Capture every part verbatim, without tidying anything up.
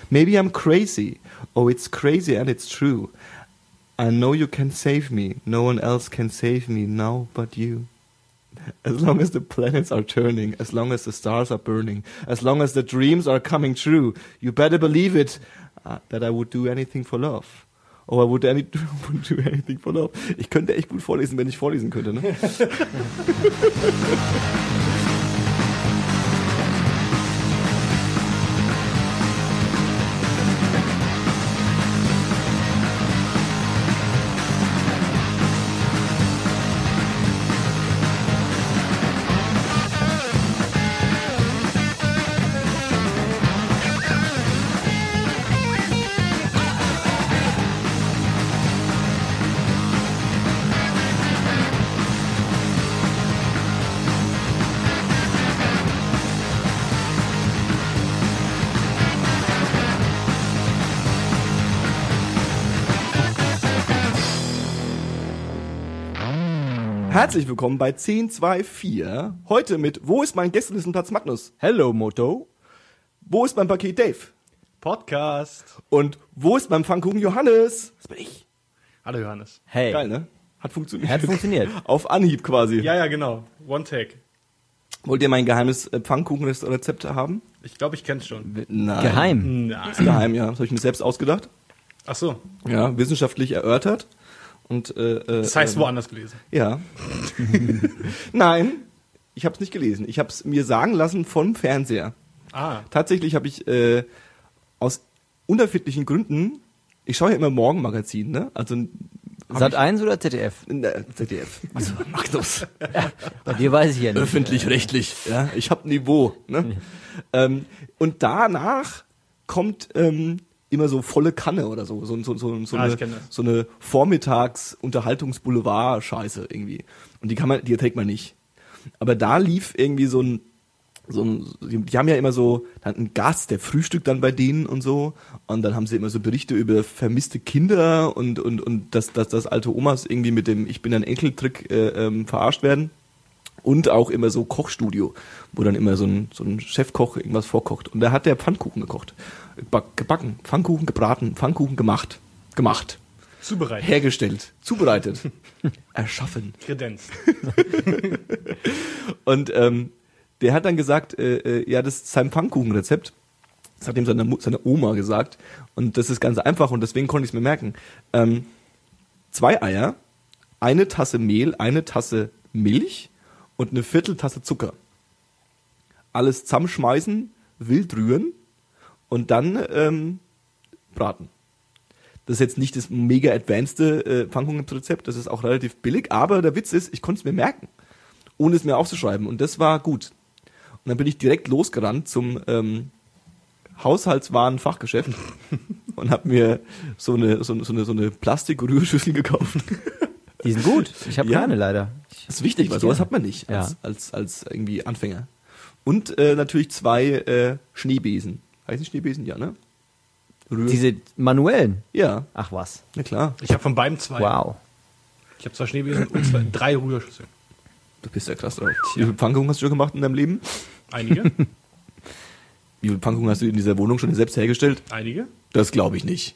Maybe I'm crazy. Oh, it's crazy and it's true. I know you can save me. No one else can save me now but you. As long as the planets are turning, as long as the stars are burning, as long as the dreams are coming true, you better believe it, uh, that I would do anything for love. Oh, I would, any, would do anything for love. Ich könnte echt gut vorlesen, wenn ich vorlesen könnte, ne? Herzlich willkommen bei zehn zwei vier. Heute mit Wo ist mein Gästelistenplatz Magnus? Hello Moto. Wo ist mein Paket Dave? Podcast. Und wo ist mein Pfannkuchen Johannes? Das bin ich. Hallo Johannes. Hey. Geil, ne? Hat funktioniert. Hat funktioniert. Auf Anhieb quasi. Ja, ja, genau. One Take. Wollt ihr mein geheimes äh, Pfannkuchenrezept haben? Ich glaube, ich kenn's schon. Nein. Geheim. Nein. Ist geheim, ja. Das habe ich mir selbst ausgedacht. Ach so. Ja, wissenschaftlich erörtert. Und, äh, äh, Das heißt äh, woanders gelesen. Ja. Nein, ich habe es nicht gelesen. Ich habe es mir sagen lassen vom Fernseher. Ah. Tatsächlich habe ich äh, aus unerfindlichen Gründen, ich schaue ja immer Morgenmagazin, ne? Also Sat eins oder Z D F? äh, Z D F. Also Magnus. Bei dir weiß ich ja nicht. Öffentlich-rechtlich. Ja, ich habe Niveau. Ne? ähm, und danach kommt ähm, immer so volle Kanne oder so, so, so, so, so, Ah, eine, ich kenn das. so eine Vormittags-Unterhaltungs-Boulevard-Scheiße irgendwie. Und die kann man, die erträgt man nicht. Aber da lief irgendwie so ein, so ein, die, die haben ja immer so dann einen Gast, der frühstückt dann bei denen und so. Und dann haben sie immer so Berichte über vermisste Kinder und und und dass dass, dass alte Omas irgendwie mit dem Ich bin ein Enkeltrick äh, ähm, verarscht werden. Und auch immer so Kochstudio, wo dann immer so ein, so ein Chefkoch irgendwas vorkocht. Und da hat der Pfannkuchen gekocht. Back, gebacken, Pfannkuchen gebraten, Pfannkuchen gemacht. Gemacht. Zubereitet. Hergestellt. Zubereitet. Erschaffen. Kredenz. Und ähm, der hat dann gesagt, äh, äh, ja, das ist sein Pfannkuchenrezept. Das hat ihm seine, Mu- seine Oma gesagt. Und das ist ganz einfach und deswegen konnte ich es mir merken. Ähm, zwei Eier, eine Tasse Mehl, eine Tasse Milch und eine Vierteltasse Zucker. Alles zusammenschmeißen, wild rühren und dann ähm, braten. Das ist jetzt nicht das mega advanced äh, Pfannkuchenrezept, das ist auch relativ billig, aber der Witz ist, ich konnte es mir merken, ohne es mir aufzuschreiben und das war gut. Und dann bin ich direkt losgerannt zum ähm, Haushaltswaren-Fachgeschäft und habe mir so eine, so, so eine, so eine Plastik-Rührschüssel gekauft. Die sind gut. Ich habe Ja. keine leider. Das ist wichtig, weil sowas hat man nicht als, Ja. als, als irgendwie Anfänger. Und äh, natürlich zwei äh, Schneebesen. Heißen Schneebesen? Ja, ne? Rühr- Diese manuellen. ja, Ach was. na klar. Ich habe von beiden zwei. Wow. Ich habe zwei Schneebesen und zwei, drei Rührschüsseln. Du bist ja krass drauf. Wie viele Pfannkuchen hast du schon gemacht in deinem Leben? Einige? Wie viele Pfannkuchen hast du in dieser Wohnung schon selbst hergestellt? Einige? Das glaube ich nicht.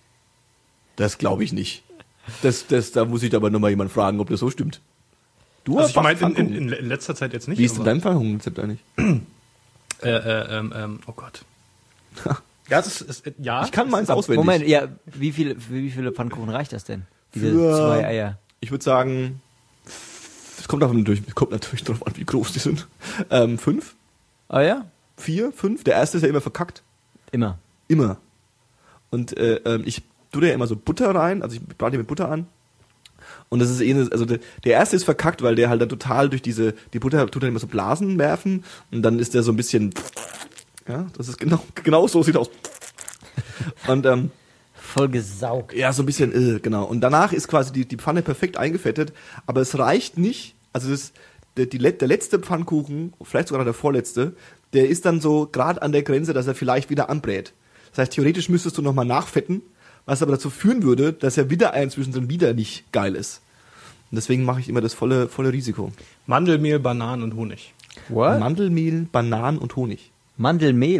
Das glaube ich nicht. Das, das, da muss ich aber nochmal jemand fragen, ob das so stimmt. Du Also ich backst meine in, in, Pfannkuchen. in letzter Zeit jetzt nicht. Wie ist denn aber- dein Pfannkuchenrezept eigentlich? Äh, äh, ähm, ähm, oh Gott. Ja, es ist, es, ja. Ich kann meins es ist- auswendig. Moment, ja, wie viele, für wie viele Pfannkuchen reicht das denn? Diese Für- zwei Eier. Ich würde sagen, es kommt, auf, natürlich, es kommt natürlich darauf an, wie groß die sind. Ähm, fünf, Ah ja? vier, fünf. Der erste ist ja immer verkackt. Immer. Immer. Und äh, ähm, ich tue da ja immer so Butter rein, also ich brate die mit Butter an. Und das ist eh, eine- also der, der erste ist verkackt, weil der halt da total durch diese, die Butter tut dann immer so Blasen werfen und dann ist der so ein bisschen, ja, das ist genau, genau so sieht aus. Und ähm, Voll gesaugt. ja, so ein bisschen, äh, genau. Und danach ist quasi die, die Pfanne perfekt eingefettet, aber es reicht nicht, also das, der, die, der letzte Pfannkuchen, vielleicht sogar der vorletzte, der ist dann so gerade an der Grenze, dass er vielleicht wieder anbrät. Das heißt, theoretisch müsstest du nochmal nachfetten, was aber dazu führen würde, dass er wieder ein zwischendrin wieder nicht geil ist. Und deswegen mache ich immer das volle, volle Risiko. Mandelmehl, Bananen und Honig. What? Mandelmehl, Bananen und Honig. Mandelmehl.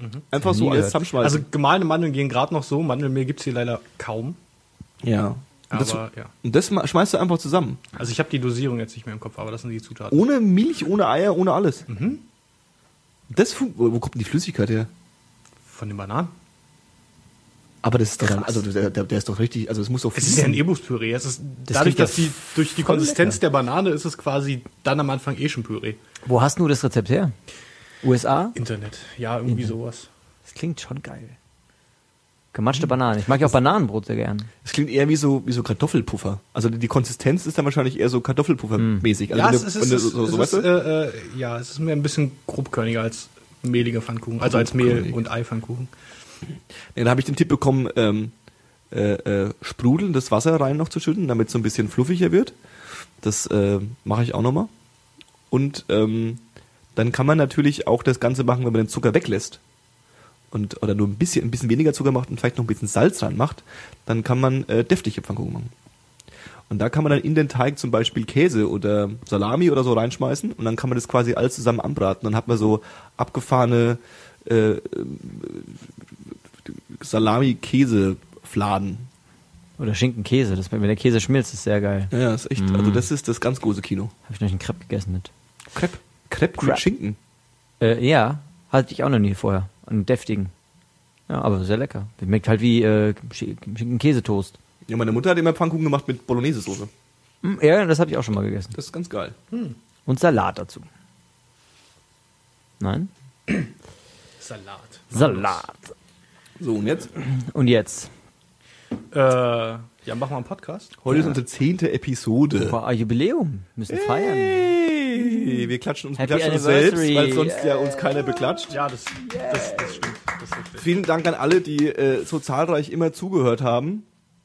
Einfach so Nie alles gehört. zusammenschmeißen. Also gemahlene Mandeln gehen gerade noch so. Mandelmehl gibt's hier leider kaum. ja. Und das, Aber ja. und das ma- schmeißt du einfach zusammen. Also ich habe die Dosierung jetzt nicht mehr im Kopf, aber das sind die Zutaten. Ohne Milch, ohne Eier, ohne alles. Mhm. Das fun- wo wo kommt denn die Flüssigkeit her? Von den Bananen. Aber das ist doch dann, also der, der, der ist doch richtig, also es muss doch Es ist ja ein Ebuspüree. Es ist Das dadurch, klingt ja dass die durch die voll Konsistenz lecker. der Banane ist es quasi dann am Anfang eh schon Püree. Wo hast du das Rezept her? U S A? Internet. Ja, irgendwie sowas. Das klingt schon geil. Gematschte Bananen. Ich mag ja auch Bananenbrot sehr gern. Es klingt eher wie so, wie so Kartoffelpuffer. Also die, die Konsistenz ist dann wahrscheinlich eher so Kartoffelpuffer-mäßig. Also Ja, wenn es du- ist, wenn es du ist, so, es so, ist, weißt du? äh, äh, ja, es ist mir ein bisschen grobkörniger als mehliger Pfannkuchen. Also als Mehl- Grobkörnig. und Ei-Pfannkuchen. Ja, dann habe ich den Tipp bekommen, ähm, äh, äh, sprudelndes Wasser rein noch zu schütten, damit es so ein bisschen fluffiger wird. Das äh, mache ich auch nochmal. Und ähm, dann kann man natürlich auch das Ganze machen, wenn man den Zucker weglässt. Und, oder nur ein bisschen, ein bisschen weniger Zucker macht und vielleicht noch ein bisschen Salz rein macht, dann kann man äh, deftige Pfannkuchen machen. Und da kann man dann in den Teig zum Beispiel Käse oder Salami oder so reinschmeißen und dann kann man das quasi alles zusammen anbraten. Dann hat man so abgefahrene äh, Salami-Käse-Fladen. Oder Schinken-Käse. Das, wenn der Käse schmilzt, ist sehr geil. Ja, ja, ist echt, also das ist das ganz große Kino. Habe ich noch einen Crepe gegessen mit. Crepe. Crepe mit Crepe. Schinken. Äh, ja, hatte ich auch noch nie vorher. Einen deftigen. Ja, aber sehr lecker. Schmeckt halt wie äh, Sch- Schinken-Käsetoast. Ja, meine Mutter hat immer Pfannkuchen gemacht mit Bolognese-Soße. Mm, Ja, das habe ich auch schon mal gegessen. Das ist ganz geil. Und Salat dazu. Nein? Salat. Salat. So, und jetzt? Und jetzt? Äh, ja, machen wir einen Podcast. Heute ist unsere zehnte Episode. Boah, Jubiläum. Müssen feiern. Hey, wir klatschen uns, wir Happy klatschen uns selbst, Anniversary. weil sonst ja uns keiner beklatscht. Ja, das, das, das stimmt. Das ist richtig. Vielen Dank an alle, die äh, so zahlreich immer zugehört haben.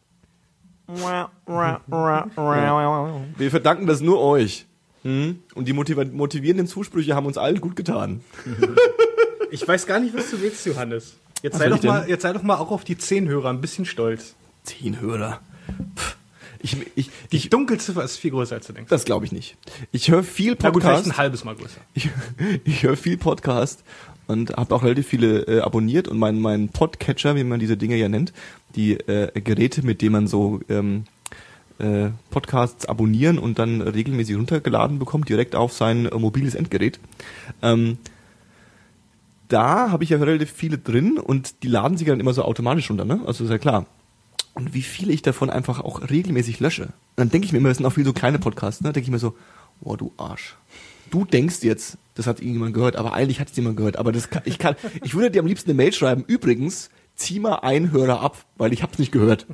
Wir verdanken das nur euch. Hm? Und die motiv- motivierenden Zusprüche haben uns allen gut getan. Ich weiß gar nicht, was du willst, Johannes. Jetzt Was sei, will doch ich denn? mal, jetzt sei doch mal auch auf die zehn Hörer ein bisschen stolz. Zehn Hörer. Pff, ich, ich, Die ich, Dunkelziffer ist viel größer, als du denkst. das glaube ich nicht. Ich höre viel Na gut, vielleicht Podcast. ein halbes Mal größer. Ich, ich höre viel Podcast und habe auch relativ viele äh, abonniert und mein, mein Podcatcher, wie man diese Dinge ja nennt, die äh, Geräte, mit denen man so ähm, äh, Podcasts abonnieren und dann regelmäßig runtergeladen bekommt, direkt auf sein äh, mobiles Endgerät. Ähm, da habe ich ja relativ viele drin und die laden sich dann immer so automatisch runter, ne? Also ist ja klar. Und wie viele ich davon einfach auch regelmäßig lösche. Und dann denke ich mir immer, das sind auch viele so kleine Podcasts, ne? Denke ich mir so, boah, du Arsch. Du denkst jetzt, das hat irgendjemand gehört, aber eigentlich hat es jemand gehört. Aber das kann, ich kann, ich würde dir am liebsten eine Mail schreiben. Übrigens, zieh mal einen Hörer ab, weil ich hab's nicht gehört.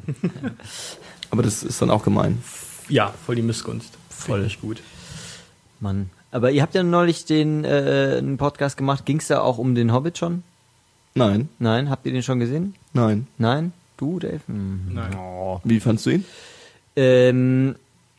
Aber das ist dann auch gemein. Ja, voll die Missgunst. Voll nicht gut. Mann. Aber ihr habt ja neulich den äh, einen Podcast gemacht. Ging es da auch um den Hobbit schon? Nein, Nein? Habt ihr den schon gesehen? nein. Nein? Du, Dave? Hm. Nein. Oh. Wie fandst du ihn? Ähm,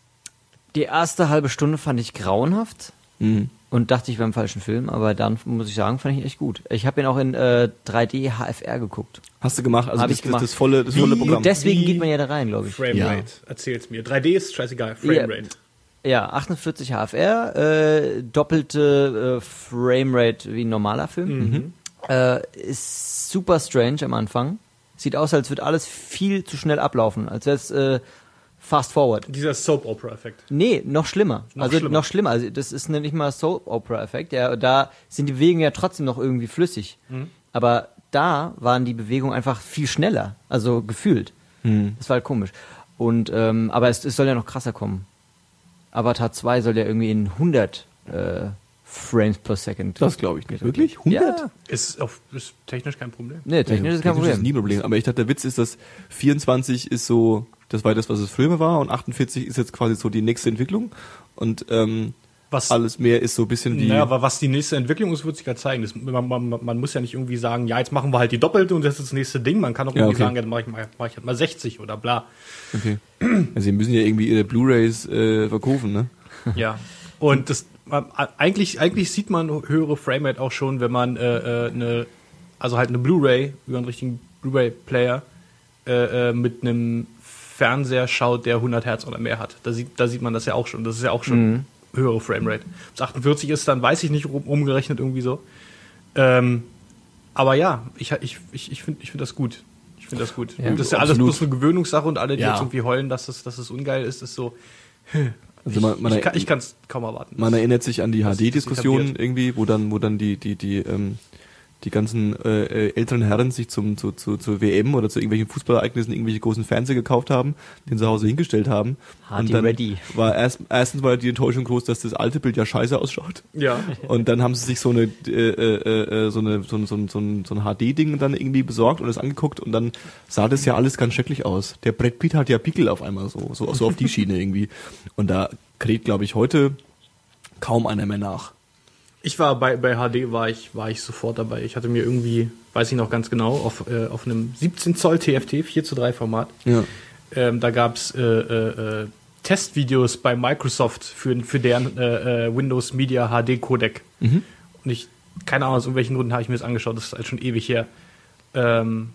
die erste halbe Stunde fand ich grauenhaft Mhm. und dachte, ich wäre im falschen Film. Aber dann, muss ich sagen, fand ich ihn echt gut. Ich habe ihn auch in äh, drei D H F R geguckt. Hast du gemacht? Also Hab das, ich das, gemacht. das volle, das Wie? volle Nur Programm. deswegen Wie- geht man ja da rein, glaube ich. Framerate. Ja. Erzähl's mir. drei D ist scheißegal. Ja. Framerate. Ja, achtundvierzig H F R, äh, doppelte äh, Framerate wie ein normaler Film. Äh, ist super strange am Anfang. Sieht aus, als würde alles viel zu schnell ablaufen, als wäre es äh, fast forward. Dieser Soap-Opera-Effekt. Nee, noch schlimmer. Noch also schlimmer. noch schlimmer. Also das ist nicht mal Soap-Opera-Effekt. Ja, da sind die Bewegungen ja trotzdem noch irgendwie flüssig. Aber da waren die Bewegungen einfach viel schneller. Also gefühlt. Das war halt komisch. Und ähm, aber es, es soll ja noch krasser kommen. Avatar zwei soll ja irgendwie in hundert äh, Frames per Second. Das glaube ich nicht. Wirklich? hundert? Ja. Ist, auf, ist technisch kein Problem. Nee, technisch ist kein Technisch ist Problem. nie ein Problem. Aber ich dachte, der Witz ist, dass vierundzwanzig ist so, das war das, was es früher war, und achtundvierzig ist jetzt quasi so die nächste Entwicklung. Und ähm, Was, alles mehr ist so ein bisschen wie... naja, aber was die nächste Entwicklung ist, wird sich ja zeigen. Das, man, man, man muss ja nicht irgendwie sagen, ja, jetzt machen wir halt die Doppelte und das ist das nächste Ding. Man kann auch Ja, irgendwie okay. sagen, ja, dann mache ich, mal- mach ich halt mal sechzig oder bla. Okay. Also sie müssen ja irgendwie ihre Blu-Rays äh, verkaufen, ne? Ja. Und das man, eigentlich, eigentlich sieht man höhere Framerate auch schon, wenn man äh, äh, eine, also halt eine Blu-ray über einen richtigen Blu-ray-Player äh, äh, mit einem Fernseher schaut, der hundert Hertz oder mehr hat. Da sieht, da sieht man das ja auch schon. Das ist ja auch schon Mhm. höhere Framerate. Ob es achtundvierzig ist, dann weiß ich nicht, um, umgerechnet irgendwie so. Ähm, aber ja, ich, ich, ich, ich finde ich find das gut. Ich finde das gut. Ja, das ist ja absolut. alles bloß eine Gewöhnungssache und alle, die Ja. jetzt irgendwie heulen, dass es, dass es ungeil ist, ist so. Also man, man, ich kann, ich kann es kaum erwarten. man erinnert sich an die das- H D-Diskussionen das irgendwie, wo dann, wo dann die, die, die, ähm, die ganzen äh, äh, älteren Herren sich zum zu, zu, zur W M oder zu irgendwelchen Fußballereignissen irgendwelche großen Fernseher gekauft haben, den zu Hause hingestellt haben. H D und dann ready. war erst erstens war die Enttäuschung groß, dass das alte Bild ja scheiße ausschaut. Ja. Und dann haben sie sich so eine äh, äh, äh, so eine so ein so ein so ein, so ein H D-Ding dann irgendwie besorgt und es angeguckt und dann sah das ja alles ganz schrecklich aus. Der Brett Pitt hat ja Pickel auf einmal so so, so auf die Schiene irgendwie. Und da kräht, glaube ich, heute kaum einer mehr nach. Ich war bei, bei H D war ich, war ich sofort dabei. Ich hatte mir irgendwie, weiß ich noch ganz genau, auf, äh, auf einem siebzehn Zoll T F T vier zu drei Format, Ja. ähm, da gab's äh, äh, äh, Testvideos bei Microsoft für, für deren äh, äh, Windows Media H D Codec. Mhm. Und ich, keine Ahnung, aus irgendwelchen Gründen habe ich mir das angeschaut, das ist halt schon ewig her. Ähm,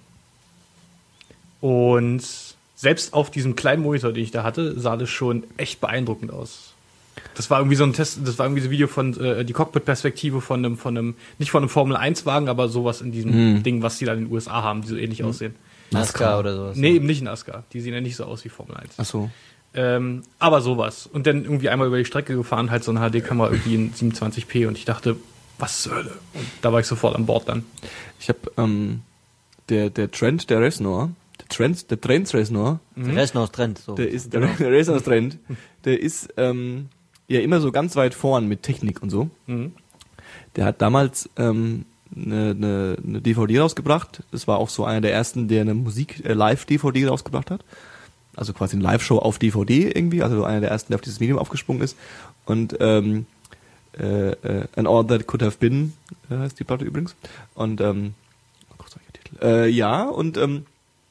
und selbst auf diesem kleinen Monitor, den ich da hatte, sah das schon echt beeindruckend aus. Das war irgendwie so ein Test, das war irgendwie so ein Video von äh, die Cockpit-Perspektive von einem, von einem, nicht von einem Formel eins Wagen, aber sowas in diesem Mhm. Ding, was die da in den U S A haben, die so ähnlich aussehen. NASCAR oder sowas. Nee, eben nicht NASCAR. Die sehen ja nicht so aus wie Formel eins. Ach so. Ähm, aber sowas. Und dann irgendwie einmal über die Strecke gefahren, halt so eine H D-Kamera irgendwie in siebenundzwanzig p und ich dachte, was zur Hölle? Und da war ich sofort an Bord dann. Ich habe ähm, der der Trent der Reznor, der Trent der Trent Reznor, Der Rest noch Trend. So. der ist der, der Reznor Trent, der ist ähm, ja immer so ganz weit vorn mit Technik und so. Mhm. Der hat damals ähm, eine, eine, eine D V D rausgebracht. Das war auch so einer der ersten, der eine Musik-Live-D V D rausgebracht hat. Also quasi eine Live-Show auf D V D irgendwie. Also einer der ersten, der auf dieses Medium aufgesprungen ist. Und ähm, äh, äh, An All That Could Have Been äh, heißt die Platte übrigens. Und ähm, großartiger Titel. Äh, ja, und ähm,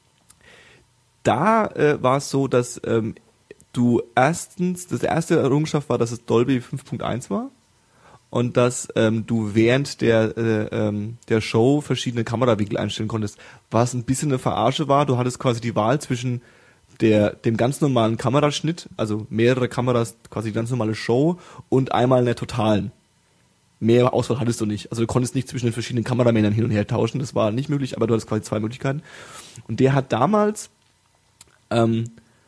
da äh, war es so, dass ähm, du erstens, das erste Errungenschaft war, dass es Dolby fünf Punkt eins war. Und dass ähm, du während der äh, ähm, der Show verschiedene Kamerawinkel einstellen konntest, was ein bisschen eine Verarsche war. Du hattest quasi die Wahl zwischen der dem ganz normalen Kameraschnitt, also mehrere Kameras, quasi die ganz normale Show und einmal einer totalen. Mehr Auswahl hattest du nicht. Also du konntest nicht zwischen den verschiedenen Kameramännern hin und her tauschen, das war nicht möglich, aber du hattest quasi zwei Möglichkeiten. Und der hat damals ähm,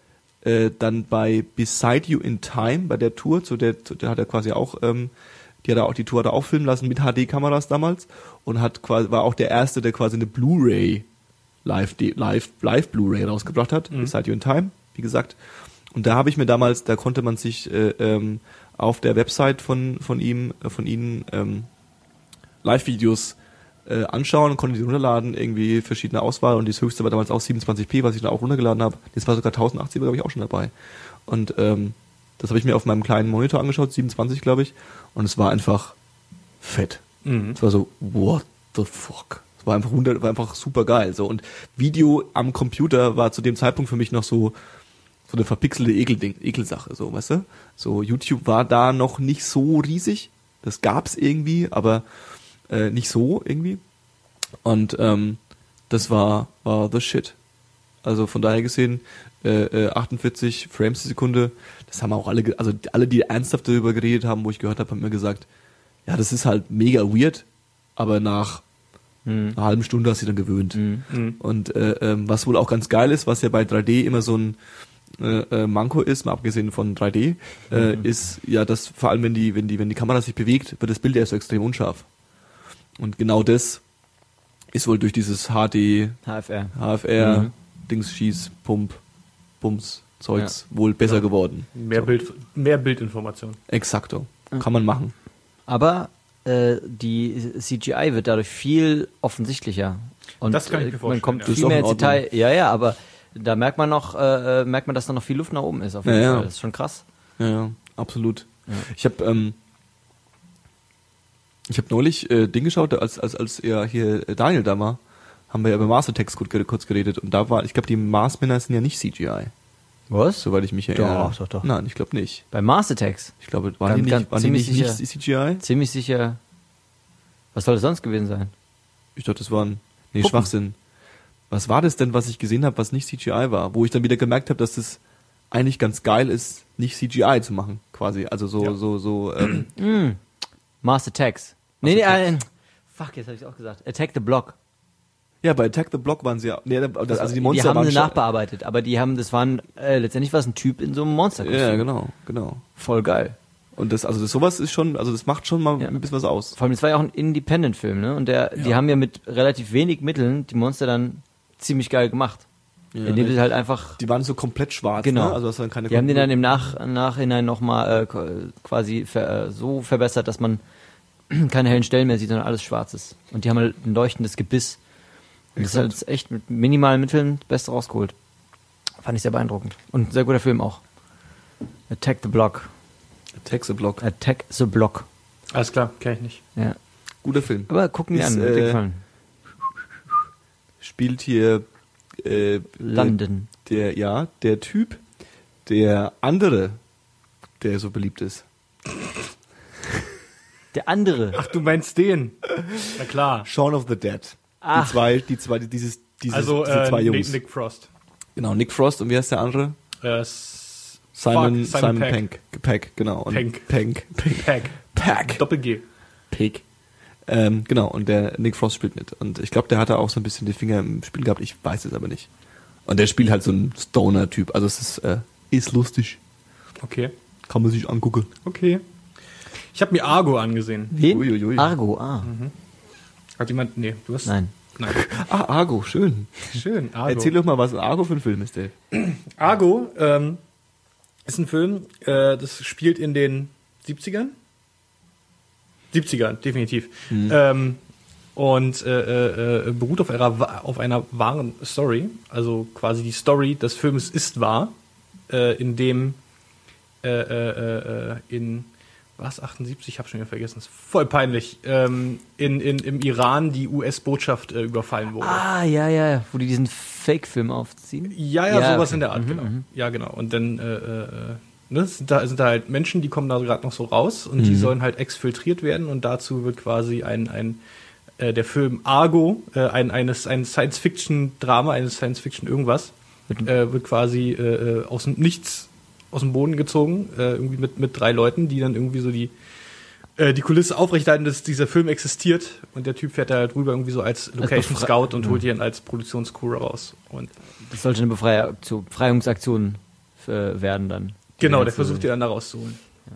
äh, dann bei Beside You in Time, bei der Tour, zu der, zu der hat er quasi auch ähm, Die hat er auch, die Tour hat er auch filmen lassen mit H D-Kameras damals und hat quasi, war auch der erste, der quasi eine Blu-ray live, live, live Blu-ray rausgebracht hat, mhm. Beside You in Time, wie gesagt. Und da habe ich mir damals, da konnte man sich äh, ähm, auf der Website von von ihm, äh, von ihnen ähm, Live-Videos äh, anschauen und konnte die runterladen, irgendwie verschiedene Auswahl und das höchste war damals auch siebenundzwanzig p, was ich da auch runtergeladen habe. Das war sogar tausendachtzig, glaube ich, auch schon dabei. Und ähm, das habe ich mir auf meinem kleinen Monitor angeschaut, siebenundzwanzig, glaube ich. Und es war einfach fett. Mhm. Es war so, what the fuck? Es war einfach wunder, war einfach super geil. So. Und Video am Computer war zu dem Zeitpunkt für mich noch so, so eine verpixelte Ekelding, Ekelsache, so, weißt du? So, YouTube war da noch nicht so riesig. Das gab's irgendwie, aber äh, nicht so irgendwie. Und ähm, das war, war the shit. Also von daher gesehen, äh, äh, achtundvierzig Frames die Sekunde, das haben auch alle, ge- also alle, die ernsthaft darüber geredet haben, wo ich gehört habe, haben mir gesagt, ja, das ist halt mega weird, aber nach Mhm. einer halben Stunde hast du dich dann gewöhnt. Mhm. Und äh, ähm, was wohl auch ganz geil ist, was ja bei drei D immer so ein äh, äh, Manko ist, mal abgesehen von drei D, äh, Mhm. ist ja, dass vor allem wenn die, wenn die, wenn die Kamera sich bewegt, wird das Bild erst so extrem unscharf. Und genau das ist wohl durch dieses H D, H F R. H F R, Mhm. Dings, Schieß, Pump, Bums, Zeugs wohl besser Ja. geworden. Mehr, So. Bild, mehr Bildinformation. Exakto. Kann man machen. Aber äh, die C G I wird dadurch viel offensichtlicher. Und Das kann ich mir äh, vorstellen, Man kommt ja. Das ist viel auch mehr in ins Ordnung. Detail. Ja, ja, aber da merkt man noch, äh, merkt man, dass da noch viel Luft nach oben ist. Auf jeden Ja, ja. Fall. Das ist schon krass. Ja, ja, absolut. Ja. Ich habe ähm, ich habe neulich äh, Ding geschaut, als als als ja hier äh, Daniel da war, haben wir ja über Mars Attacks kurz, kurz geredet und da war, ich glaube, die Mars-Männer sind ja nicht C G I, Was? soweit ich mich erinnere. Doch, doch, doch. Nein, ich glaube nicht. Bei Mars Attacks. Ich glaube, waren Ganz- die nicht, ganz waren die ziemlich nicht, nicht sicher. C G I? Ziemlich sicher. Was soll es sonst gewesen sein? Ich dachte, das waren nee, Puppen. Schwachsinn. Was war das denn, was ich gesehen habe, was nicht C G I war? Wo ich dann wieder gemerkt habe, dass das eigentlich ganz geil ist, nicht C G I zu machen, quasi. Also so, Ja. so, so, ähm, Mm. Mars Attacks. Nee, nee, Attacks. äh, Fuck, jetzt habe ich auch gesagt. Attack the Block. Ja, bei Attack the Block waren sie ja, nee, also die Monster die haben waren sie schon- nachbearbeitet, aber die haben, das waren, äh, letztendlich war es ein Typ in so einem Monsterkostüm. Ja, genau, genau. Voll geil. Und das, also das, sowas ist schon, also das macht schon mal Ja. ein bisschen was aus. Vor allem, das war ja auch ein Independent-Film, ne? Und der, die Ja. haben ja mit relativ wenig Mitteln die Monster dann ziemlich geil gemacht. Ja, indem ne? sie halt einfach, Die waren so komplett schwarz, genau. ne? Also das waren keine die haben den dann im Nach Nachhinein nochmal äh, ko- quasi ver äh, so verbessert, dass man keine hellen Stellen mehr sieht, sondern alles schwarz ist. Und die haben halt ein leuchtendes Gebiss. Und das ist halt echt mit minimalen Mitteln das Beste rausgeholt. Fand ich sehr beeindruckend. Und ein sehr guter Film auch. Attack the Block. Attack the Block. Attack the Block. Alles klar, kenn ich nicht. Ja. Guter Film. Aber gucken wir Ist, an, wird dir äh, gefallen. Spielt hier äh, London. Der, der, ja, der Typ, der andere, der so beliebt ist. Der andere. Ach, du meinst den? Na klar. Shaun of the Dead. Ach. Die zwei, die zwei, dieses, dieses, Also diese äh, zwei Nick, Jungs. Nick Frost. Genau, Nick Frost und wie heißt der andere? Äh, S- Simon, fuck, Simon Peck. Peck. Peck, genau. Und Penk. Penk. Penk. Peck. Peck. Doppel-G. Peck. Ähm, genau, und der Nick Frost spielt mit. Und ich glaube, der hatte auch so ein bisschen die Finger im Spiel gehabt, ich weiß es aber nicht. Und der spielt halt so ein Stoner-Typ. Also es ist, äh, ist lustig. Okay. Kann man sich angucken. Okay. Ich habe mir Argo angesehen. Wen? Uiuiui. Argo, ah. Hat jemand. Nee, du hast. Nein. Nein. Ah, Argo, schön. Schön. Argo. Erzähl doch mal, was Argo für ein Film ist, Dave. Argo ähm, ist ein Film, äh, das spielt in den siebzigern. siebzigern, definitiv. Ähm, und äh, äh, beruht auf einer, wa- auf einer wahren Story. Also quasi die Story des Films ist wahr, äh, in dem äh, äh, äh, in was, achtundsiebzig, ich habe schon wieder vergessen, ist voll peinlich, ähm, in, in, im Iran die U S-Botschaft äh, überfallen wurde. Ah, ja, ja, wo die diesen Fake-Film aufziehen. Ja, ja, Ja, sowas okay. in der Art, Mhm, genau. mhm. Ja, genau. Und dann äh, äh, ne, sind, da, sind da halt Menschen, die kommen da gerade noch so raus und die sollen halt exfiltriert werden und dazu wird quasi ein, ein äh, der Film Argo, äh, ein, eines, ein Science-Fiction-Drama, eines Science-Fiction-Irgendwas, äh, wird quasi äh, aus dem Nichts aus dem Boden gezogen, äh, irgendwie mit, mit drei Leuten, die dann irgendwie so die äh, die Kulisse aufrechterhalten, dass dieser Film existiert und der Typ fährt da halt rüber irgendwie so als Location Befre- Scout und holt die dann als Produktionscrew raus. Und Das sollte eine Befreiung- Befreiungsaktion äh, werden dann. genau, Ja, der so- versucht die dann da rauszuholen.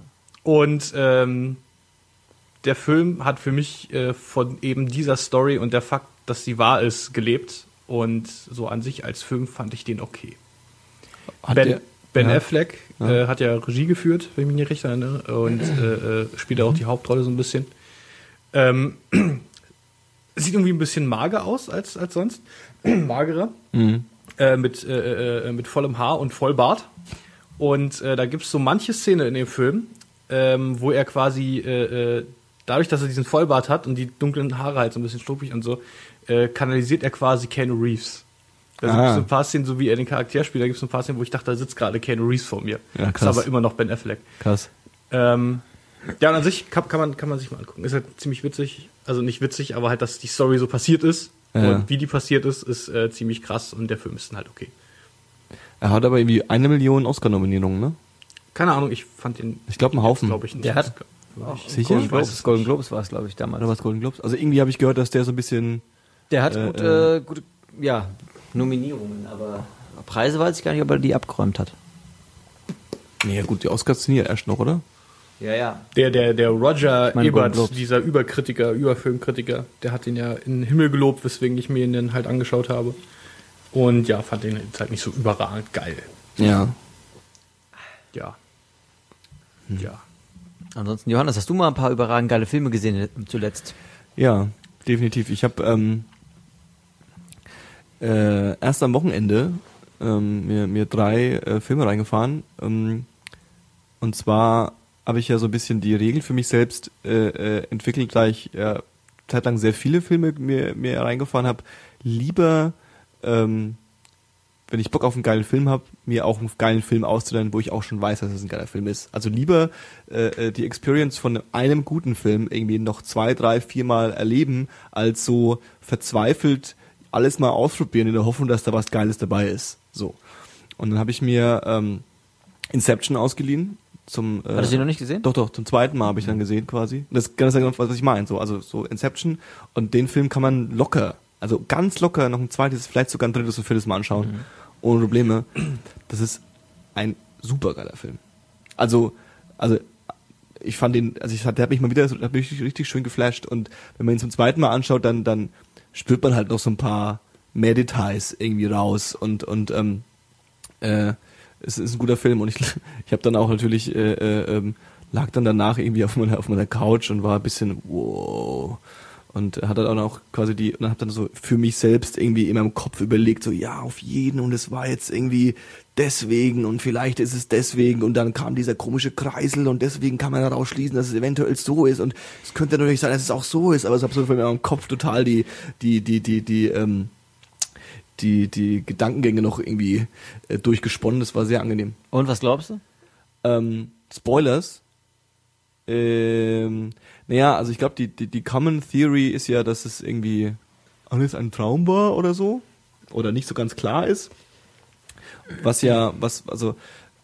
Und ähm, der Film hat für mich äh, von eben dieser Story und der Fakt, dass sie wahr ist, gelebt. Und so an sich als Film fand ich den okay. Hat Ben, der- ben ja. Affleck äh, hat ja Regie geführt, wenn ich mich nicht recht erinnere, und äh, äh, spielt auch die Hauptrolle so ein bisschen. Ähm, sieht irgendwie ein bisschen mager aus als, als sonst. Magerer. Mhm. Äh, mit, äh, äh, mit vollem Haar und Vollbart. Und äh, da gibt es so manche Szene in dem Film, ähm, wo er quasi äh, äh, dadurch, dass er diesen Vollbart hat und die dunklen Haare halt so ein bisschen struppig und so, äh, kanalisiert er quasi Keanu Reeves. Da gibt es Ah. so ein paar Szenen, so wie er den Charakter spielt, da gibt es ein paar Szenen, wo ich dachte, da sitzt gerade Keanu Reeves vor mir. Ja, ist krass. aber immer noch Ben Affleck. Krass. Ähm, ja, und an sich kann, kann, man, kann man sich mal angucken. Ist halt ziemlich witzig. Also nicht witzig, aber halt, dass die Story so passiert ist. Ja. Und wie die passiert ist, ist äh, ziemlich krass und der Film ist dann halt okay. Er hat aber irgendwie eine Million Oscar-Nominierungen, ne? Keine Ahnung, ich fand den. Ich glaube, einen Haufen. Glaube ich nicht. Der hat- Glaub ich. Sicher? Golden Ich weiß Globes, es Golden nicht. Globes war es, glaube ich, damals. Oder was Golden Globes? Also irgendwie habe ich gehört, dass der so ein bisschen. Der hat Äh, gut, äh, gute, ja, Nominierungen, aber Preise weiß ich gar nicht, ob er die abgeräumt hat. Nee, ja gut, die Oscars sind ja erst noch, oder? Ja, ja. Der, der, der Roger meine, Golden Ebert, Globes. dieser Überkritiker, Überfilmkritiker, der hat ihn ja in den Himmel gelobt, weswegen ich mir ihn dann halt angeschaut habe. Und ja, fand den jetzt halt nicht so überragend geil. Ja. Ja. Hm. Ja. Ansonsten, Johannes, hast du mal ein paar überragend geile Filme gesehen zuletzt? Ja, definitiv. Ich habe ähm, äh, erst am Wochenende ähm, mir, mir drei äh, Filme reingefahren. Ähm, und zwar habe ich ja so ein bisschen die Regel für mich selbst äh, äh, entwickelt, da ich ja zeitlang sehr viele Filme mir, mir reingefahren habe. Lieber, ähm, wenn ich Bock auf einen geilen Film habe, mir auch einen geilen Film auszuleihen, wo ich auch schon weiß, dass es ein geiler Film ist. Also lieber äh, die Experience von einem guten Film irgendwie noch zwei, drei, viermal erleben, als so verzweifelt alles mal ausprobieren in der Hoffnung, dass da was Geiles dabei ist. So. Und dann habe ich mir ähm, Inception ausgeliehen, zum äh, Hattest du den noch nicht gesehen? Doch, doch, zum zweiten Mal habe ich dann gesehen quasi. Das ist ganz genau, was ich meine. So, also so Inception und den Film kann man locker, also ganz locker noch ein zweites, vielleicht sogar ein drittes und viertes Mal anschauen. Mhm. Ohne Probleme. Das ist ein super geiler Film. Also, also ich fand den, also ich, der hat mich mal wieder, hat mich richtig, richtig schön geflasht und wenn man ihn zum zweiten Mal anschaut, dann, dann spürt man halt noch so ein paar mehr Details irgendwie raus und, und ähm, äh, es ist ein guter Film und ich, ich habe dann auch natürlich, äh, äh, ähm, lag dann danach irgendwie auf meiner, auf meiner Couch und war ein bisschen, wow. Und hat dann auch quasi die, und hab dann so für mich selbst irgendwie in meinem Kopf überlegt, so, ja, auf jeden, und es war jetzt irgendwie deswegen, und vielleicht ist es deswegen, und dann kam dieser komische Kreisel, und deswegen kann man daraus schließen, dass es eventuell so ist, und es könnte natürlich sein, dass es auch so ist, aber es hat so für mich in meinem Kopf total die, die, die, die, die, ähm, die, die Gedankengänge noch irgendwie äh, durchgesponnen, das war sehr angenehm. Und was glaubst du? Ähm, Spoilers. Ähm, naja, also ich glaube, die, die, die Common Theory ist ja, dass es irgendwie alles ein Traum war oder so. Oder nicht so ganz klar ist. Was ja, was, also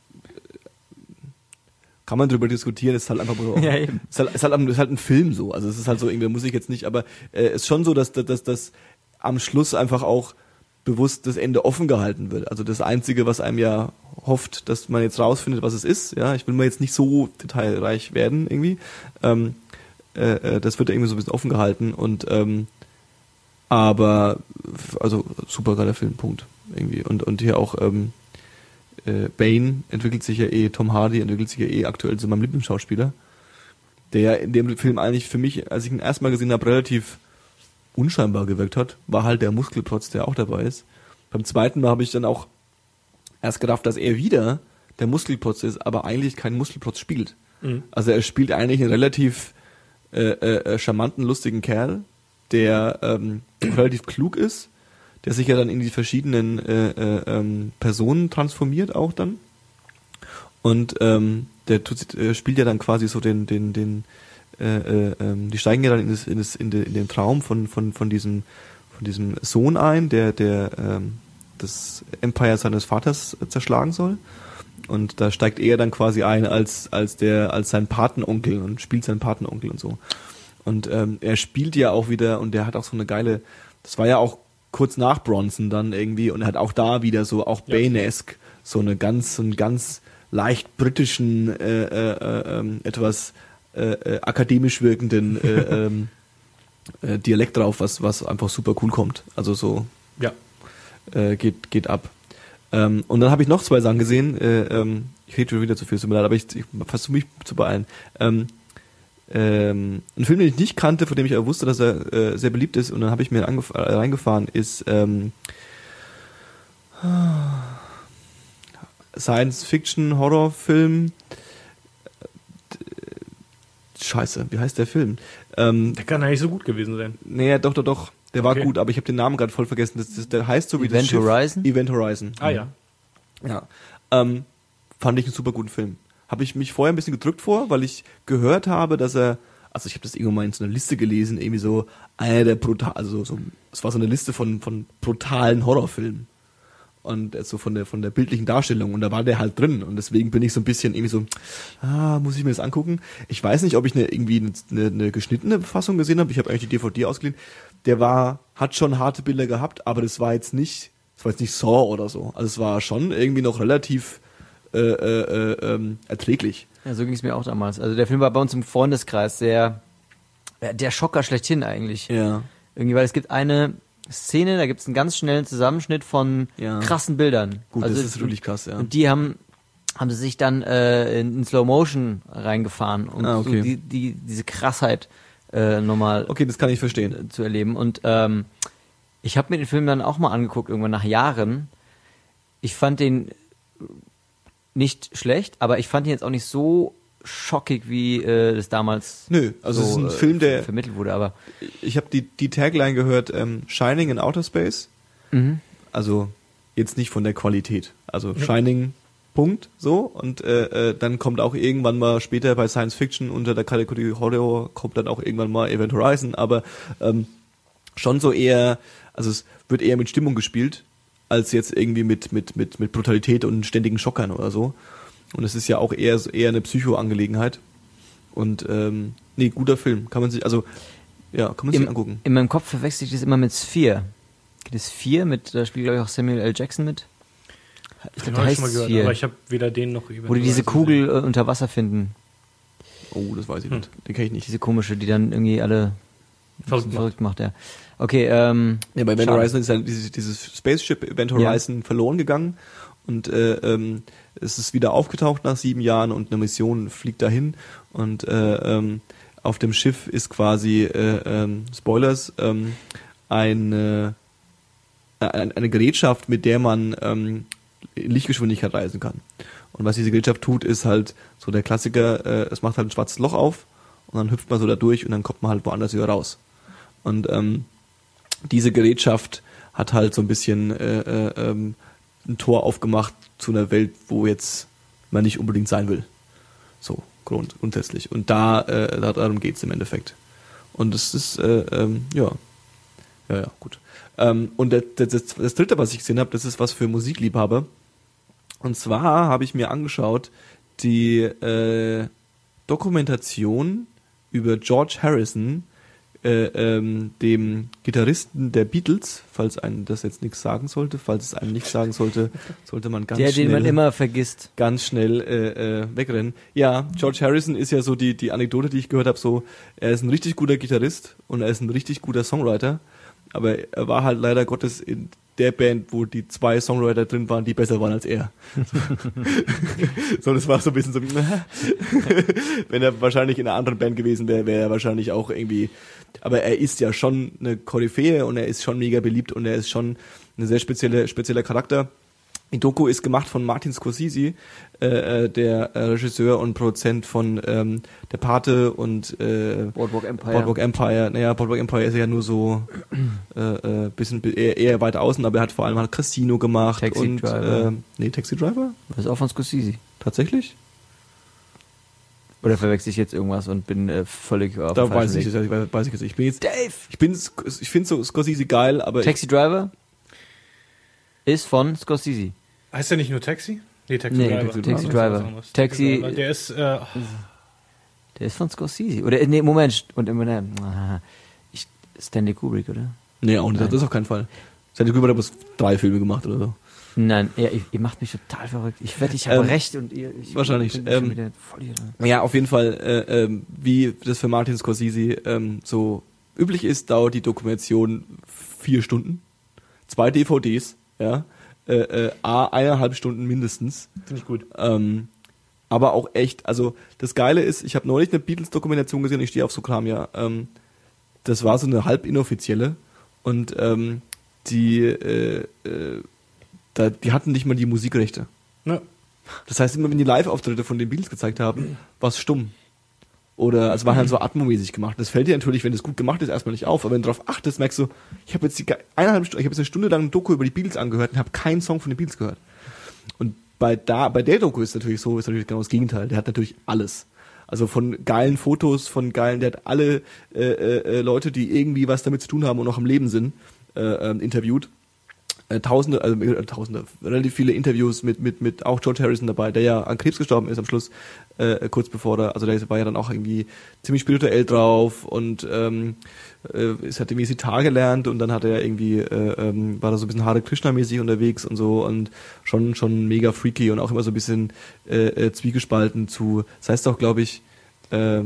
kann man drüber diskutieren, ist halt einfach so, ja, eben. ist, halt, ist, halt, ist halt ein Film so. Also es ist halt so, irgendwie muss ich jetzt nicht, aber es äh, ist schon so, dass, dass, dass, dass am Schluss einfach auch bewusst das Ende offen gehalten wird. Also das Einzige, was einem ja hofft, dass man jetzt rausfindet, was es ist. Ja, ich will mal jetzt nicht so detailreich werden irgendwie. Ähm, äh, das wird ja irgendwie so ein bisschen offen gehalten und ähm, aber also super geiler Film, Punkt. Irgendwie. Und, und hier auch ähm, äh, Bane entwickelt sich ja eh, Tom Hardy entwickelt sich ja eh aktuell zu meinem Lieblingsschauspieler, der in dem Film eigentlich für mich, als ich ihn erstmal gesehen habe, relativ unscheinbar gewirkt hat, war halt der Muskelprotz, der auch dabei ist. Beim zweiten Mal habe ich dann auch erst gedacht, dass er wieder der Muskelprotz ist, aber eigentlich keinen Muskelprotz spielt. Mhm. Also er spielt eigentlich einen relativ äh, äh, charmanten, lustigen Kerl, der ähm, relativ klug ist, der sich ja dann in die verschiedenen äh, äh, ähm, Personen transformiert auch dann. Und ähm, der tut, äh, spielt ja dann quasi so den, den, den Äh, äh, die steigen ja dann in, das, in, das, in, de, in den Traum von, von, von, diesem, von diesem Sohn ein, der, der ähm, das Empire seines Vaters zerschlagen soll. Und da steigt er dann quasi ein als, als, der, als sein Patenonkel und spielt seinen Patenonkel und so. Und ähm, er spielt ja auch wieder, und der hat auch so eine geile, das war ja auch kurz nach Bronson dann irgendwie, und er hat auch da wieder so, auch ja. Bane-esque, so eine ganz, so einen ganz leicht britischen, äh, äh, äh, etwas Äh, äh, akademisch wirkenden äh, ähm, äh, Dialekt drauf, was was einfach super cool kommt. Also so ja. äh, geht geht ab. Ähm, und dann habe ich noch zwei Sachen gesehen. Äh, ähm, ich rede schon wieder zu viel, tut mir leid, aber ich, ich versuche mich zu beeilen. Ähm, ähm, ein Film, den ich nicht kannte, von dem ich aber wusste, dass er äh, sehr beliebt ist, und dann habe ich mir angef- äh, reingefahren, ist ähm, Science-Fiction-Horrorfilm. Scheiße, wie heißt der Film? Ähm, der kann eigentlich so gut gewesen sein. Nee, doch, doch, doch. Der war okay. gut, aber ich habe den Namen gerade voll vergessen. Das, das, der heißt so wie Event das Schiff. Horizon? Event Horizon. Ah ja. Ja. Ähm, fand ich einen super guten Film. Habe ich mich vorher ein bisschen gedrückt vor, weil ich gehört habe, dass er, also ich habe das irgendwann mal in so einer Liste gelesen, irgendwie so einer der brutal, also so, es war so eine Liste von von brutalen Horrorfilmen. Und so von der von der bildlichen Darstellung, und da war der halt drin, und deswegen bin ich so ein bisschen irgendwie so, ah, muss ich mir das angucken? Ich weiß nicht, ob ich eine irgendwie eine, eine geschnittene Fassung gesehen habe. Ich habe eigentlich die D V D ausgeliehen. Der war hat schon harte Bilder gehabt, aber das war jetzt nicht, das war jetzt nicht Saw oder so. Also es war schon irgendwie noch relativ äh, äh, äh, ähm, erträglich. Ja, so ging es mir auch damals. Also der Film war bei uns im Freundeskreis sehr der Schocker schlechthin eigentlich. Ja. Irgendwie, weil es gibt eine Szene, da gibt es einen ganz schnellen Zusammenschnitt von ja. krassen Bildern. Gut, also, das ist wirklich krass, ja. Und die haben, haben sie sich dann äh, in, in Slow Motion reingefahren, um ah, okay. so die, die, diese Krassheit äh, nochmal okay, das kann ich verstehen. zu erleben. Und ähm, ich habe mir den Film dann auch mal angeguckt, irgendwann nach Jahren. Ich fand den nicht schlecht, aber ich fand ihn jetzt auch nicht so schockig, wie äh, das damals Nö, also so, es ist ein Film, der äh, vermittelt wurde, aber ich habe die die Tagline gehört, ähm, Shining in Outer Space. mhm. Also jetzt nicht von der Qualität. Also ja. Shining, Punkt, so. Und äh, äh, dann kommt auch irgendwann mal später bei Science Fiction unter der Kategorie Horror kommt dann auch irgendwann mal Event Horizon, aber ähm, schon so eher, also es wird eher mit Stimmung gespielt, als jetzt irgendwie mit mit mit mit Brutalität und ständigen Schockern oder so. Und es ist ja auch eher, eher eine Psycho-Angelegenheit. Und ähm, nee, guter Film. Kann man sich, also, ja, kann man sich Im, angucken. In meinem Kopf verwechsel ich das immer mit Sphere. Geht es Sphere mit, da spielt glaube ich auch Samuel L. Jackson mit. Ich glaube, der heißt Sphere. Aber ich habe weder den noch über. Wo die diese Kugel äh, unter Wasser finden. Oh, das weiß ich nicht. Den kenne ich nicht. Diese komische, die dann irgendwie alle verrückt macht. verrückt macht, ja. Okay, ähm. Ja, bei Event schade. Horizon ist ja dieses, dieses Spaceship Event Horizon ja. verloren gegangen. Und äh, ähm, es ist wieder aufgetaucht nach sieben Jahren und eine Mission fliegt dahin. Und äh, ähm, auf dem Schiff ist quasi, äh, ähm, Spoilers, ähm, eine, äh, eine Gerätschaft, mit der man ähm, in Lichtgeschwindigkeit reisen kann. Und was diese Gerätschaft tut, ist halt so der Klassiker, äh, es macht halt ein schwarzes Loch auf und dann hüpft man so da durch und dann kommt man halt woanders wieder raus. Und ähm, diese Gerätschaft hat halt so ein bisschen äh, äh, ähm, ein Tor aufgemacht zu einer Welt, wo jetzt man nicht unbedingt sein will. So, grund, grundsätzlich. Und da, äh, darum geht's im Endeffekt. Und es ist, äh, ähm, ja, ja, ja, gut. Ähm, und das, das, das dritte, was ich gesehen habe, das ist was für Musikliebhaber. Und zwar habe ich mir angeschaut die äh, Dokumentation über George Harrison, äh, ähm, dem Gitarristen der Beatles, falls einem das jetzt nichts sagen sollte, falls es einem nichts sagen sollte, sollte man ganz der, schnell... den man immer vergisst. Ganz schnell äh, äh, wegrennen. Ja, George Harrison ist ja so die, die Anekdote, die ich gehört habe, so, er ist ein richtig guter Gitarrist und er ist ein richtig guter Songwriter, aber er war halt leider Gottes in der Band, wo die zwei Songwriter drin waren, die besser waren als er. So, das war so ein bisschen so, wenn er wahrscheinlich in einer anderen Band gewesen wäre, wäre er wahrscheinlich auch irgendwie, aber er ist ja schon eine Koryphäe und er ist schon mega beliebt und er ist schon ein sehr spezielle, spezieller Charakter. Die Doku ist gemacht von Martin Scorsese, äh, der äh, Regisseur und Produzent von ähm, Der Pate und äh, Boardwalk Empire. Boardwalk Empire. Naja, Boardwalk Empire ist ja nur so äh, äh, bisschen eher, eher weit außen, aber er hat vor allem halt Casino gemacht. Taxi und Driver. Äh, nee, Taxi Driver? Das ist auch von Scorsese. Tatsächlich? Oder verwechsel ich jetzt irgendwas und bin äh, völlig auf Da dem weiß ich, falschen Weg? das, weiß ich jetzt nicht. Ich bin jetzt, Dave! ich bin, ich finde so Scorsese geil, aber Taxi Driver ist von Scorsese. Heißt der nicht nur Taxi? Nee, Taxi Nee, Driver. Taxi Das ist Driver. was anderes. Taxi- Driver. Der ist, äh, Der ist von Scorsese. Oder, nee, Moment. Und immer, ne, ah, ich, Stanley Kubrick, oder? nee, auch nicht, das ist auf keinen Fall. Stanley Kubrick hat bloß drei Filme gemacht oder so. Nein, ja, ihr, ihr macht mich total verrückt. Ich wette, ich habe Ähm, recht und ihr... Ich wahrscheinlich, bin schon ähm, wieder voll hier. Ja, auf jeden Fall, äh, ähm, wie das für Martin Scorsese ähm, so üblich ist, dauert die Dokumentation vier Stunden, zwei D V Ds, ja, äh, äh, a eineinhalb Stunden mindestens. finde ich gut. Ähm, aber auch echt, also das Geile ist, ich habe neulich eine Beatles-Dokumentation gesehen, ich stehe auf so Kram, ja. Ähm, das war so eine halb inoffizielle und ähm, die, äh, äh, da, die hatten nicht mal die Musikrechte. Ja. Das heißt, immer wenn die Live-Auftritte von den Beatles gezeigt haben, war es stumm. Oder es war halt so atmomäßig gemacht. Das fällt dir natürlich, wenn es gut gemacht ist, erstmal nicht auf. Aber wenn du darauf achtest, merkst du, ich habe jetzt die eineinhalb Stunden, ich habe jetzt eine Stunde lang ein Doku über die Beatles angehört und habe keinen Song von den Beatles gehört. Und bei da, bei der Doku ist natürlich so, ist natürlich genau das Gegenteil. Der hat natürlich alles. Also von geilen Fotos, von geilen, der hat alle äh, äh, Leute, die irgendwie was damit zu tun haben und noch am Leben sind, äh, äh, interviewt. Tausende, also äh, Tausende, relativ viele Interviews mit mit mit auch George Harrison dabei, der ja an Krebs gestorben ist am Schluss, äh, kurz bevor der, also der war ja dann auch irgendwie ziemlich spirituell drauf und ähm, äh, es hat irgendwie Sitar gelernt und dann hat er irgendwie äh, ähm, war da so ein bisschen Hare Krishna mäßig unterwegs und so und schon schon mega freaky und auch immer so ein bisschen äh, äh, zwiegespalten zu, das heißt auch glaube ich äh,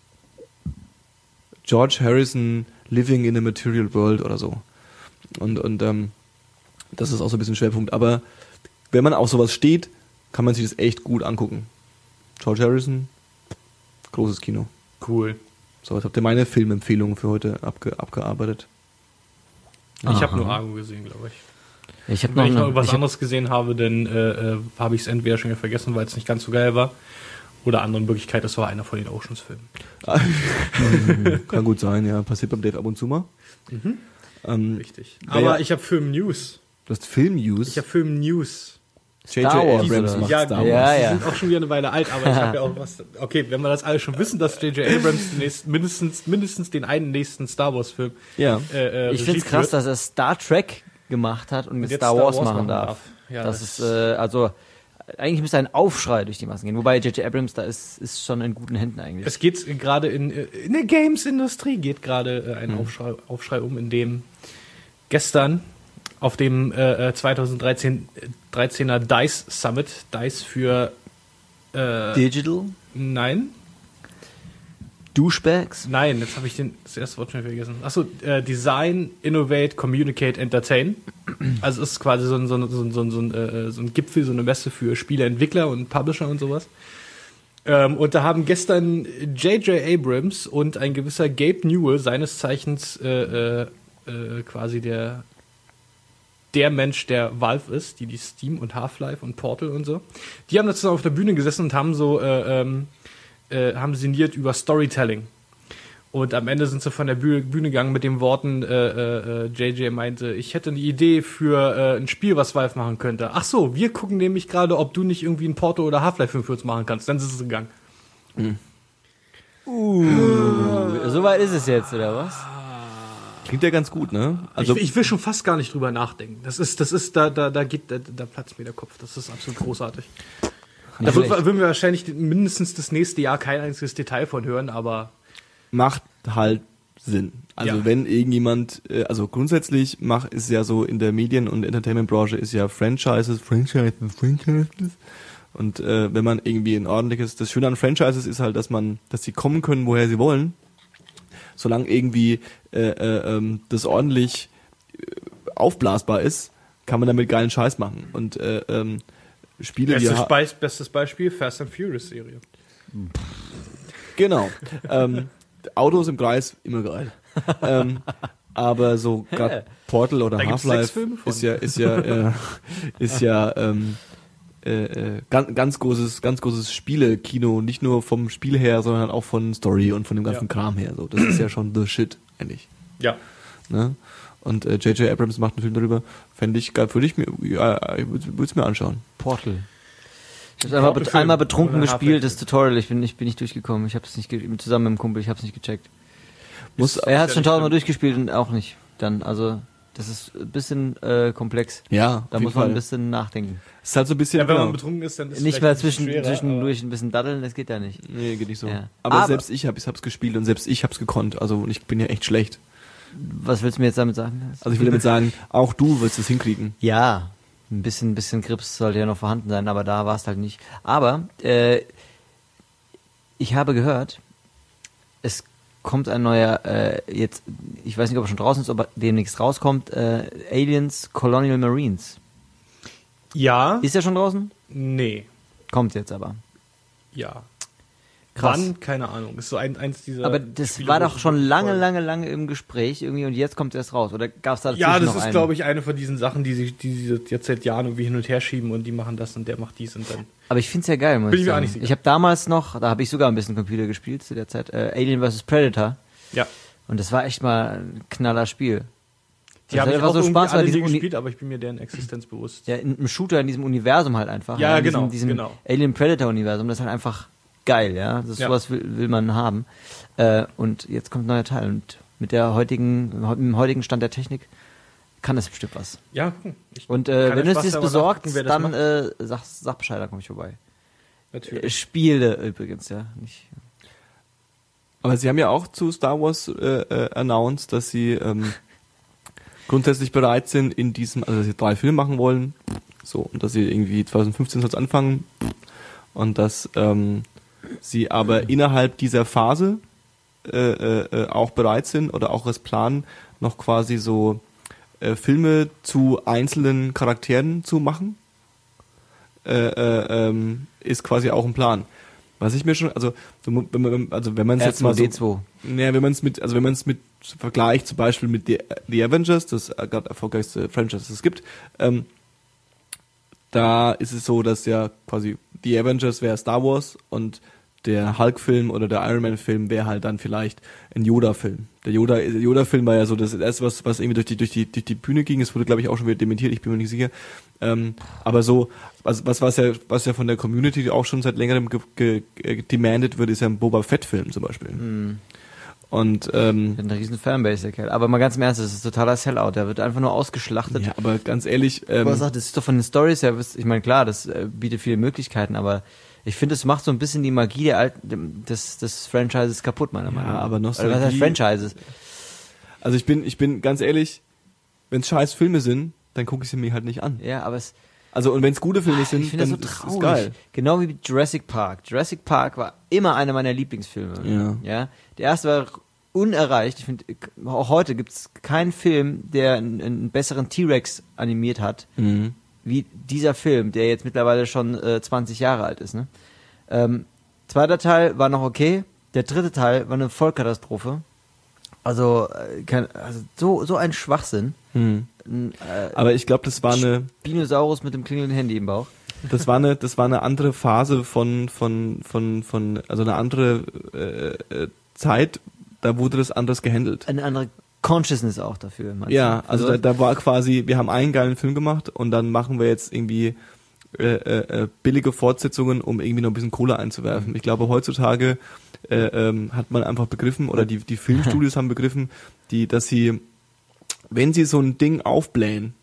George Harrison Living in a Material World oder so und und ähm, das ist auch so ein bisschen Schwerpunkt. Aber wenn man auf sowas steht, kann man sich das echt gut angucken. George Harrison, großes Kino. Cool. So, jetzt habt ihr meine Filmempfehlungen für heute abge abgearbeitet. Ich Aha. habe nur Argo gesehen, glaube ich. Ich habe Wenn noch, ich noch eine, irgendwas ich hab, anderes gesehen habe, dann äh, äh, habe ich es entweder schon wieder vergessen, weil es nicht ganz so geil war. Oder andere Möglichkeit, das war einer von den Oceans-Filmen. Kann gut sein, ja. Passiert beim Dave ab und zu mal. Mhm. Ähm, Richtig. wer- Aber ich habe Film-News. Du hast Film-News. Ich habe Film-News. J J Star Wars, Abrams oder? macht Ja, Star Wars. ja, die ja. sind auch schon wieder eine Weile alt, aber ich habe ja auch was. Okay, wenn wir das alle schon wissen, dass J J Abrams den nächsten, mindestens, mindestens den einen nächsten Star Wars-Film Ja. äh, äh, ich Regie finde es krass, führt. dass er Star Trek gemacht hat und, Und mit jetzt Star Wars, machen darf. Ja, das, das- ist, äh, also, eigentlich müsste ein Aufschrei durch die Massen gehen. Wobei J J Abrams da ist, ist schon in guten Händen eigentlich. Es geht gerade in, in der Games-Industrie geht gerade ein mhm. Aufschrei, Aufschrei um, in dem gestern auf dem äh, zwanzig dreizehner DICE Summit, DICE für äh, Digital? Nein. Douchebags? Nein, jetzt habe ich den, das erste Wort schon vergessen. Achso, äh, Design, Innovate, Communicate, Entertain. Also es ist quasi so ein, so ein, so ein, so ein, so ein, äh, so ein Gipfel, so eine Messe für Spieleentwickler und Publisher und sowas. Ähm, und da haben gestern J J Abrams und ein gewisser Gabe Newell, seines Zeichens äh, äh, quasi der der Mensch, der Valve ist, die die Steam und Half-Life und Portal und so, die haben da zusammen auf der Bühne gesessen und haben so äh, ähm, äh, haben sinniert über Storytelling. Und am Ende sind sie von der Bühne, Bühne gegangen mit den Worten, äh, äh, J J meinte, ich hätte eine Idee für äh, ein Spiel, was Valve machen könnte. Ach so, wir gucken nämlich gerade, ob du nicht irgendwie ein Portal oder Half-Life fünf für uns machen kannst. Dann sind sie gegangen. Mhm. Uh, so weit ist es jetzt, oder was? Klingt ja ganz gut, ne? Also ich, ich will schon fast gar nicht drüber nachdenken. Das ist, das ist, da, da, da geht, da, da platzt mir der Kopf. Das ist absolut großartig. Da wird, würden wir wahrscheinlich mindestens das nächste Jahr kein einziges Detail von hören, aber macht halt Sinn. Also ja. Wenn irgendjemand, also grundsätzlich macht ist ja so in der Medien- und Entertainment-Branche ist ja Franchises, Franchises, Franchises. Und äh, wenn man irgendwie ein ordentliches, das Schöne an Franchises ist halt, dass man, dass sie kommen können, woher sie wollen. Solange irgendwie äh, äh, ähm, das ordentlich äh, aufblasbar ist, kann man damit geilen Scheiß machen. Und äh, ähm, Spiele, bestes, die ha- Be- bestes Beispiel, Fast and Furious Serie. Genau. ähm, Autos im Kreis, immer geil. ähm, aber so gerade Portal oder Half-Life ist ja, ist ja, äh, ist ja ähm, äh, ganz, ganz großes, ganz großes Spiele-Kino, nicht nur vom Spiel her, sondern auch von Story und von dem ganzen ja. Kram her. So, das ist ja schon the shit, eigentlich. Ja. Ne? Und äh, J J Abrams macht einen Film darüber, fände ich geil, würde ich mir, ja, ich würde es mir anschauen. Portal. Ich habe einmal, bet- einmal betrunken gespielt, das Tutorial, ich bin nicht, bin nicht durchgekommen. Ich habe es nicht, ge- zusammen mit dem Kumpel, ich habe es nicht gecheckt. Muss, er hat es schon tausendmal durchgespielt und auch nicht. Dann, also, das ist ein bisschen äh, komplex. Ja, da muss man Fall. ein bisschen nachdenken. Es ist halt so ein bisschen, ja, wenn genau. man betrunken ist, dann ist es nicht mehr zwischen, schwerer, zwischendurch ein bisschen daddeln, das geht ja nicht. Nee, geht nicht so. Ja. Aber, aber selbst ich habe es gespielt und selbst ich habe es gekonnt. Also ich bin ja echt schlecht. Was willst du mir jetzt damit sagen? Also ich will damit sagen, auch du wirst es hinkriegen. Ja, ein bisschen, ein bisschen Grips sollte ja noch vorhanden sein, aber da war es halt nicht. Aber äh, ich habe gehört, es kommt ein neuer, äh, jetzt, ich weiß nicht, ob er schon draußen ist, ob er demnächst rauskommt, äh, Aliens Colonial Marines. Ja. Ist er schon draußen? Nee. Kommt jetzt aber. Ja. Krass. Wann? Keine Ahnung. Ist so ein, eins dieser. Aber das Spiele, war doch schon lange, voll. lange, lange im Gespräch irgendwie und jetzt kommt es erst raus. Oder gab es da Ja, das noch ist, glaube ich, eine von diesen Sachen, die sie die sie jetzt seit Jahren irgendwie hin und her schieben und die machen das und der macht dies und dann. Aber ich finde es ja geil, muss Bin ich ich mir auch sagen. nicht sicher. Ich habe damals noch, da habe ich sogar ein bisschen Computer gespielt zu der Zeit, äh, Alien versus. Predator. Ja. Und das war echt mal ein knaller Spiel. Die habe ich auch so irgendwie Spaß, alle weil nie Uni- gespielt, aber ich bin mir deren Existenz bewusst. Ja, in einem Shooter in diesem Universum halt einfach. Ja, in genau, Diesem, diesem genau. Alien Predator Universum, das ist halt einfach geil, ja. Das ist, Ja. sowas will, will man haben. Äh, und jetzt kommt ein neuer Teil. Und mit der heutigen, mit dem heutigen Stand der Technik kann das bestimmt was. Ja, hm, ich Und äh, kann wenn ja du es Spaß dir daran besorgt, nachgucken, wer das dann macht. äh, sag, sag Bescheid, dann komme ich vorbei. Natürlich. Äh, Spiele übrigens, ja. Nicht, Aber sie haben ja auch zu Star Wars äh, äh, announced, dass sie ähm, grundsätzlich bereit sind in diesem, also dass sie drei Filme machen wollen, so, und dass sie irgendwie zwanzig fünfzehn soll es anfangen und dass ähm, sie aber innerhalb dieser Phase äh, äh, auch bereit sind oder auch als Plan noch quasi so äh, Filme zu einzelnen Charakteren zu machen, äh, äh, ähm, ist quasi auch ein Plan. Was ich mir schon, also wenn man, also wenn man es jetzt mal so, D zwei. naja, wenn man es mit, also wenn man es mit vergleicht, zum Beispiel mit The, The Avengers, das gerade erfolgreichste Franchise, das es gibt, ähm, da ist es so, dass ja quasi The Avengers wäre Star Wars und der Hulk-Film oder der Iron Man-Film wäre halt dann vielleicht ein Yoda-Film. Der Yoda, der Yoda-Film war ja so das erste, was, was irgendwie durch die, durch die, durch die Bühne ging. Es wurde, glaube ich, auch schon wieder dementiert, ich bin mir nicht sicher. Ähm, aber so, was, was, was ja, was ja von der Community auch schon seit längerem ge, ge, ge, demanded wird, ist ja ein Boba Fett-Film zum Beispiel. Mhm. Und ähm, Der hat eine riesen Fanbase, der Kerl. Aber mal ganz im Ernst, das ist totaler Sellout. Der wird einfach nur ausgeschlachtet. ja, aber ganz ehrlich, ähm, Aber sagt, das ist doch von den Stories her, ich meine, klar, das äh, bietet viele Möglichkeiten, aber ich finde, es macht so ein bisschen die Magie der alten, des, des Franchises kaputt, meiner Meinung nach. aber Oder was heißt Nostalgie- Franchises? also ich bin, ich bin ganz ehrlich, wenn es scheiß Filme sind, dann gucke ich sie mir halt nicht an. Ja, aber es, Also und wenn es gute Filme sind, ich finde dann das so ist traurig. es geil. Genau wie Jurassic Park. Jurassic Park war immer einer meiner Lieblingsfilme. Ja. Ja. Der erste war unerreicht. Ich finde, auch heute gibt es keinen Film, der einen, einen besseren T-Rex animiert hat, Mhm. wie dieser Film, der jetzt mittlerweile schon äh, zwanzig Jahre alt ist. Ne? Ähm, zweiter Teil war noch okay. Der dritte Teil war eine Vollkatastrophe. Also, äh, kein, also so, so ein Schwachsinn. Mhm. Ein, äh, Aber ich glaube, das war eine, Spinosaurus mit dem klingelnden Handy im Bauch. das war eine, das war eine andere Phase von, von, von, von, also eine andere äh, äh, Zeit. Da wurde das anders gehandelt. Eine andere Consciousness auch dafür. meinst Ja, du? also da, da war quasi, wir haben einen geilen Film gemacht und dann machen wir jetzt irgendwie äh, äh, billige Fortsetzungen, um irgendwie noch ein bisschen Kohle einzuwerfen. Ich glaube, heutzutage äh, ähm, hat man einfach begriffen, oder die, die Filmstudios haben begriffen, die, dass sie, wenn sie so ein Ding aufblähen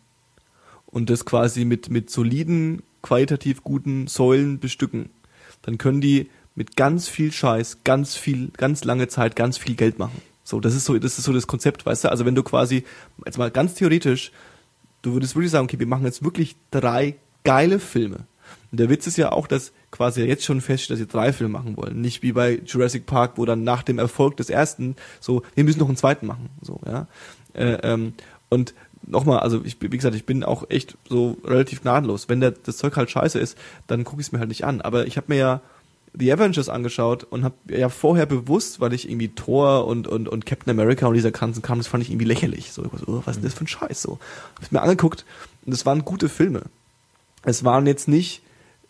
und das quasi mit, mit soliden, qualitativ guten Säulen bestücken, dann können die mit ganz viel Scheiß, ganz viel, ganz lange Zeit, ganz viel Geld machen. So, das ist so, das ist so das Konzept, weißt du? Also wenn du quasi, jetzt mal ganz theoretisch, du würdest wirklich sagen, okay, wir machen jetzt wirklich drei geile Filme. Und der Witz ist ja auch, dass quasi jetzt schon feststeht, dass sie drei Filme machen wollen. Nicht wie bei Jurassic Park, wo dann nach dem Erfolg des ersten so, wir müssen noch einen zweiten machen. So, ja. Äh, ähm, und nochmal, also ich, wie gesagt, ich bin auch echt so relativ gnadenlos. Wenn der, das Zeug halt scheiße ist, dann gucke ich es mir halt nicht an. Aber ich habe mir ja The Avengers angeschaut und habe ja vorher bewusst, weil ich irgendwie Thor und, und, und Captain America und dieser ganzen kam, das fand ich irgendwie lächerlich. So, ich war so, oh, was ist denn das für ein Scheiß? So, hab ich mir angeguckt und es waren gute Filme. Es waren jetzt nicht,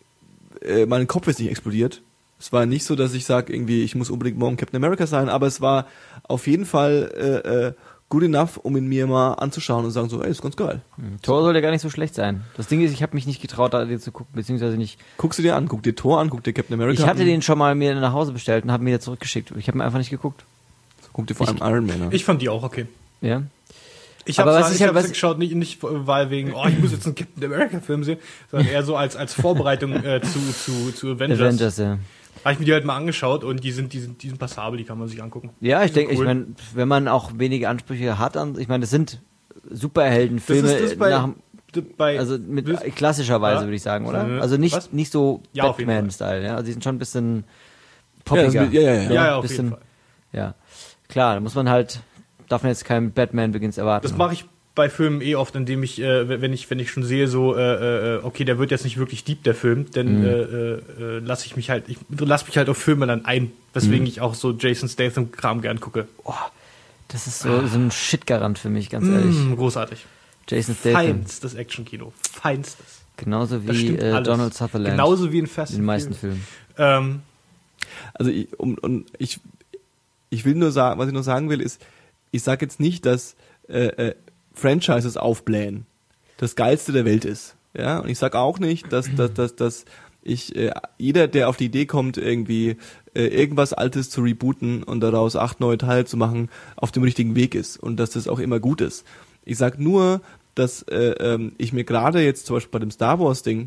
äh, mein Kopf ist nicht explodiert. Es war nicht so, dass ich sage, irgendwie, ich muss unbedingt morgen Captain America sein, aber es war auf jeden Fall äh, äh, good enough, um ihn mir mal anzuschauen und sagen so, ey, ist ganz geil. Tor soll ja gar nicht so schlecht sein. Das Ding ist, ich habe mich nicht getraut, da den zu gucken, beziehungsweise nicht. Guckst du dir an, guck dir Thor an, guck dir Captain America Ich hatte an. den schon mal mir nach Hause bestellt und habe mir wieder zurückgeschickt. Ich habe mir einfach nicht geguckt. Guck dir vor allem Iron Man an. Ich fand die auch okay. Ja. Ich Aber habe was es ich ich halt- hab's was- geschaut, nicht, nicht weil wegen, oh, ich muss jetzt einen Captain America Film sehen, sondern eher so als, als Vorbereitung äh, zu, zu, zu Avengers. Avengers, ja. Habe ich mir die halt mal angeschaut und die sind, die sind, die sind passabel, die kann man sich angucken. Ja, ich Die sind denke, ich meine, wenn man auch wenige Ansprüche hat an, ich meine, das sind Superheldenfilme Das ist das bei, nach, bei also mit das- klassischerweise Ja. würde ich sagen, oder? Mhm. Also nicht Was? nicht so Ja, auf jeden Fall. Batman-Style, ja. Also die sind schon ein bisschen Ja, poppiger. das- ja, ja, ja. ja, ja, auf bisschen, jeden Fall. Ja, klar, da muss man halt, darf man jetzt keinen Batman Begins erwarten. Das mache ich bei Filmen eh oft, indem ich, äh, wenn ich, wenn ich schon sehe, so, äh, äh, okay, der wird jetzt nicht wirklich deep, der Film, dann Mhm. äh, äh, lasse ich mich halt, ich lasse mich halt auf Filme dann ein, weswegen Mhm. ich auch so Jason Statham-Kram gern gucke. Oh, das ist so, so ein Shit-Garant für mich, ganz ehrlich. Mm, großartig. Jason Statham. Feinstes Actionkino. Feinstes. Genauso Das wie stimmt äh, alles. Donald Sutherland. Genauso wie in Fast in den and meisten Furious. Filmen. Ähm, Also ich, um, und ich, ich will nur sagen, was ich nur sagen will, ist, ich sage jetzt nicht, dass äh, äh, Franchises aufblähen das Geilste der Welt ist. Ja, und ich sage auch nicht, dass, dass, dass, dass ich äh, jeder, der auf die Idee kommt, irgendwie äh, irgendwas Altes zu rebooten und daraus acht neue Teile zu machen, auf dem richtigen Weg ist und dass das auch immer gut ist. Ich sag nur, dass äh, ähm, ich mir gerade jetzt zum Beispiel bei dem Star Wars Ding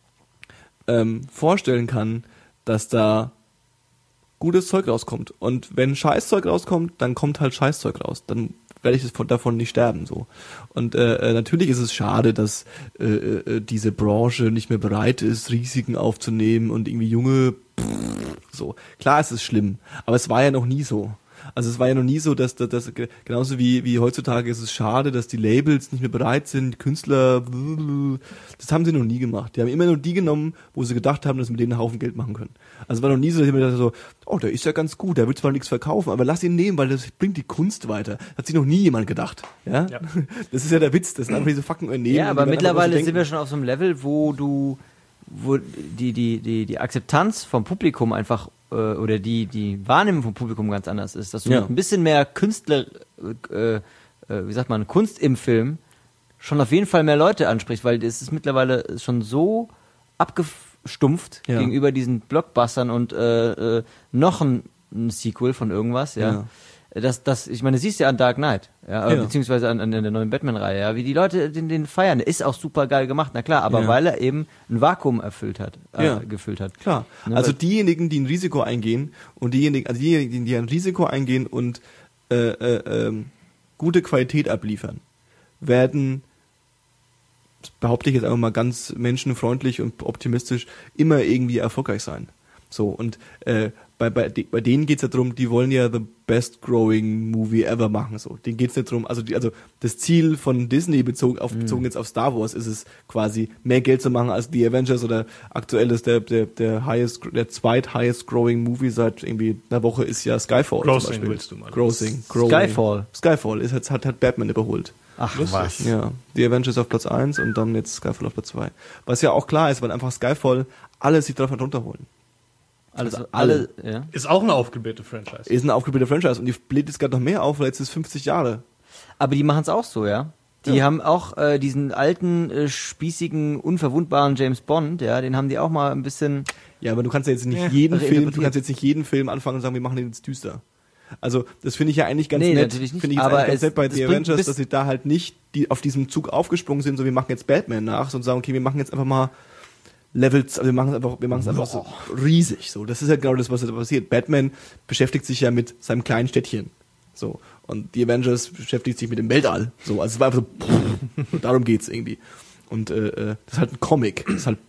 ähm, vorstellen kann, dass da gutes Zeug rauskommt. Und wenn Scheißzeug rauskommt, dann kommt halt Scheißzeug raus. Dann werde ich das von, davon nicht sterben. So. Und äh, natürlich ist es schade, dass äh, äh, diese Branche nicht mehr bereit ist, Risiken aufzunehmen und irgendwie junge pff, so. Klar, es ist schlimm, aber es war ja noch nie so. Also es war ja noch nie so, dass das, das genauso wie wie heutzutage ist es schade, dass die Labels nicht mehr bereit sind, Künstler, das haben sie noch nie gemacht. Die haben immer nur die genommen, wo sie gedacht haben, dass sie mit denen einen Haufen Geld machen können. Also es war noch nie so, dass ich mir dachte so, oh, der ist ja ganz gut, der will zwar nichts verkaufen, aber lass ihn nehmen, weil das bringt die Kunst weiter. Hat sich noch nie jemand gedacht. Ja? Ja. Das ist ja der Witz, das sind einfach diese fucking Unternehmen. Ja, aber die werden einfach mittlerweile so sind denken. wir schon auf so einem Level, wo du, wo die, die, die, die Akzeptanz vom Publikum einfach, äh, oder die, die Wahrnehmung vom Publikum ganz anders ist. Dass du Ja. mit ein bisschen mehr Künstler, äh, äh, wie sagt man, Kunst im Film schon auf jeden Fall mehr Leute anspricht, weil es ist mittlerweile schon so abgestumpft Ja. gegenüber diesen Blockbustern und äh, äh, noch ein, ein Sequel von irgendwas, ja. Ja. Das, das, ich meine, siehst du ja an Dark Knight, ja, Ja. beziehungsweise an, an der neuen Batman-Reihe, ja, wie die Leute den, den feiern. Ist auch super geil gemacht, na klar, aber Ja. weil er eben ein Vakuum erfüllt hat, äh, Ja. gefüllt hat. Klar. Ne, Also weil- diejenigen, die ein Risiko eingehen und diejenigen, also diejenigen, die ein Risiko eingehen und äh, äh, ähm, gute Qualität abliefern, werden, das behaupte ich jetzt einfach mal ganz menschenfreundlich und optimistisch, immer irgendwie erfolgreich sein. So, und äh, bei, bei, de, bei denen geht's ja darum, die wollen ja the best growing movie ever machen. So, denen geht's nicht darum, also die, also das Ziel von Disney bezogen auf bezogen jetzt auf Star Wars ist es quasi mehr Geld zu machen als die Avengers, oder aktuell ist der der der highest der zweit highest growing Movie seit irgendwie einer Woche ist ja Skyfall. Grossing zum Beispiel. willst du mal. Grossing, growing. Skyfall. Skyfall ist jetzt hat hat Batman überholt. Ach Lustig. was. Ja, die Avengers auf Platz eins und dann jetzt Skyfall auf Platz zwei. Was ja auch klar ist, weil einfach Skyfall alle sich davon runterholen. Alles, Also alle, ja. Ist auch eine aufgeblähte Franchise. Ist ein aufgebildeter Franchise und die bläht jetzt gerade noch mehr auf, weil jetzt ist fünfzig Jahre. Aber die machen es auch so, ja. Die Ja. haben auch äh, diesen alten, äh, spießigen, unverwundbaren James Bond, ja, den haben die auch mal ein bisschen. Ja, aber du kannst ja jetzt nicht Ja, jeden Film, du reinterpretiert. kannst jetzt nicht jeden Film anfangen und sagen, wir machen den jetzt düster. Also, das finde ich ja eigentlich ganz Nee, nett. natürlich nicht, Finde ich jetzt aber eigentlich ganz es- nett bei das The bringt Avengers, bis- dass sie da halt nicht die auf diesem Zug aufgesprungen sind, so wir machen jetzt Batman nach, sondern sagen, okay, wir machen jetzt einfach mal Levels, also wir machen es einfach, wir machen es einfach so riesig. So, das ist halt genau das, was da passiert. Batman beschäftigt sich ja mit seinem kleinen Städtchen. So. Und die Avengers beschäftigt sich mit dem Weltall. So, also es war einfach so, so darum geht's irgendwie. Und äh, äh, das ist halt ein Comic. Das ist halt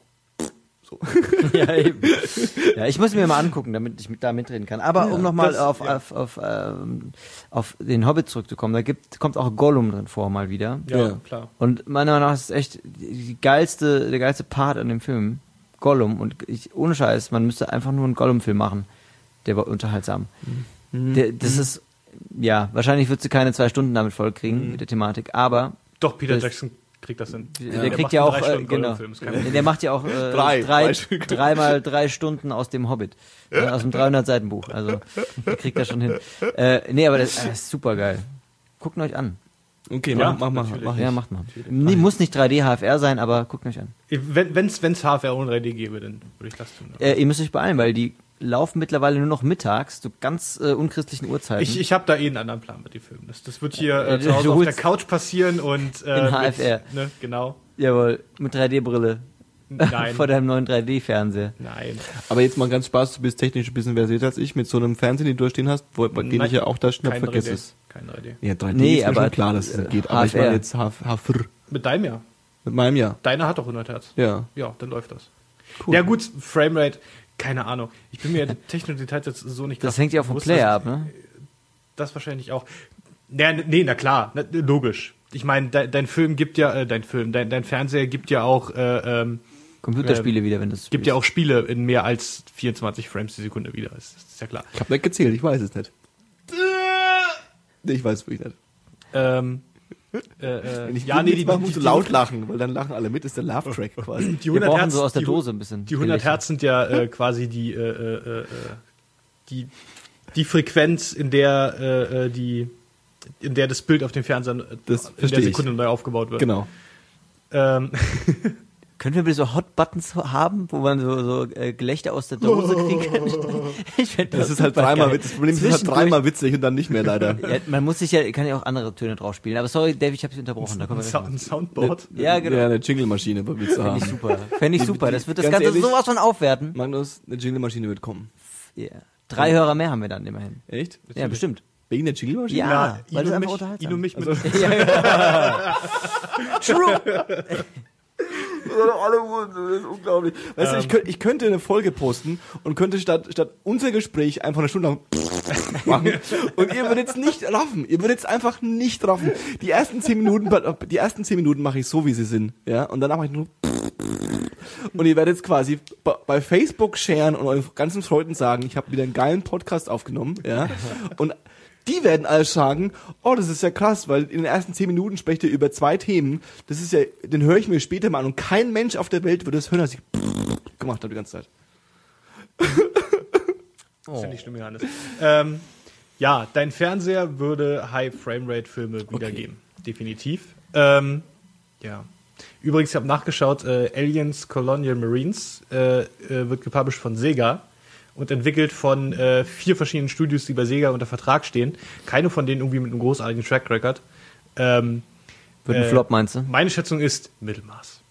so. Ja, eben. Ja, ich muss mir mal angucken, damit ich mit, da mitreden kann. Aber Ja, um nochmal das- auf, ja. auf, auf, ähm, auf den Hobbit zurückzukommen, da gibt, kommt auch Gollum drin vor mal wieder. Ja, Ja. klar. Und meiner Meinung nach ist es echt die geilste, der geilste Part an dem Film, Gollum. Und ich, ohne Scheiß, man müsste einfach nur einen Gollum-Film machen. Der war unterhaltsam. Der, das ist, ja, wahrscheinlich würdest du keine zwei Stunden damit vollkriegen, mit der Thematik, aber Doch, Peter Das- Jackson kriegt das hin. der, Der kriegt macht ja einen auch, drei äh, Stunden genau, Gollum-Film, ist kein Problem. der macht ja auch äh, Drei, drei, drei Stück. dreimal drei Stunden aus dem Hobbit, äh, aus dem dreihundert Seiten Buch, also der kriegt das schon hin. Äh, nee, aber das, äh, ist super geil. Guckt ihn euch an. Okay, Ja, mach, mach, mach, natürlich. mach ich. Ja, macht mal. Nee, muss nicht drei D H F R sein, aber guckt ihn euch an. Wenn es H F R ohne drei D gäbe, dann würde ich das tun. Äh, ihr müsst euch beeilen, weil die laufen mittlerweile nur noch mittags, zu ganz äh, unchristlichen Uhrzeiten. Ich, ich habe da eh einen anderen Plan mit den Filmen. Das, das wird hier Äh, äh, du- zu Hause du auf der holst- Couch passieren und äh, In H F R. Mit, ne, genau. Jawohl, mit drei D-Brille. Nein. Vor deinem neuen drei D-Fernseher. Nein. Aber jetzt mal ganz Spaß, du bist technisch ein bisschen versiert als ich, mit so einem Fernseher, den du da stehen hast, wo, bei dem Nein, ich ja auch da schnapp Kein vergesse drei D. es. Kein drei D. Ja, drei D Nee, ist mir aber, schon klar, dass es äh, nicht geht, aber ich H F R. meine jetzt H F R. Mit deinem ja. Mit meinem ja. Deiner hat doch hundert Hertz. Ja. Ja, dann läuft das. Cool. Ja gut, Framerate, keine Ahnung. Ich bin mir technische Details jetzt so nicht Das klar. hängt ja auch vom Bewusst, Player dass- ab, ne? Das wahrscheinlich auch. Ja, nee, na klar, na, logisch. Ich meine, de, dein Film gibt ja, äh, dein Film, dein, dein Fernseher gibt ja auch, äh, ähm, Computerspiele wieder, wenn das gibt ja auch Spiele in mehr als vierundzwanzig Frames die Sekunde wieder. Das, das ist ja klar. Ich habe nicht gezählt, ich weiß es nicht. Nee, ich weiß es wirklich nicht. Ähm, äh, äh, Wenn ich ja, nee, die, mache, die, musst du die, laut lachen, weil dann lachen alle mit, ist der Laugh-Track quasi. die Wir hundert brauchen Hertz, so aus der die, hu- Dose ein bisschen. Die hundert billig. Hertz sind ja äh, quasi die, äh, äh, äh, die, die Frequenz, in der äh, äh, die, in der das Bild auf dem Fernseher äh, Das in verstehe der ich. Sekunde neu aufgebaut wird. Genau. Ähm, Können wir bitte so Hot-Buttons haben, wo man so, so äh, Gelächter aus der Dose kriegen kann? Ich find Das ist halt super dreimal geil. witzig. Das Problem ist, es ist halt Zwischendurch- dreimal witzig und dann nicht mehr leider. Ja, man muss sich ja, kann ja auch andere Töne drauf spielen. Aber sorry, Dave, ich habe dich unterbrochen. Da kommen ein, wir Sound, gleich ein noch. Soundboard. Ja, genau. Ja, eine Jingle-Maschine bei mir zu Fände haben. ich super. Fände ich Die- super. die- Das wird das ganz Ganze ehrlich- sowas von aufwerten. Magnus, eine Jingle-Maschine wird kommen. Ja. Drei Hörer mehr haben wir dann immerhin. Echt? Ja, bestimmt. Wegen der Jingle-Maschine? Ja, weil das ihn und einfach mich, unterhaltsam ihn und mich mit, True. Alle Uhren, das ist unglaublich. Weißt du, ich, könnt, ich könnte eine Folge posten und könnte statt, statt unser Gespräch einfach eine Stunde lang machen und ihr würdet es nicht raffen. Ihr würdet es einfach nicht raffen. Die ersten zehn Minuten, die ersten zehn Minuten mache ich so, wie sie sind, ja, und danach mache ich nur und ihr werdet es quasi bei- bei Facebook sharen und euren ganzen Freunden sagen, ich habe wieder einen geilen Podcast aufgenommen, ja, und die werden alles sagen, oh, das ist ja krass, weil in den ersten zehn Minuten spricht ihr über zwei Themen, das ist ja, den höre ich mir später mal an und kein Mensch auf der Welt würde das hören, als ich gemacht habe die ganze Zeit. Das ist ja nicht schlimm, Johannes. Ähm, ja, dein Fernseher würde High-Framerate-Filme wiedergeben. Definitiv. Ähm, ja. Übrigens, ich habe nachgeschaut, äh, Aliens Colonial Marines äh, äh, wird gepublished von Sega. und entwickelt von äh, vier verschiedenen Studios, die bei Sega unter Vertrag stehen. Keine von denen irgendwie mit einem großartigen Track Record. Ähm, Wird ein äh, Flop, meinst du? Meine Schätzung ist Mittelmaß.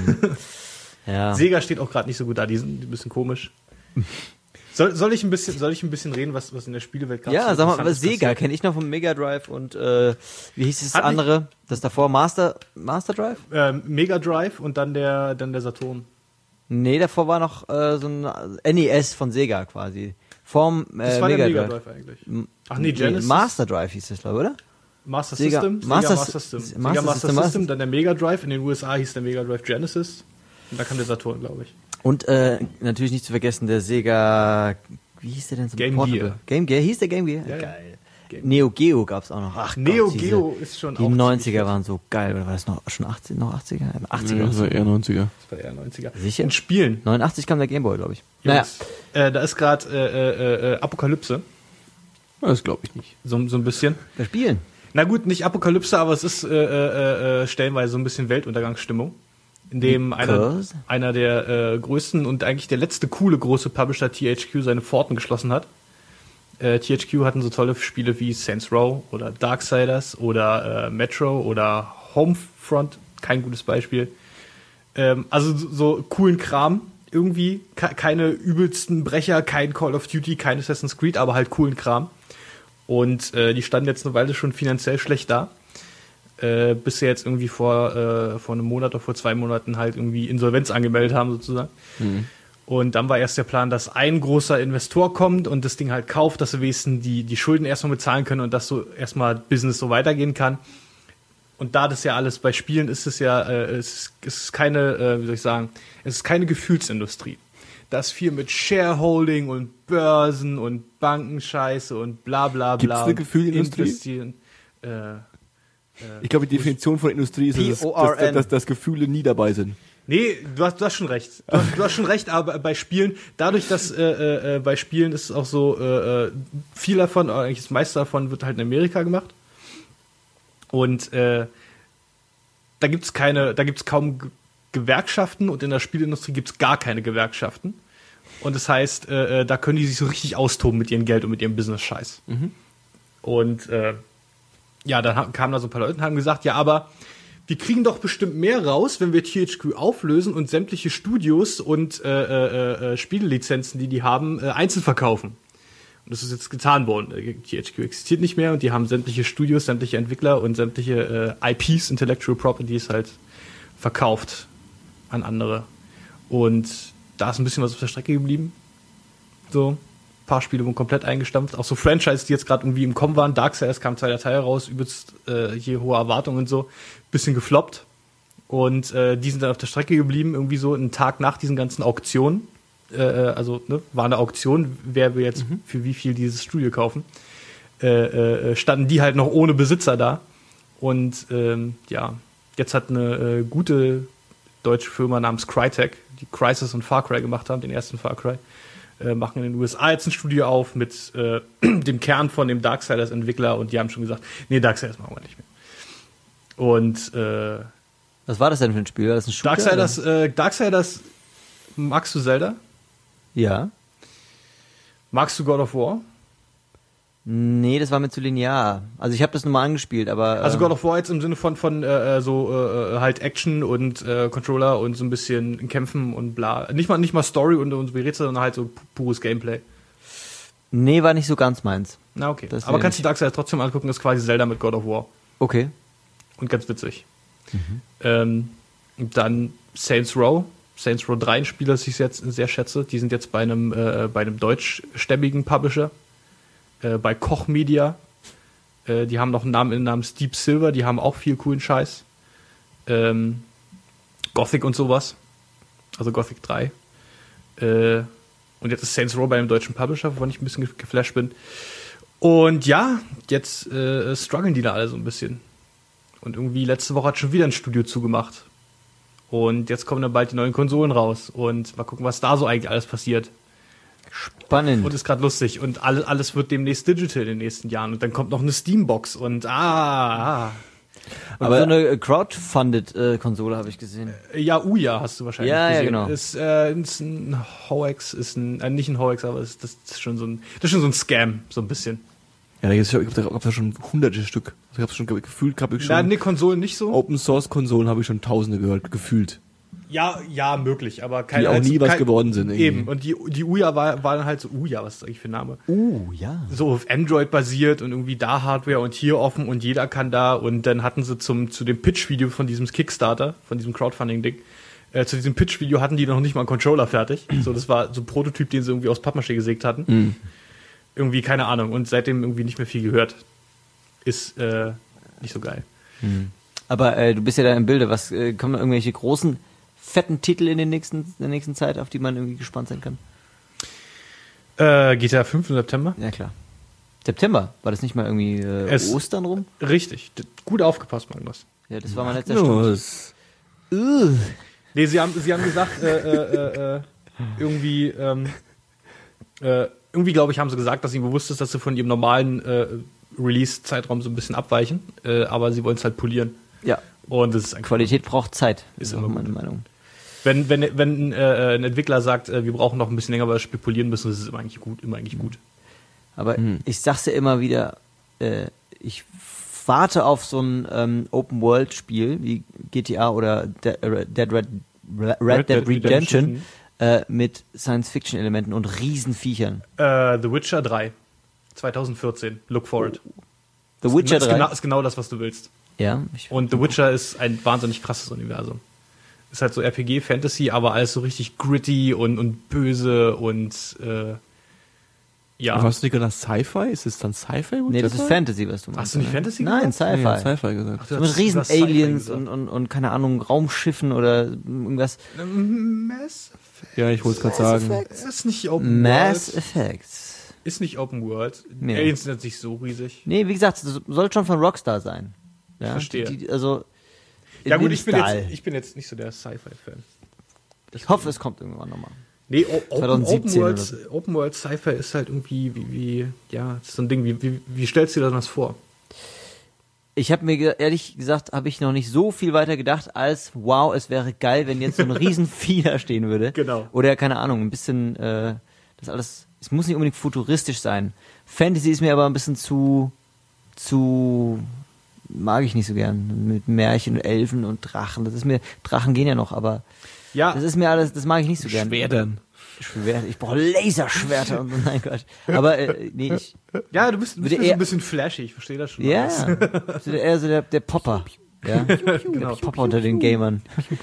Ja. Sega steht auch gerade nicht so gut da, die sind ein bisschen komisch. Soll, soll, ich ein bisschen, soll ich ein bisschen reden, was, was in der Spielewelt gerade Ja, so sag mal, Interessantes Sega passiert? kenne ich noch vom Mega Drive und äh, wie hieß das Hat nicht- andere? Das davor Master Master Drive? Ähm, Mega Drive und dann der, dann der Saturn. Nee, davor war noch äh, so ein N E S von Sega quasi. Vorm äh, Das war Mega, der Mega Drive. Drive eigentlich. Ach nee, Nee, Genesis. Master Drive hieß das, glaube ich, oder? Master Sega- System. Sega Master- Master System. Master Sega Master System, System, dann der Mega Drive. In den U S A hieß der Mega Drive Genesis. Und da kam der Saturn, glaube ich. Und äh, natürlich nicht zu vergessen der Sega, wie hieß der denn so? Game Portable? Gear. Game Gear, hieß der Game Gear? Ja, ja. Geil. Game- Neo Geo gab's auch noch. Ach Neo Gott, Geo diese, ist schon Die auch neunziger ziemlich waren so geil. Oder war das noch schon achtzig, noch achtziger? achtziger. Ja, das war eher neunziger. Das war eher neunziger. Sicher? In Spielen. neunundachtzig kam der Gameboy, glaube ich. Jungs, äh, da ist gerade äh, äh, äh, Apokalypse. Das glaube ich nicht. So, so ein bisschen. Bei Spielen. Na gut, nicht Apokalypse, aber es ist äh, äh, äh, stellenweise so ein bisschen Weltuntergangsstimmung. In dem einer, Because? einer der äh, größten und eigentlich der letzte coole große Publisher T H Q seine Pforten geschlossen hat. Äh, T H Q hatten so tolle Spiele wie Saints Row oder Darksiders oder äh, Metro oder Homefront, kein gutes Beispiel. Ähm, also so, so coolen Kram irgendwie, Ke- keine übelsten Brecher, kein Call of Duty, kein Assassin's Creed, aber halt coolen Kram. Und äh, die standen jetzt eine Weile schon finanziell schlecht da. Äh, bis sie jetzt irgendwie vor, äh, vor einem Monat oder vor zwei Monaten halt irgendwie Insolvenz angemeldet haben sozusagen. Mhm. Und dann war erst der Plan, dass ein großer Investor kommt und das Ding halt kauft, dass sie wenigstens die, die Schulden erstmal bezahlen können und dass so erstmal Business so weitergehen kann. Und da das ja alles bei Spielen ist, es ja, äh, es, ist, es ist keine, äh, wie soll ich sagen, es ist keine Gefühlsindustrie. Da ist viel mit Shareholding und Börsen und Bankenscheiße und bla bla bla. Gibt's eine und Gefühlsindustrie? Investieren. Äh, Ich glaube, die Definition von Industrie ist, dass, P O R dass, N. dass, dass Gefühle nie dabei sind. Nee, du hast, du hast schon recht. Du hast, du hast schon recht, aber bei Spielen, dadurch, dass äh, äh, bei Spielen ist es auch so, äh, viel davon, oder eigentlich das meiste davon wird halt in Amerika gemacht. Und äh, da gibt's keine, da gibt's kaum G- Gewerkschaften und in der Spielindustrie gibt's gar keine Gewerkschaften. Und das heißt, äh, äh, da können die sich so richtig austoben mit ihrem Geld und mit ihrem Business-Scheiß. Und äh, ja, dann ha- kamen da so ein paar Leute und haben gesagt, ja, aber wir kriegen doch bestimmt mehr raus, wenn wir T H Q auflösen und sämtliche Studios und äh, äh, äh, Spielelizenzen, die die haben, äh, einzeln verkaufen. Und das ist jetzt getan worden. Äh, T H Q existiert nicht mehr und die haben sämtliche Studios, sämtliche Entwickler und sämtliche äh, I Ps, Intellectual Properties, halt verkauft an andere. Und da ist ein bisschen was auf der Strecke geblieben. So, ein paar Spiele wurden komplett eingestampft. Auch so Franchises, die jetzt gerade irgendwie im Kommen waren. Darksiders kam zweiter Teil raus, übelst äh, hier hohe Erwartungen und so. Bisschen gefloppt. Und äh, die sind dann auf der Strecke geblieben, irgendwie so einen Tag nach diesen ganzen Auktionen. Äh, also ne, war eine Auktion, wer wir jetzt mhm. für wie viel dieses Studio kaufen. Äh, äh, standen die halt noch ohne Besitzer da. Und ähm, ja, jetzt hat eine äh, gute deutsche Firma namens Crytek, die Crysis und Far Cry gemacht haben, den ersten Far Cry, äh, machen in den U S A jetzt ein Studio auf mit äh, dem Kern von dem Darksiders-Entwickler und die haben schon gesagt, nee, Darksiders machen wir nicht mehr. Und äh, Was war das denn für ein Spiel? War das ein Shooter? Darksiders, äh, Darksiders, magst du Zelda? Oder? Ja. Magst du God of War? Nee, das war mir zu linear. Also ich habe das nochmal angespielt, aber... Also äh, God of War jetzt im Sinne von, von äh, so äh, halt Action und äh, Controller und so ein bisschen Kämpfen und bla. Nicht mal, nicht mal Story und, und so wie Rätsel, sondern halt so pu- pures Gameplay. Nee, war nicht so ganz meins. Na okay. Das Aber will kannst du ich. Darksiders trotzdem angucken, das ist quasi Zelda mit God of War. Okay. Und ganz witzig. Ähm, und dann Saints Row. Saints Row drei, ein Spiel, das ich jetzt sehr schätze. Die sind jetzt bei einem, äh, bei einem deutschstämmigen Publisher. Äh, bei Koch Media. Äh, die haben noch einen Namen namens Deep Silver. Die haben auch viel coolen Scheiß. Ähm, Gothic und sowas. Also Gothic drei. Äh, und jetzt ist Saints Row bei einem deutschen Publisher, wovon ich ein bisschen ge- geflasht bin. Und ja, jetzt äh, strugglen die da alle so ein bisschen. Und irgendwie letzte Woche hat schon wieder ein Studio zugemacht. Und jetzt kommen dann bald die neuen Konsolen raus. Und mal gucken, was da so eigentlich alles passiert. Spannend. Und ist gerade lustig. Und alles, alles wird demnächst digital in den nächsten Jahren. Und dann kommt noch eine Steambox. Und ah, ah. Und Aber- so eine äh, Crowdfunded-Konsole habe ich gesehen. Äh, Ja, Uja hast du wahrscheinlich Ja, ja, gesehen. genau. Ist, äh, ist ein Hoax, ist ein, äh, nicht ein Hoax, aber ist, das ist schon so ein, das ist schon so ein Scam, so ein bisschen. Ja, da gibt's ja- da gab's ja schon hunderte Stück. Ich habe schon ge- gefühlt, habe ich schon Ja, ne, Konsolen nicht so. Open Source Konsolen habe ich schon Tausende gehört, gefühlt. Ja, ja, möglich, aber keine Die auch nie was geworden sind, irgendwie. Eben, und die, die Uja war, war dann halt so, Uja, was ist das eigentlich für ein Name? Uh, ja. So auf Android basiert und irgendwie da Hardware und hier offen und jeder kann da. Und dann hatten sie zum, zu dem Pitch-Video von diesem Kickstarter, von diesem Crowdfunding-Ding, äh, zu diesem Pitch-Video hatten die noch nicht mal einen Controller fertig. So, das war so ein Prototyp, den sie irgendwie aus Pappmaché gesägt hatten. Mhm. Irgendwie, keine Ahnung. Und seitdem irgendwie nicht mehr viel gehört. Ist äh, nicht so geil. Aber äh, du bist ja da im Bilde. Was äh, kommen da irgendwelche großen, fetten Titel in, den nächsten, in der nächsten Zeit, auf die man irgendwie gespannt sein kann? Äh, G T A fünf im September? Ja, klar. September. War das nicht mal irgendwie äh, Es- Ostern rum? Richtig. D- Gut aufgepasst, Magnus. Ja, das war mein letzter Stunde. Los. Uh. Nee, sie haben, sie haben gesagt, äh, äh, äh, irgendwie, ähm, äh, irgendwie, glaube ich, haben sie gesagt, dass ihnen bewusst ist, dass sie von ihrem normalen äh, Release-Zeitraum so ein bisschen abweichen, äh, aber sie wollen es halt polieren. Ja, Und das ist eigentlich, Qualität braucht Zeit. Ist Ist auch immer meine Meinung. wenn, wenn, wenn äh, ein Entwickler sagt, äh, wir brauchen noch ein bisschen länger, weil wir spekulieren müssen, das ist immer eigentlich gut, immer eigentlich gut. Aber ich sag's ja immer wieder, äh, ich warte auf so ein ähm, Open-World-Spiel wie G T A oder De äh, Dead Red, Red, Red Dead Redemption äh, mit Science-Fiction-Elementen und Riesenviechern. Äh, The Witcher drei, zwanzig vierzehn, look forward. The Witcher ist, drei. genau, ist genau das, was du willst. Ja, ich, Und The Witcher ist ein wahnsinnig krasses Universum. Ist halt so R P G, Fantasy, aber alles so richtig gritty und, und böse und äh, ja. Warst du nicht gerade Sci-Fi? Ist es dann Sci-Fi? nee, das ist Fantasy, was du meinst. Hast du nicht oder? Fantasy Nein, gesagt? Sci-Fi. Ja, Sci-Fi gesagt. So mit riesen Du hast Sci-Fi Aliens gesagt. und, und, und keine Ahnung, Raumschiffen oder irgendwas. Mass Effect. Ja, ich wollte es gerade sagen. Ist nicht Open Mass World. Effects. Ist nicht Open World. Nee. Aliens sind jetzt nicht so riesig. Nee, wie gesagt, es soll schon von Rockstar sein. Ja, Verstehe. Die, die, also in Ja gut, dem ich bin, Style. jetzt, ich bin jetzt nicht so der Sci-Fi-Fan. Ich hoffe, es kommt irgendwann nochmal. Nee, o Open, Open, zweitausendsiebzehn World, oder so. Open World Sci-Fi ist halt irgendwie wie, wie ja, das ist so ein Ding, wie, wie, wie stellst du dir das vor? Ich habe mir ge ehrlich gesagt, habe ich noch nicht so viel weiter gedacht, als wow, es wäre geil, wenn jetzt so ein Riesenvieh da stehen würde. Genau. Oder keine Ahnung, ein bisschen, äh, das alles, es muss nicht unbedingt futuristisch sein. Fantasy ist mir aber ein bisschen zu, zu, mag ich nicht so gern. Mit Märchen und Elfen und Drachen. Das ist mir, Drachen gehen ja noch, aber Ja, das ist mir alles, das mag ich nicht so gern. Schwertern. Schwerter. Ich brauche Laserschwerter und so, nein Gott. Aber äh, nee, ich, ja, du bist, du bist Würde so eher- ein bisschen flashy, ich verstehe das schon. ja, alles. so der, eher so der, der Popper. Ja, der Popper unter den Gamern.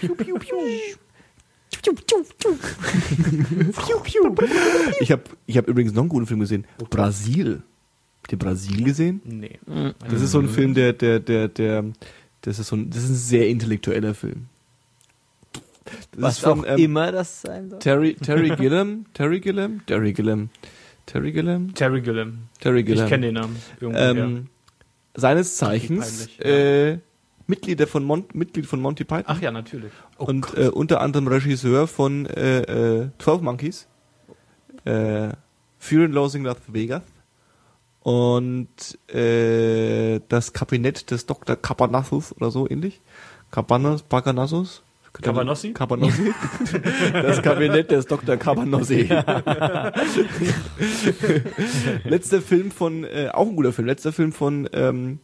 Ich habe ich hab übrigens noch einen guten Film gesehen. Brasil. Habt ihr Brasil gesehen? Nee. Das ist so ein Film, der, der, der, der, das ist so ein, das ist ein sehr intellektueller Film. Das Was ist von, auch ähm, immer das sein soll. Terry, Terry Gilliam, Terry Gilliam, Terry Gilliam, Terry Gilliam, Terry Gilliam. Terry Gilliam. Ich kenne den Namen. Irgendwoher. ähm, seines Zeichens Peinlich, ja. äh, Mitglieder von Mon Mitglied von Monty Python Ach ja, natürlich. Oh und Gott. äh, unter anderem Regisseur von äh, äh, twelve Monkeys, äh, Fear and Loathing in Las Vegas und äh, das Kabinett des Doktor Cabanassus oder so ähnlich. Cabanas, Paganassus? Cabanossi? Cabanossi? Das Kabinett des Doktor Cabanossi. Letzter Film von, äh, auch ein guter Film, letzter Film von ähm,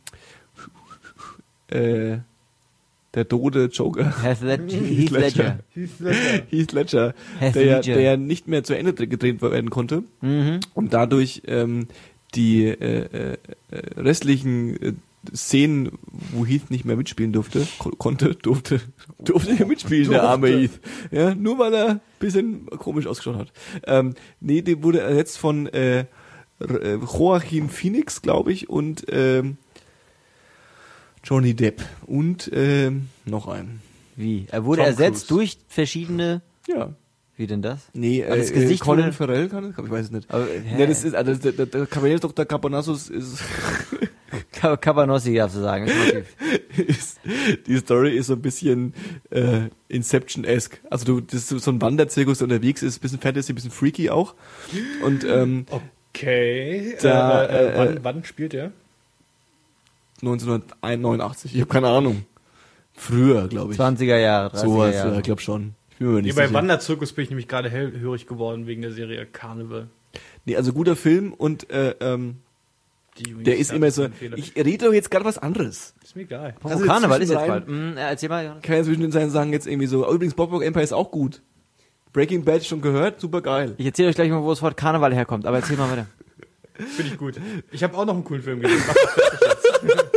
äh, der tote Joker. Heath Led- Heath Ledger. Heath Ledger, Heath der, ja- Ledger. der ja nicht mehr zu Ende gedreht werden konnte Mhm. und dadurch ähm, die äh, äh, restlichen äh, Szenen, wo Heath nicht mehr mitspielen durfte, ko konnte, durfte, durfte nicht mehr mitspielen, der arme Heath. Ja, nur weil er ein bisschen komisch ausgeschaut hat. Ähm, nee, der wurde ersetzt von äh, R- äh, Joaquin Phoenix, glaube ich, und ähm, Johnny Depp und ähm, noch einen. Wie? Er wurde Tom ersetzt Cruise. durch verschiedene. Ja. Wie denn das? Nee, Aber das äh, Gesicht äh, Colin wurde- Farrell kann es? Ich weiß es nicht. Aber, Nee, das ist, also der, der, der Kabinett Doktor Cabanassus ist, Cabanossi, darfst du sagen. Ist okay. ist, die Story ist so ein bisschen äh, Inception-esque. Also du, das ist so- so ein Wanderzirkus, der unterwegs ist, bisschen Fantasy, bisschen freaky auch. Und ähm, Okay. Da, äh, äh, äh, wann, wann spielt er? neunzehnhundertneunundachtzig. Ich habe keine Ahnung. Früher, glaube ich. zwanziger Jahre, dreißiger Sowas, Jahre. ja, ich glaube schon. Ich bin mir Nee, nicht bei sicher. Wanderzirkus bin ich nämlich gerade hellhörig geworden wegen der Serie Carnival. Nee, also guter Film und äh, ähm, Die der ist immer so. Ich rede doch jetzt gerade was anderes. Ist mir egal. Oh, Also Karneval ist jetzt zwischendrin- bald. Hm, ja, erzähl mal. Kann ja zwischen den Zeilen sagen jetzt irgendwie so, oh, übrigens Boardwalk Empire ist auch gut. Breaking Bad schon gehört, super geil. Ich erzähle euch gleich mal, wo das Wort Karneval herkommt, aber erzähl mal weiter. Finde ich gut. Ich habe auch noch einen coolen Film gesehen. Mach das fertig jetzt.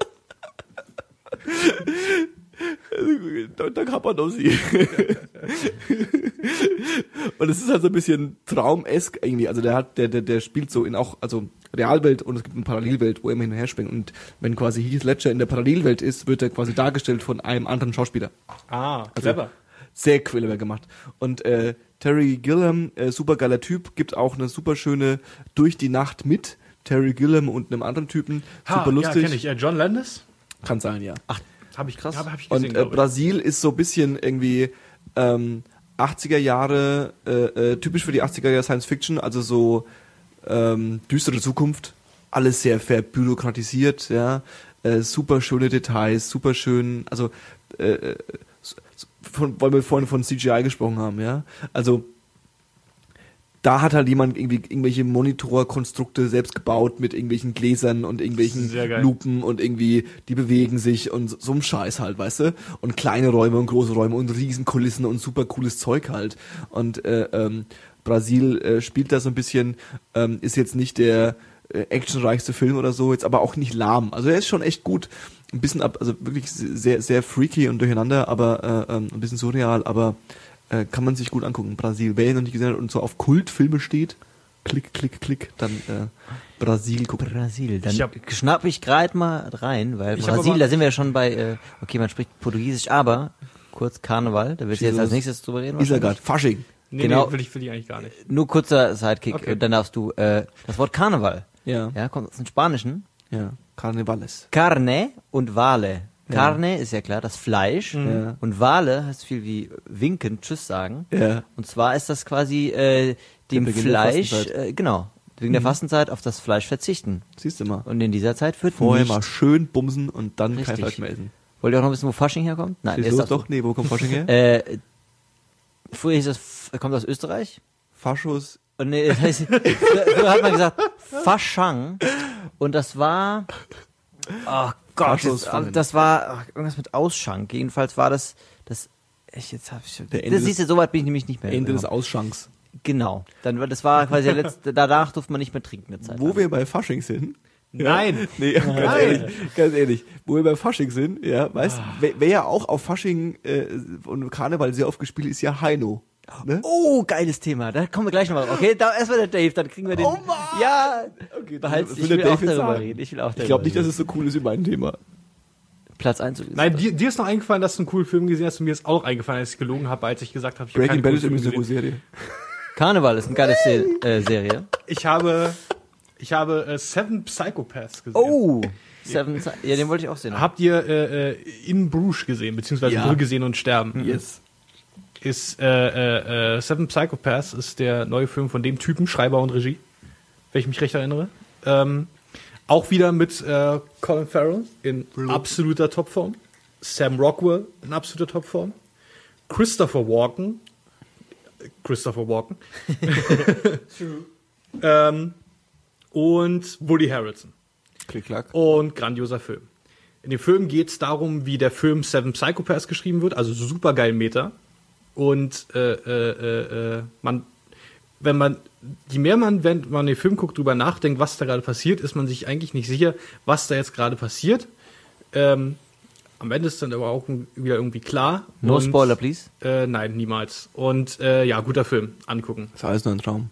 Doktor Cappadoci. Und es ist halt so ein bisschen traumesk irgendwie. Also der hat, der, der, der spielt so in auch, also Realwelt und es gibt eine Parallelwelt, wo er immer hin und her springt. Und wenn quasi Heath Ledger in der Parallelwelt ist, wird er quasi dargestellt von einem anderen Schauspieler. Ah, Also, clever. Sehr clever gemacht. Und äh, Terry Gilliam, äh, super geiler Typ, gibt auch eine super schöne Durch die Nacht mit Terry Gilliam und einem anderen Typen. Super Ha, lustig. Ja, kenne ich. Äh, John Landis? Kann sein, ja. Habe ich Krass. Hab, hab ich gesehen, Und äh, glaub ich. Brasil ist so ein bisschen irgendwie ähm, achtziger Jahre, äh, äh, typisch für die achtziger Jahre Science Fiction, also so ähm, düstere Zukunft, alles sehr verbürokratisiert, ja, äh, super schöne Details, super schön, also äh, von, weil wir vorhin von C G I gesprochen haben, ja, also da hat halt jemand irgendwie irgendwelche Monitorkonstrukte selbst gebaut mit irgendwelchen Gläsern und irgendwelchen Sehr geil. Lupen und irgendwie, die bewegen sich und so, so ein Scheiß halt, weißt du? Und kleine Räume und große Räume und Riesenkulissen und super cooles Zeug halt. Und äh, ähm, Brasil äh, spielt da so ein bisschen, ähm, ist jetzt nicht der äh, actionreichste Film oder so, jetzt aber auch nicht lahm. Also er ist schon echt gut. Ein bisschen ab, also wirklich sehr, sehr freaky und durcheinander, aber äh, ähm, ein bisschen surreal, aber äh, kann man sich gut angucken. Brasil, wer ihn noch nicht gesehen hat und so auf Kultfilme steht, klick, klick, klick, dann äh, Brasil gucken. Brasil, dann Ich hab- schnapp ich gerade mal rein, weil Ich hab Brasil, aber- da sind wir ja schon bei, äh, okay, man spricht Portugiesisch, aber kurz Karneval, da wird jetzt als nächstes drüber reden. Ist er wahrscheinlich. gerade, Fasching. Nee, genau. nee, will ich, will ich eigentlich gar nicht. Nur kurzer Sidekick, Okay. äh, dann darfst du, äh, das Wort Karneval, Ja, ja, kommt aus dem Spanischen. ja, Carnevales. Carne und Vale. Ja. Carne ist ja klar, das Fleisch. Ja. Und Vale heißt viel wie winken, tschüss sagen. Ja. Und zwar ist das quasi äh, dem Der Beginn der Fleisch, Fastenzeit. äh, genau, wegen der Fastenzeit auf das Fleisch verzichten. Siehst du mal. Und in dieser Zeit wird Vorher nicht. mal schön bumsen und dann kein Richtig. Fleisch mehr essen. Wollt ihr auch noch wissen, wo Fasching herkommt? Nein, Wieso? jetzt Doch, nee, wo kommt Fasching her? Äh, früher hieß das, F- kommt aus Österreich. Faschos. Und nee, das heißt, früher, früher hat man gesagt Faschang. Und das war, oh Gott, Faschos das, fangen. das war ach, irgendwas mit Ausschank. Jedenfalls war das, das, ich, jetzt hab ich, Der Ende das siehst du, so weit bin ich nämlich nicht mehr. Ende des gekommen. Ausschanks. Genau. Dann, war- das war quasi der letzte, danach durfte man nicht mehr trinken eine Zeit Wo lang. wir bei Fasching sind. Nein. Nee, ganz ehrlich, ganz ehrlich. Wo wir bei Fasching sind, ja, weißt, wer, wer ja auch auf Fasching äh, und Karneval sehr oft gespielt ist, ja Heino. Ne? Oh, geiles Thema. Da kommen wir gleich nochmal drauf. Okay, da erstmal der Dave, dann kriegen wir den. Oh Mann! Ja, Okay, behalt's. das Ich will will der auch Dave jetzt darüber sagen. reden. Ich will auch darüber Ich glaube nicht, dass reden. es so cool ist wie mein Thema. Platz eins ist. Nein, dir, dir ist noch eingefallen, dass du einen coolen Film gesehen hast und mir ist auch eingefallen, dass ich gelogen habe, als ich gesagt habe, ich habe Breaking keine Bad ist coolen übrigens eine Filme gute gesehen. Serie. Karneval ist eine geile Se äh, Serie. Ich habe, ich habe äh, Seven Psychopaths gesehen. Oh, Seven. Ja, den wollte ich auch sehen. Habt ihr äh, äh, In Bruges gesehen, beziehungsweise Ja. Brügge sehen und sterben? Yes. Ist äh, äh, äh, Seven Psychopaths ist der neue Film von dem Typen, Schreiber und Regie, wenn ich mich recht erinnere. Ähm, auch wieder mit äh, Colin Farrell in absoluter Topform, Sam Rockwell in absoluter Topform, Christopher Walken, Christopher Walken, ähm, und Woody Harrelson. Klick, klack. Und grandioser Film. In dem Film geht es darum, wie der Film Seven Psychopaths geschrieben wird, also super geil Meta. Und äh, äh, äh, man, wenn man, je mehr man, wenn man den Film guckt, drüber nachdenkt, was da gerade passiert, ist man sich eigentlich nicht sicher, was da jetzt gerade passiert. Ähm, am Ende ist dann aber auch wieder irgendwie klar. No Und, Spoiler, please. Äh, nein, niemals. Und äh, ja, guter Film, angucken. Das ist alles nur ein Traum.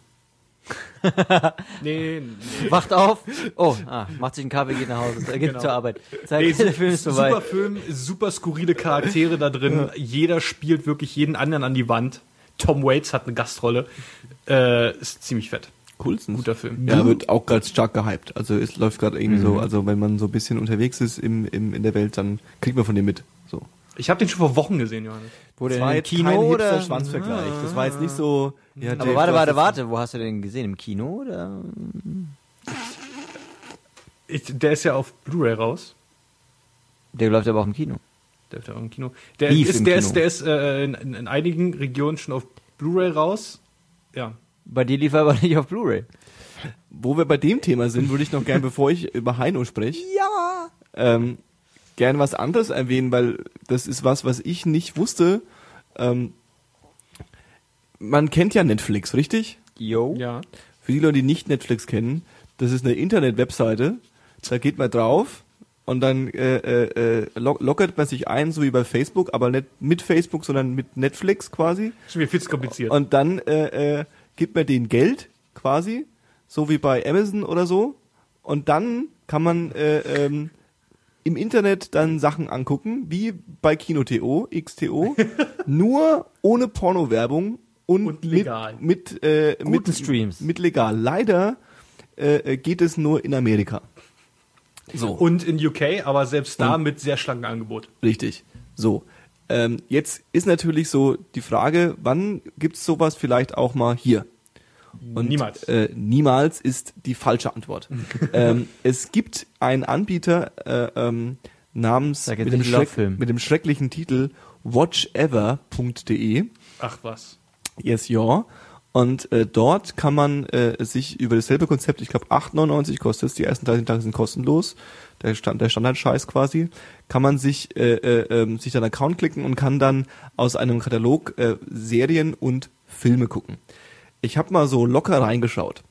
Nee, nee. Wacht auf. Oh, ah, macht sich einen Kaffee, geht nach Hause, geht Genau. zur Arbeit. Zeig, Nee, der Film ist vorbei. super Film, super skurrile Charaktere da drin. Jeder spielt wirklich jeden anderen an die Wand. Tom Waits hat eine Gastrolle. Äh, ist ziemlich fett. Coolstens. Guter Film. Ja, wird auch ganz stark gehypt. Also es läuft gerade irgendwie Mhm. so, also wenn man so ein bisschen unterwegs ist im, im, in der Welt, dann kriegt man von dem mit. So. Ich habe den schon vor Wochen gesehen, Johannes. Wurde Das war im jetzt Kino kein oder? Hipster-Schwanzvergleich. Das war jetzt nicht so. Ja, Aber Dave, warte, du hast warte, jetzt- warte. Wo hast du den gesehen? Im Kino oder? Ich, der ist ja auf Blu-ray raus. Der läuft aber auch im Kino. Der läuft auch im Kino. Der Lief ist, im der Kino. ist, der ist äh, in, in einigen Regionen schon auf Blu-ray raus. Ja. Bei dir lief er aber nicht auf Blu-ray. Wo wir bei dem Thema sind, würde ich noch gern, bevor ich über Heino spreche, Ja. ähm, gern was anderes erwähnen, weil das ist was, was ich nicht wusste. Ähm, man kennt ja Netflix, richtig? Jo. Ja. Für die Leute, die nicht Netflix kennen, das ist eine Internet-Webseite, da geht man drauf und dann äh, äh, lo- lockert man sich ein, so wie bei Facebook, aber nicht mit Facebook, sondern mit Netflix quasi. Ist mir viel zu kompliziert. Und dann äh, äh, gibt man denen Geld quasi, so wie bei Amazon oder so. Und dann kann man äh, ähm, im Internet dann Sachen angucken, wie bei Kino.to, X T O, nur ohne Porno-Werbung und, Und legal. Mit, mit, äh, Guten mit, Streams. mit legal. Leider äh, geht es nur in Amerika. So. Und in U K, aber selbst da mit sehr schlankem Angebot. Richtig. So. Ähm, jetzt ist natürlich so die Frage, wann gibt's sowas vielleicht auch mal hier? Und, Niemals. Äh, niemals ist die falsche Antwort. ähm, es gibt einen Anbieter äh, ähm, namens Sag jetzt mit dem, nicht Schreck, Love-Film. mit dem schrecklichen Titel watchever punkt de. Ach was. Yes, ja. Und äh, dort kann man äh, sich über dasselbe Konzept, ich glaube acht neunundneunzig kostet es, die ersten dreißig Tage sind kostenlos, der, Stand, der Standardscheiß quasi, kann man sich äh, äh, ähm, sich dann einen Account klicken und kann dann aus einem Katalog äh, Serien und Filme gucken. Ich habe mal so locker reingeschaut.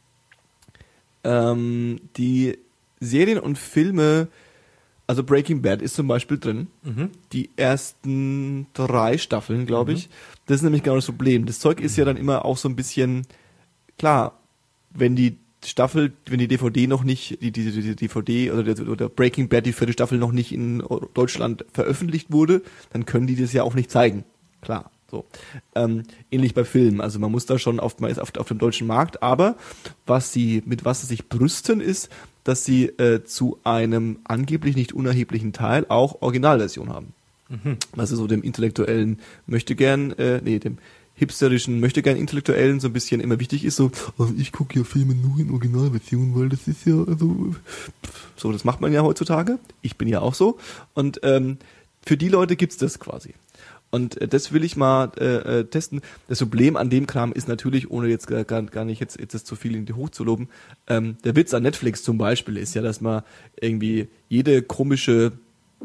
Ähm, die Serien und Filme, also Breaking Bad ist zum Beispiel drin. Mhm. Die ersten drei Staffeln, glaube ich. Das ist nämlich genau das Problem. Das Zeug ist ja dann immer auch so ein bisschen, klar, wenn die Staffel, wenn die D V D noch nicht, die, die, die D V D oder, der, oder Breaking Bad, die vierte Staffel noch nicht in Deutschland veröffentlicht wurde, dann können die das ja auch nicht zeigen. Klar. So. Ähm, ähnlich bei Filmen. Also man muss da schon auf, man ist auf, auf dem deutschen Markt, aber was sie, mit was sie sich brüsten, ist, dass sie äh, zu einem angeblich nicht unerheblichen Teil auch Originalversion haben. Mhm. Was ist so dem intellektuellen Möchtegern, äh, nee, dem hipsterischen Möchtegern Intellektuellen so ein bisschen immer wichtig ist, so, also ich gucke ja Filme nur in Originalversion, weil das ist ja, also, so, das macht man ja heutzutage. Ich bin ja auch so. Und ähm, für die Leute gibt's das quasi. Und äh, das will ich mal äh, äh, testen. Das Problem an dem Kram ist natürlich, ohne jetzt gar, gar nicht jetzt, jetzt das zu viel in die hochzuloben, ähm, der Witz an Netflix zum Beispiel ist ja, dass man irgendwie jede komische,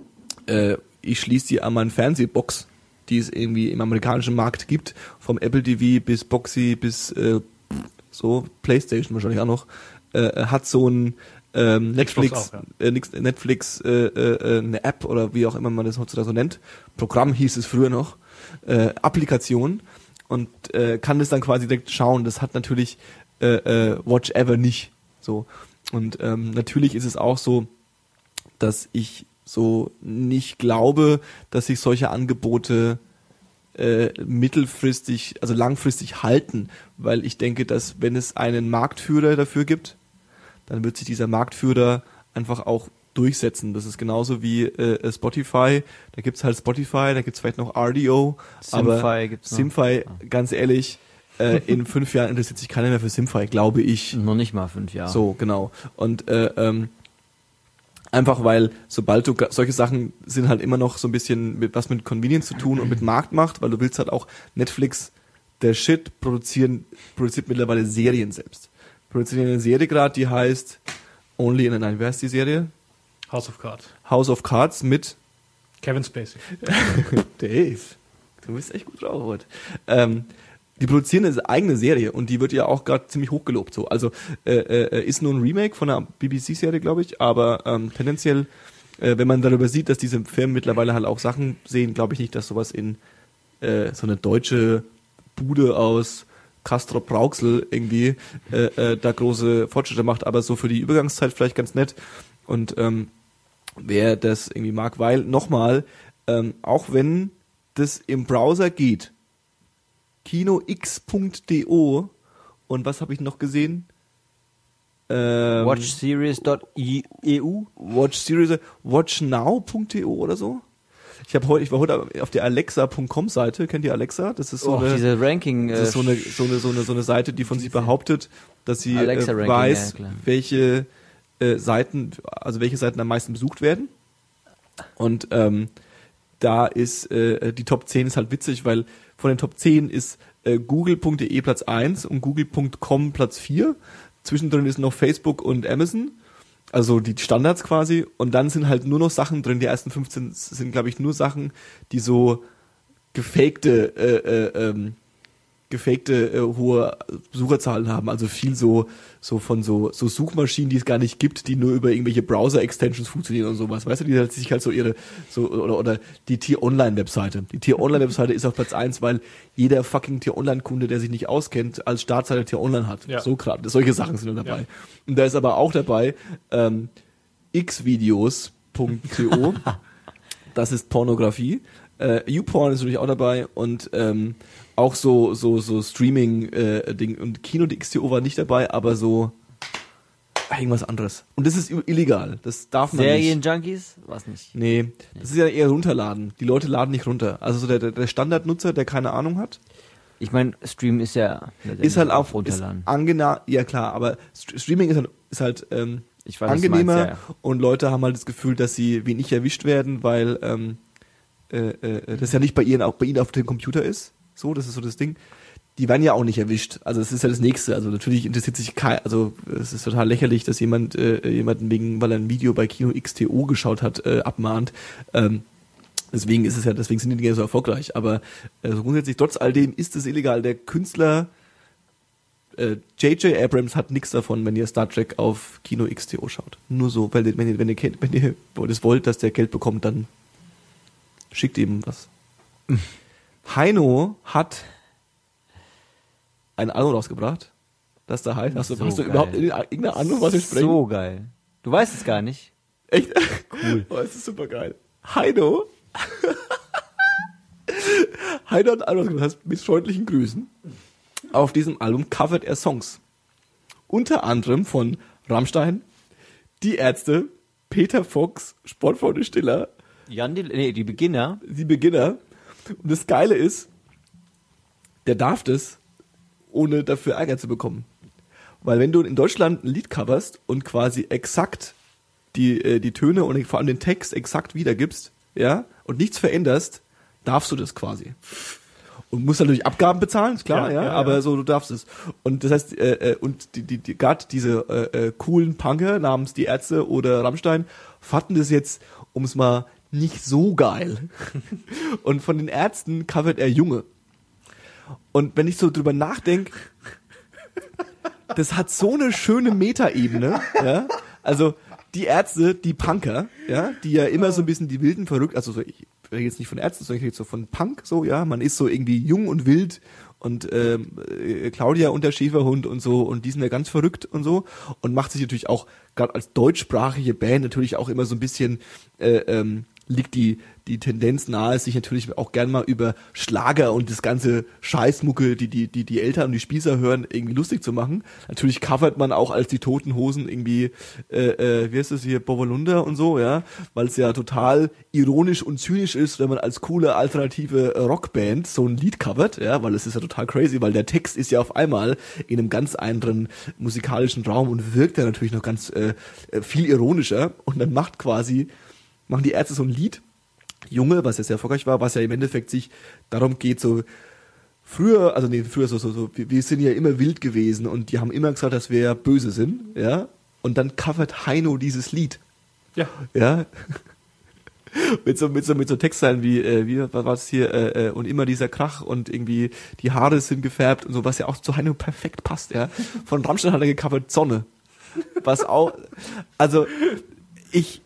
äh, ich schließe die an meine Fernsehbox, die es irgendwie im amerikanischen Markt gibt, vom Apple T V bis Boxy bis äh, so PlayStation wahrscheinlich auch noch, äh, hat so ein ähm, Netflix, auch, ja. äh, nix- Netflix äh, äh, eine App oder wie auch immer man das heutzutage so nennt. Programm hieß es früher noch, äh, Applikation und äh, kann das dann quasi direkt schauen. Das hat natürlich äh, äh, Watch Ever nicht. So. Und ähm, natürlich ist es auch so, dass ich so nicht glaube, dass sich solche Angebote äh, mittelfristig, also langfristig halten, weil ich denke, dass wenn es einen Marktführer dafür gibt, dann wird sich dieser Marktführer einfach auch durchsetzen. Das ist genauso wie äh, Spotify. Da gibt's halt Spotify, da gibt's vielleicht noch R D O, aber Simfy gibt's noch. Simfy, ganz ehrlich, äh, in fünf Jahren interessiert sich keiner mehr für Simfy, glaube ich. Noch nicht mal fünf Jahre. So, genau. Und äh, ähm, einfach weil, sobald du solche Sachen sind halt immer noch so ein bisschen mit was mit Convenience zu tun und mit Marktmacht, weil du willst halt auch Netflix, der Shit, produzieren, produziert mittlerweile Serien selbst. Produzieren eine Serie gerade, die heißt Only in a Night. Wie heißt die Serie? House of Cards. House of Cards mit Kevin Spacey. Dave. Du bist echt gut drauf heute. Ähm, die produzieren eine eigene Serie und die wird ja auch gerade ziemlich hochgelobt. So. Also äh, äh, ist nur ein Remake von einer B B C-Serie, glaube ich, aber ähm, tendenziell, äh, wenn man darüber sieht, dass diese Firmen mittlerweile halt auch Sachen sehen, glaube ich nicht, dass sowas in äh, so eine deutsche Bude aus Castro Brauxel irgendwie äh, äh, da große Fortschritte macht, aber so für die Übergangszeit vielleicht ganz nett. Und ähm, wer das irgendwie mag, weil nochmal, ähm, auch wenn das im Browser geht, kinox punkt do und was habe ich noch gesehen? Ähm, Watchseries punkt e u Watchseries, watchnow punkt do oder so. Ich habe heute, ich war heute auf der alexa punkt com Seite. Kennt ihr Alexa? Das ist so oh, eine, diese Ranking. das ist so eine, so eine, so eine, so eine Seite, die von sich behauptet, dass sie Alexa äh, Ranking, weiß, ja, klar. welche äh, Seiten, also welche Seiten am meisten besucht werden. Und ähm, da ist äh, die Top zehn ist halt witzig, weil von den Top zehn ist äh, google punkt de Platz eins und google punkt com Platz vier. Zwischendrin ist noch Facebook und Amazon. Also die Standards quasi. Und dann sind halt nur noch Sachen drin. Die ersten fünfzehn sind, glaube ich, nur Sachen, die so gefakte, äh, äh, ähm, gefakte äh, hohe Besucherzahlen haben. Also viel so so von so so Suchmaschinen, die es gar nicht gibt, die nur über irgendwelche Browser-Extensions funktionieren und sowas. Weißt du, die halt sich halt so ihre so oder oder die Tier-Online-Webseite. Die Tier-Online-Webseite ist auf Platz eins, weil jeder fucking Tier-Online-Kunde, der sich nicht auskennt, als Startseite Tier-Online hat. Ja. So gerade. Solche Sachen sind da dabei. Ja. Und da ist aber auch dabei ähm, xvideos punkt co. Das ist Pornografie. Äh, YouPorn ist natürlich auch dabei und ähm, auch so so so Streaming äh, Ding und Kino punkt x t o war nicht dabei, aber so irgendwas anderes. Und das ist illegal. Das darf man nicht. Serienjunkies? Was nicht. Nee, das ist ja eher runterladen. Die Leute laden nicht runter. Also so der der Standardnutzer, der keine Ahnung hat, Ich meine, Stream ist ja ist halt auch ist runterladen. angenehm. Ja klar, aber St- Streaming ist halt, ist halt ähm, Ich weiß, was du angenehmer meinst, ja, ja. und Leute haben halt das Gefühl, dass sie wenig erwischt werden, weil ähm, äh, äh, das ja nicht bei ihnen auch bei ihnen auf dem Computer ist. So, das ist so das Ding. Die werden ja auch nicht erwischt. Also das ist ja das Nächste. Also natürlich interessiert sich kein, also es ist total lächerlich, dass jemand äh, jemanden wegen, weil er ein Video bei Kino punkt x t o geschaut hat, äh, abmahnt. Ähm, deswegen ist es ja, deswegen sind die Dinge so erfolgreich. Aber äh, so grundsätzlich, trotz all dem ist es illegal. Der Künstler äh, J J Abrams hat nichts davon, wenn ihr Star Trek auf Kino punkt x t o schaut. Nur so, weil wenn ihr, wenn ihr, wenn ihr das wollt, dass der Geld bekommt, dann schickt ihm was. Heino hat ein Album rausgebracht, das da heißt. Hast du, So hast du geil. überhaupt irgendeine Ahnung, was wir sprechen? So geil. Du weißt es gar nicht. Echt? Cool. Oh, das ist super geil. Heino. Heino hat ein Album rausgebracht, das heißt mit freundlichen Grüßen. Auf diesem Album covert er Songs. Unter anderem von Rammstein, Die Ärzte, Peter Fox, Sportfreunde Stiller, Jan, die, nee, die Beginner. die Beginner. Und das Geile ist, der darf das, ohne dafür Ärger zu bekommen. Weil wenn du in Deutschland ein Lied coverst und quasi exakt die, äh, die Töne und vor allem den Text exakt wiedergibst, ja, und nichts veränderst, darfst du das quasi. Und musst natürlich Abgaben bezahlen, ist klar, ja, Ja, ja, ja, aber ja. so, du darfst es. Und das heißt, äh, äh, und die, die, die gerade diese äh, äh, coolen Punker namens Die Ärzte oder Rammstein fanden das jetzt, um es mal nicht so geil. Und von den Ärzten covert er Junge. Und wenn ich so drüber nachdenke, das hat so eine schöne Metaebene, ja. Also die Ärzte, die Punker, ja, die ja immer so ein bisschen die wilden verrückt, also so, ich rede jetzt nicht von Ärzten, sondern ich rede so von Punk, so, ja, man ist so irgendwie jung und wild und ähm, äh, Claudia und der Schäferhund und so und die sind ja ganz verrückt und so und macht sich natürlich auch, gerade als deutschsprachige Band, natürlich auch immer so ein bisschen äh, ähm, liegt die die Tendenz nahe, sich natürlich auch gern mal über Schlager und das ganze Scheißmucke, die die die die Eltern und die Spießer hören, irgendwie lustig zu machen. Natürlich covert man auch als die Toten Hosen irgendwie, äh, äh, wie heißt das hier, Bovolunder und so, ja, weil es ja total ironisch und zynisch ist, wenn man als coole alternative Rockband so ein Lied covert, ja, weil es ist ja total crazy, weil der Text ist ja auf einmal in einem ganz anderen musikalischen Raum und wirkt ja natürlich noch ganz äh, viel ironischer und dann macht quasi machen die Ärzte so ein Lied, Junge, was ja sehr erfolgreich war, was ja im Endeffekt sich darum geht, so früher, also nee, früher so, so, so, wir, wir sind ja immer wild gewesen und die haben immer gesagt, dass wir böse sind, ja, und dann covert Heino dieses Lied, Ja. ja, mit so, mit so, mit so Textzeilen wie, äh, wie, was war das hier, äh, äh, und immer dieser Krach und irgendwie die Haare sind gefärbt und so, was ja auch zu Heino perfekt passt, ja. Von Rammstein hat er gecovert Sonne, was auch, also, ich,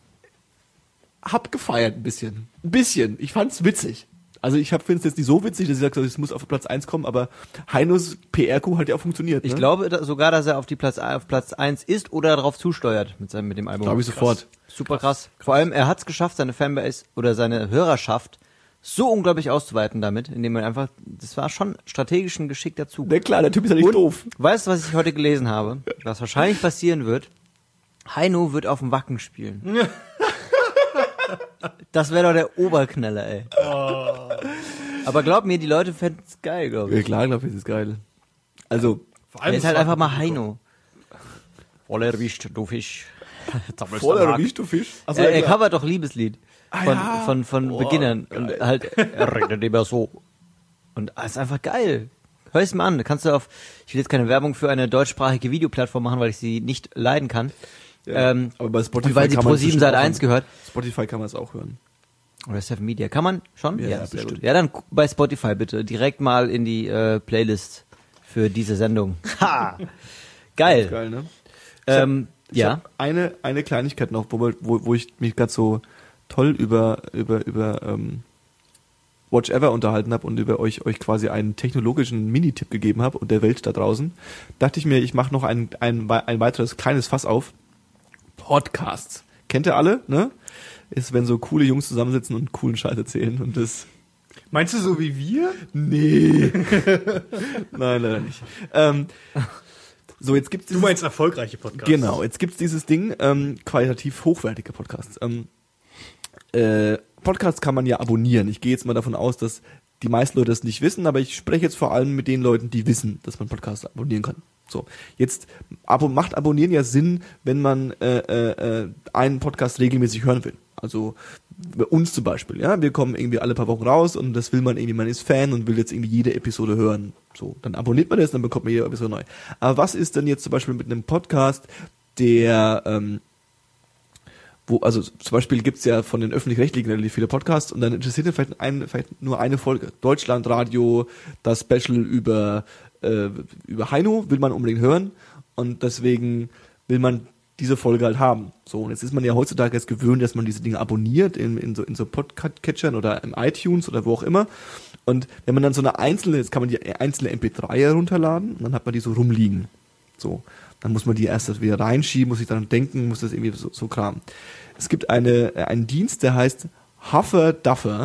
hab gefeiert ein bisschen. Ein bisschen. Ich fand's witzig. Also ich finde es jetzt nicht so witzig, dass ich sage, es muss auf Platz eins kommen, aber Heinos P R-Coup hat ja auch funktioniert. Ich ne? glaube da, sogar, dass er auf die Platz auf Platz eins ist oder darauf zusteuert mit seinem mit dem Album. Glaube ich sofort. Super krass. Vor allem, er hat es geschafft, seine Fanbase oder seine Hörerschaft so unglaublich auszuweiten damit, indem er einfach, das war schon strategisch ein geschickter Zug. Na klar, der Typ ist ja nicht Und, doof. Weißt du, was ich heute gelesen habe? Was wahrscheinlich passieren wird? Heino wird auf dem Wacken spielen. Das wäre doch der Oberknaller, ey. Oh. Aber glaub mir, die Leute fänden es geil, glaube Ja ich. klar, glaube ich, das ist geil. Also, Vor Er ist das halt war- einfach mal Heino. Voller Wicht, du Fisch. voller Wicht, du Fisch. Achso, Er, ja, er klar. covert doch Liebeslied. Ah, von, ja. von, von Oh, Beginnern. geil. Und halt, er redet immer so. Und es ist einfach geil. Hör es mal an. Da kannst du auf, ich will jetzt keine Werbung für eine deutschsprachige Videoplattform machen, weil ich sie nicht leiden kann. Ja, ähm, aber bei Spotify und weil sie kann man Pro sieben bestimmt Sat auch eins hören. gehört. Spotify kann man es auch hören. Oder Seven Media. Kann man schon? Ja, sehr bestimmt. gut. Ja, dann gu- bei Spotify bitte. Direkt mal in die äh, Playlist für diese Sendung. Ha! Geil. Geil, ne? Ähm, Ich ja. hab eine, eine Kleinigkeit noch, wo, wir- wo, wo ich mich gerade so toll über, über, über ähm, Watch Ever unterhalten habe und über euch, euch quasi einen technologischen Minitipp gegeben habe und der Welt da draußen, dachte ich mir, ich mache noch ein, ein, ein weiteres kleines Fass auf. Podcasts. Kennt ihr alle, ne? Ist, wenn so coole Jungs zusammensitzen und coolen Scheiß erzählen und das... Meinst du so wie wir? Nee. Nein, leider nicht. Ähm, so, jetzt gibt's Du dieses- meinst erfolgreiche Podcasts. Genau, jetzt gibt's dieses Ding, ähm, qualitativ hochwertige Podcasts. Ähm, äh, Podcasts kann man ja abonnieren. Ich gehe jetzt mal davon aus, dass die meisten Leute das nicht wissen, aber ich spreche jetzt vor allem mit den Leuten, die wissen, dass man Podcasts abonnieren kann. So, jetzt abo macht Abonnieren ja Sinn, wenn man äh, äh, einen Podcast regelmäßig hören will. Also bei uns zum Beispiel, ja, wir kommen irgendwie alle paar Wochen raus und das will man irgendwie, man ist Fan und will jetzt irgendwie jede Episode hören. So, dann abonniert man das und dann bekommt man jede Episode neu. Aber was ist denn jetzt zum Beispiel mit einem Podcast, der ähm, wo, also zum Beispiel gibt's ja von den Öffentlich-Rechtlichen relativ viele Podcasts und dann interessiert ihn vielleicht, ein, vielleicht nur eine Folge. Deutschlandradio, das Special über, äh, über Heino will man unbedingt hören und deswegen will man diese Folge halt haben. So, und jetzt ist man ja heutzutage jetzt gewöhnt, dass man diese Dinge abonniert in, in so, in so Podcatchern oder im iTunes oder wo auch immer. Und wenn man dann so eine einzelne, jetzt kann man die einzelne M P drei herunterladen und dann hat man die so rumliegen. So. Dann muss man die erst wieder reinschieben, muss sich daran denken, muss das irgendwie so, so Kram. Es gibt eine, einen Dienst, der heißt Huffer Duffer.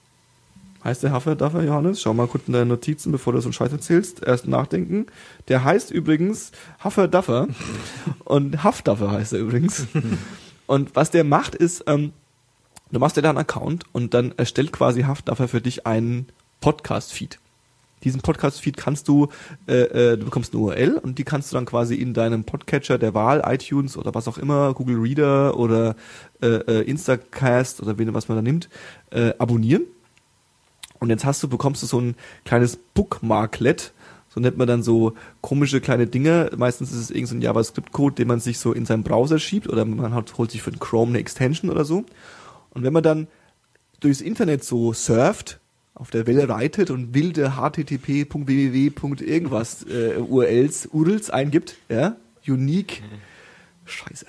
Heißt der Huffer Duffer, Johannes? Schau mal kurz in deine Notizen, bevor du so einen Scheiß erzählst. Erst nachdenken. Der heißt übrigens Huffer Duffer. Und Huff Duffer heißt er übrigens. Und was der macht ist, ähm, du machst dir da einen Account und dann erstellt quasi Huff Duffer für dich einen Podcast-Feed. Diesen Podcast-Feed kannst du, äh, äh, du bekommst eine U R L und die kannst du dann quasi in deinem Podcatcher der Wahl, iTunes oder was auch immer, Google Reader oder äh, äh, Instacast oder wen, was man da nimmt, äh, abonnieren. Und jetzt hast du, bekommst du so ein kleines Bookmarklet, so nennt man dann so komische kleine Dinge. Meistens ist es irgendein so ein JavaScript-Code, den man sich so in seinen Browser schiebt oder man hat, holt sich für den Chrome eine Extension oder so. Und wenn man dann durchs Internet so surft, auf der Welle reitet und wilde H T T P Punkt W W W. irgendwas äh, U R Ls, U R Ls eingibt, ja, unique, scheiße.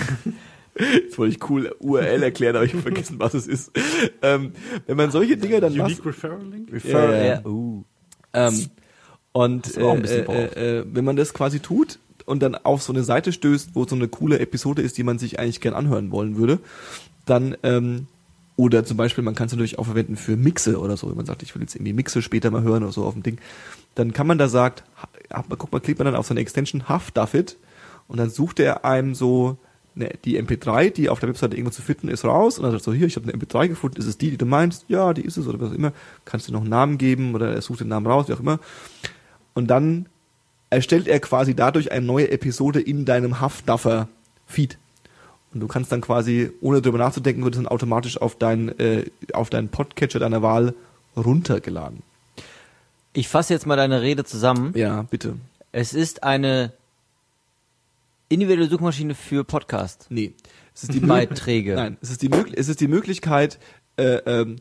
Jetzt wollte ich cool U R L erklären, aber ich habe vergessen, was es ist. Ähm, wenn man solche Dinge dann Unique macht, Referral Link? Ja, ja, ja. Uh. ähm, und Hast du auch ein bisschen äh, äh, äh, wenn man das quasi tut und dann auf so eine Seite stößt, wo so eine coole Episode ist, die man sich eigentlich gern anhören wollen würde, dann ähm, oder zum Beispiel, man kann es natürlich auch verwenden für Mixe oder so, wenn man sagt, ich will jetzt irgendwie Mixe später mal hören oder so auf dem Ding, dann kann man da sagt, ha, guck mal, klickt man dann auf seine Extension Huff Duffit und dann sucht er einem so ne, die M P drei, die auf der Webseite irgendwo zu finden ist, raus und dann sagt so, hier, ich habe eine M P drei gefunden, ist es die, die du meinst? Ja, die ist es oder was auch immer. Kannst du noch einen Namen geben oder er sucht den Namen raus, wie auch immer. Und dann erstellt er quasi dadurch eine neue Episode in deinem Huff Duffer Feed. Und du kannst dann quasi, ohne drüber nachzudenken, wird es dann automatisch auf deinen äh, auf deinen Podcatcher deiner Wahl runtergeladen. Ich fasse jetzt mal deine Rede zusammen. Ja, bitte. Es ist eine individuelle Suchmaschine für Podcast. Nee. Es ist die Beiträge. Nein, es ist die, Möglich- es ist die Möglichkeit, äh, ähm,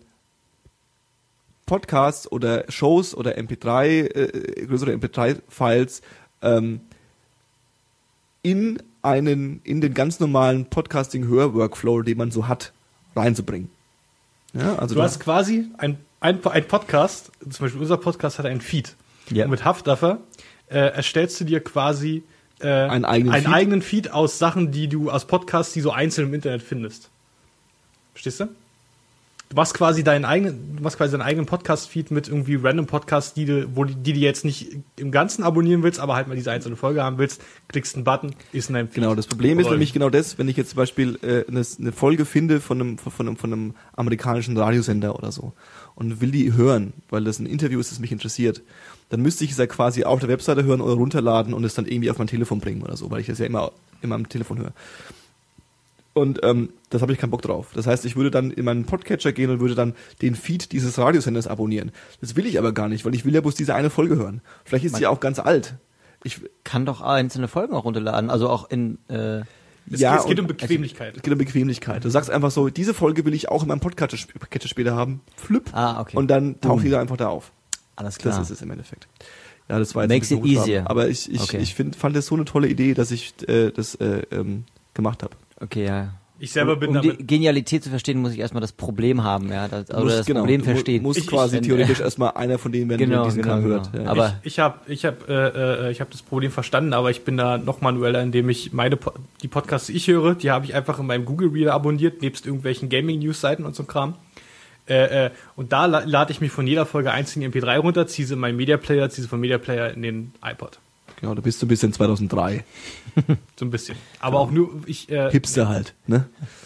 Podcasts oder Shows oder M P drei, äh, größere M P drei Files ähm, in einen, in den ganz normalen Podcasting-Hör-Workflow, den man so hat, reinzubringen. Ja, also Du da- hast quasi ein, ein, ein Podcast, zum Beispiel unser Podcast hat einen Feed. Ja. Und mit Huff Duffer äh, erstellst du dir quasi äh, Einen eigenen einen Feed? eigenen Feed aus Sachen, die du aus Podcasts, die so einzeln im Internet findest. Verstehst du? Du machst quasi deinen eigenen, du machst quasi deinen eigenen Podcast-Feed mit irgendwie random Podcasts, die du, wo die, die du jetzt nicht im Ganzen abonnieren willst, aber halt mal diese einzelne Folge haben willst, klickst einen Button, ist in deinem Feed. Genau, das Problem ist Rollen. nämlich genau das, wenn ich jetzt zum Beispiel äh, eine, eine Folge finde von einem, von, einem, von einem amerikanischen Radiosender oder so und will die hören, weil das ein Interview ist, das mich interessiert, dann müsste ich es ja quasi auf der Webseite hören oder runterladen und es dann irgendwie auf mein Telefon bringen oder so, weil ich das ja immer, immer am Telefon höre. und ähm, das habe ich keinen Bock drauf. Das heißt, ich würde dann in meinen Podcatcher gehen und würde dann den Feed dieses Radiosenders abonnieren. Das will ich aber gar nicht, weil ich will ja bloß diese eine Folge hören. Vielleicht ist sie ja auch ganz alt. Ich Kann doch einzelne Folgen auch runterladen, also auch in... Äh Es, ja, es geht und- um Bequemlichkeit. Es geht um Bequemlichkeit. Du sagst einfach so, diese Folge will ich auch in meinem Podcatcher sp- später haben. Flip. Ah, okay. Und dann taucht Boom. die da einfach da auf. Alles klar. Das ist es im Endeffekt. Ja, das war jetzt Makes ein it bisschen hochtrabend. easier. Aber ich, ich, Okay. ich find, fand das so eine tolle Idee, dass ich äh, das äh, ähm, gemacht habe. Okay, ja. Ich selber bin um die damit. Genialität zu verstehen, muss ich erstmal das Problem haben, ja, das, oder Muss- das genau, Problem du mu- verstehen. Muss Ich- quasi ich- theoretisch erstmal einer von denen werden, Genau, der diesen genau, Kram genau. hört. Ja. Aber- Ich, ich habe ich hab, äh, äh, ich hab das Problem verstanden, aber ich bin da noch manueller, indem ich meine Po- die Podcasts, die ich höre, die habe ich einfach in meinem Google Reader abonniert, nebst irgendwelchen Gaming-News-Seiten und so Kram. Äh, äh, und da la- lade ich mich von jeder Folge einzeln M P drei runter, ziehe sie in meinen Media Player, ziehe sie vom Media Player in den iPod. Genau, du bist so ein bisschen zweitausenddrei. So ein bisschen. Aber auch nur, ich, äh, Hipster halt, ne?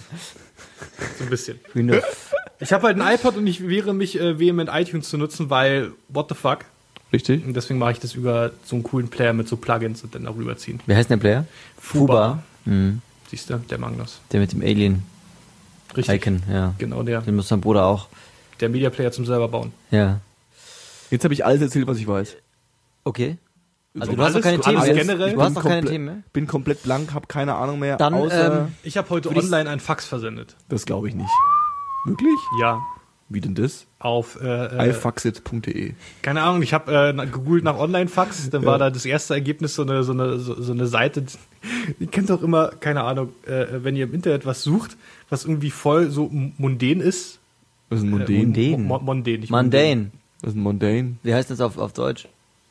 so ein bisschen. Windows. Ich habe halt ein iPod und ich wehre mich äh, vehement iTunes zu nutzen, weil, what the fuck? Richtig? Und deswegen mache ich das über so einen coolen Player mit so Plugins und dann darüber ziehen. Wie heißt denn der Player? Fuba. Mhm. Siehst du, der Magnus. Der mit dem Alien-Icon, Richtig. ja. Genau der. Den muss mein Bruder auch. Der Media Player zum selber bauen. Ja. Jetzt habe ich alles erzählt, was ich weiß. Okay. Also So du hast doch alles- keine so Themen alles mehr. generell? Du hast Bin doch keine komple- Themen mehr. Bin komplett blank, habe keine Ahnung mehr. Dann, außer, ähm, Ich habe heute Würde ich- online ein Fax versendet. das glaube ich nicht. Wirklich? Ja. Wie denn das? Auf, äh, äh, ifaxit punkt de. keine Ahnung, ich habe äh, na- gegoogelt nach Online-Fax, dann war da das erste Ergebnis so eine, so eine, so, so eine Seite, die- ihr kennt doch immer, keine Ahnung, äh, wenn ihr im Internet was sucht, was irgendwie voll so m- mundän ist. Was ist ein Äh, Mundane? Mundane. Mo- Mondän, nicht Mundane. Was ist ein Mundane? Wie heißt das auf, auf Deutsch?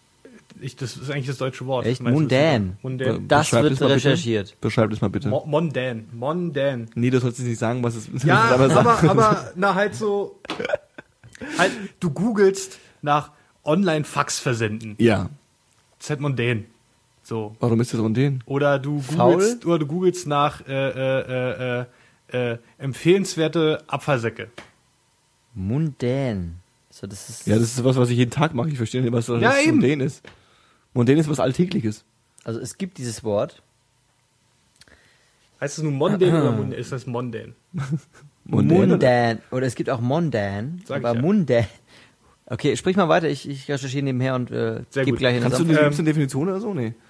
Ich, das ist eigentlich das deutsche Wort. Echt? Meinst du, Mundän. Mundän. Das Beschreib wird das mal bitte. recherchiert. Beschreib das mal bitte. Mo- Mondän. Mondän. Nee, du sollst jetzt nicht sagen, was es ist. Ja, aber sag- aber, aber, na halt so, halt, du googelst nach Online-Fax versenden. Ja. Das ist halt mondän. So. Warum ist das Mundane? Oder du Faul? googelst, oder du googelst nach äh, äh, äh, äh, empfehlenswerte Abfallsäcke. Mundän. So, das ist, Ja, das ist was, was ich jeden Tag mache. Ich verstehe nicht, was das Ja, eben. Mundane ist. Mundane ist was Alltägliches. also es gibt dieses Wort. Heißt es nun mondän oder mundän? Ist das mondän? Mundane, Mundän. Oder es gibt auch Mondan. Sag ich aber ja. Mundän. Okay, sprich mal weiter. Ich, ich recherchiere nebenher und äh, Sehr gebe gut. gleich eine Kannst du Zusammenfassung. eine, gibt's eine Definition oder so? Nee.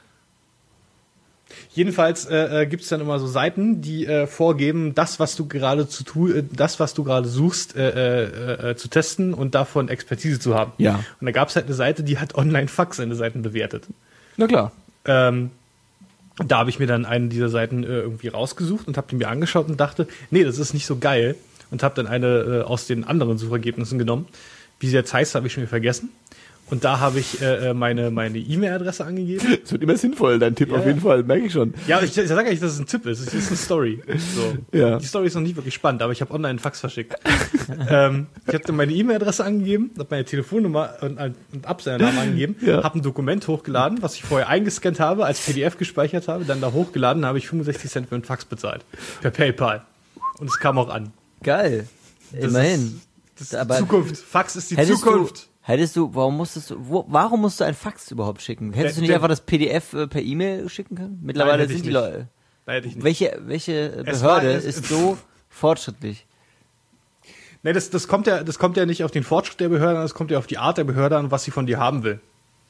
Jedenfalls äh, äh, gibt es dann immer so Seiten, die äh, vorgeben, das, was du gerade zu tu äh, das, was du gerade suchst, äh, äh, äh, zu testen und davon Expertise zu haben. Ja. Und da gab es halt eine Seite, die hat Online-Fax seine Seiten bewertet. Na klar. Ähm, da habe ich mir dann eine dieser Seiten äh, irgendwie rausgesucht und habe die mir angeschaut und dachte, nee, das ist nicht so geil. Und habe dann eine äh, aus den anderen Suchergebnissen genommen. Wie sie jetzt heißt, habe ich schon wieder vergessen. Und da habe ich äh, meine meine E-Mail-Adresse angegeben. Es wird immer sinnvoll, dein Tipp Ja, auf jeden ja. Fall, merke ich schon. Ja, ich, ich sage eigentlich, dass es ein Tipp ist. Es ist eine Story. So. Ja. Die Story ist noch nicht wirklich spannend, aber ich habe online einen Fax verschickt. ähm, ich habe dann meine E-Mail-Adresse angegeben, habe meine Telefonnummer und, und Absendernamen angegeben, Ja. habe ein Dokument hochgeladen, was ich vorher eingescannt habe, als P D F gespeichert habe, dann da hochgeladen, habe ich fünfundsechzig Cent für einen Fax bezahlt. Per PayPal. Und es kam auch an. Geil. Das Immerhin. Ist, das ist Aber die Zukunft. Fax ist die Hättest Zukunft. du, hättest du, warum musstest du, wo, warum musst du ein Fax überhaupt schicken? Hättest Der- du nicht der- einfach das P D F äh, per E-Mail schicken können? Mittlerweile hätte ich sind die nicht. Leute. Nein, hätte ich nicht. Welche, welche Es Behörde war- es- ist so fortschrittlich? Nee, das, das, kommt ja, das kommt ja nicht auf den Fortschritt der Behörde an, das kommt ja auf die Art der Behörde an, was sie von dir haben will.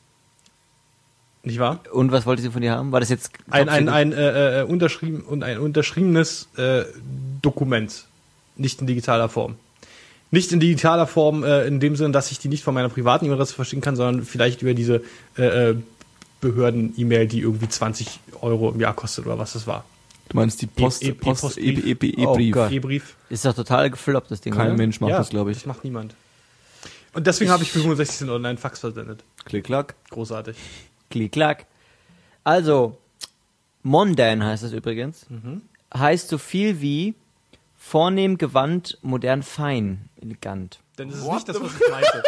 Nicht wahr? Und was wollte sie von dir haben? War das jetzt Ein, ein, top ein, äh, äh, unterschrieben, und ein unterschriebenes äh, Dokument. Nicht in digitaler Form. Nicht in digitaler Form äh, in dem Sinne, dass ich die nicht von meiner privaten E-Mail-Adresse verschicken kann, sondern vielleicht über diese äh, äh, Behörden-E-Mail, die irgendwie zwanzig Euro im Jahr kostet oder was das war. Du meinst die Post, E- E- Post, E-Postbrief. E- E- E- Oh E-Brief. Gott. E-Brief. Ist doch total gefloppt, das Ding, Kein oder? Mensch macht das, glaube ich. Das macht niemand. Und deswegen habe ich für fünfundsechzig Cent online Fax versendet. Klick, klack. Großartig. Klick, klack. Also, Mondan heißt es übrigens. Heißt so viel wie vornehm, gewandt, modern, fein, elegant. Denn das ist nicht das, was ich meinte.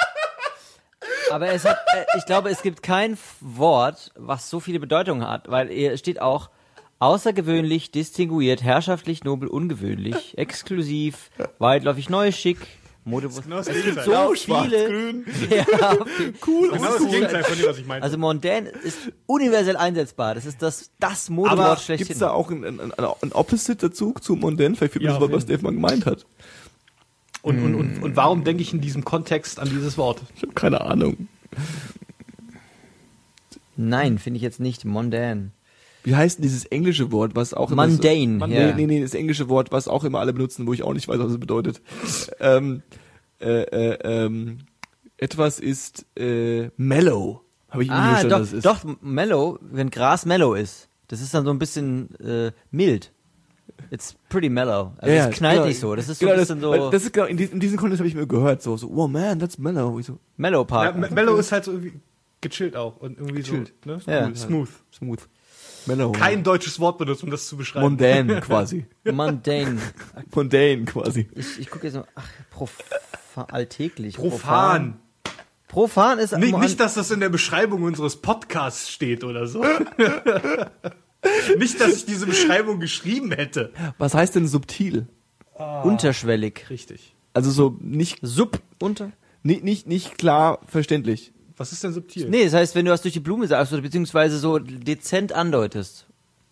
Aber es hat, äh, ich glaube, es gibt kein F- Wort, was so viele Bedeutungen hat, weil hier steht auch außergewöhnlich, distinguiert, herrschaftlich, nobel, ungewöhnlich, exklusiv, weitläufig, neu, schick, Modebewusst. Genau das Es gibt Gegenteil. so Ja, viele. schwarz-grün. Ja, okay. Cool. Genau das Gegenteil von dem, was ich meinte. Also mondän ist universell einsetzbar. Das ist das, das Modewort Aber schlechthin. Gibt's da auch ein, ein, ein, ein Opposite dazu zu mondän? Vielleicht fühlt Ja, man auf das, was jeden Dave mal gemeint hat. Und, und, und, und warum denke ich in diesem Kontext an dieses Wort? Ich habe keine Ahnung. Nein, finde ich jetzt nicht. Mondän. Wie heißt denn dieses englische Wort, was auch immer Mundane, so, ja. nee, nee, nee, das englische Wort, was auch immer alle benutzen, wo ich auch nicht weiß, was es bedeutet. ähm, äh, äh, ähm, etwas ist äh, mellow. Habe ich nie Ah, verstanden, doch, was es ist. doch, mellow, wenn Gras mellow ist. Das ist dann so ein bisschen äh, mild. It's pretty mellow. Also Ja, es knallt genau. nicht so. Das ist so genau, ein bisschen das, weil so das ist genau, in, diesem, in diesem Kontext habe ich mir gehört, so, so, oh man, that's mellow. Ich so, Mellow Ja, Park. Me- Mellow ist halt so irgendwie gechillt auch und irgendwie Gechillt. so ne? Ja. smooth. smooth. Mellow. Kein deutsches Wort benutzt, um das zu beschreiben. Mondän quasi. Mundane. Mondän quasi. Ich, ich gucke jetzt so, ach, profan, alltäglich. Profan. Profan ist Nicht, mon- nicht, dass das in der Beschreibung unseres Podcasts steht oder so. Nicht, dass ich diese Beschreibung geschrieben hätte. Was heißt denn subtil? unterschwellig. Richtig. Also so nicht, Sub unter? nicht, nicht, nicht klar verständlich. Was ist denn subtil? Nee, das heißt, wenn du was durch die Blume sagst oder beziehungsweise so dezent andeutest.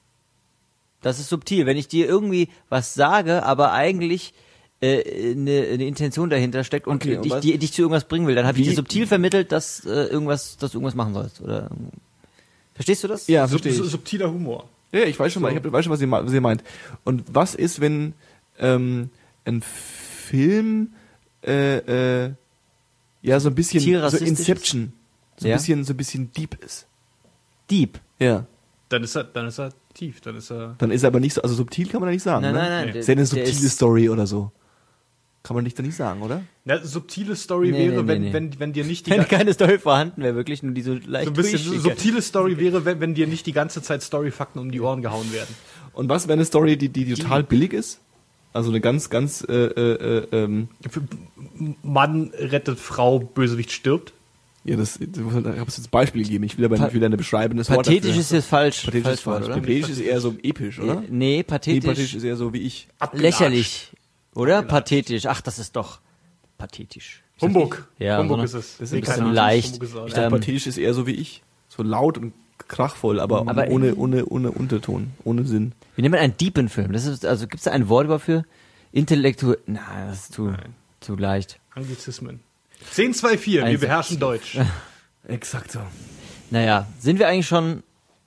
Das ist subtil. Wenn ich dir irgendwie was sage, aber eigentlich äh, eine, eine Intention dahinter steckt und Okay, und dich, was- die, dich zu irgendwas bringen will, dann habe ich Wie- dir subtil vermittelt, dass äh, irgendwas, dass du irgendwas machen sollst. Oder verstehst du das? Ja, Sub verstehe ich. subtiler Humor. Ja, ich weiß schon mal, ich hab, weiß schon, was ihr, ma- was ihr meint. Und was ist, wenn ähm, ein Film äh, äh, ja so ein bisschen so Tierrassistisch Inception, so ein Ja. bisschen so ein bisschen deep ist. Deep. Ja. Dann ist er, dann ist er tief, dann ist er. Dann ist er aber nicht so, also subtil kann man da nicht sagen. Nein, ne? nein, nein. Nee. der- Ist ja eine der subtile ist- Story oder so. Kann man nicht da nicht sagen, oder? Eine subtile Story Nee, wäre, nee, wenn, nee. wenn, wenn dir nicht die Wenn ganze keine Story vorhanden wäre, wirklich nur die so leicht so ein bisschen durchschickert. subtile Story wäre, wenn, wenn dir nicht die ganze Zeit Storyfakten um die Ohren gehauen werden. Und was wäre eine Story, die, die total billig ist? Also eine ganz, ganz äh, äh, äh, ähm, Mann rettet Frau, Bösewicht stirbt. ja, das, ich habe jetzt ein Beispiel gegeben. Ich will aber nicht wieder eine beschreibendes Wort Pathetisch dafür. ist jetzt falsch. Pathetisch ist falsch, falsch. oder? Pathetisch ist eher so episch, oder? Äh, Nee, pathetisch. Nee, pathetisch ist eher so wie ich. Abgelatscht. Lächerlich. Oder? Pathetisch. Ach, das ist doch pathetisch. Humbug. Ja, Humbug so ist es. das ist Nee, ein keine bisschen Ahnung, leicht. Humbug ist auch- Ich Ja. dachte, Ähm, pathetisch ist eher so wie ich. So laut und krachvoll, aber, Aber- ohne, ohne, ohne Unterton, ohne Sinn. Wie nennt man einen Deepen-Film? Das ist, also, gibt's da ein Wort dafür? Intellektuell. Na, das ist zu, zu leicht. Anglizismen. zehn zwei vier, wir Eins- beherrschen Deutsch. Exakt so. Naja, sind wir eigentlich schon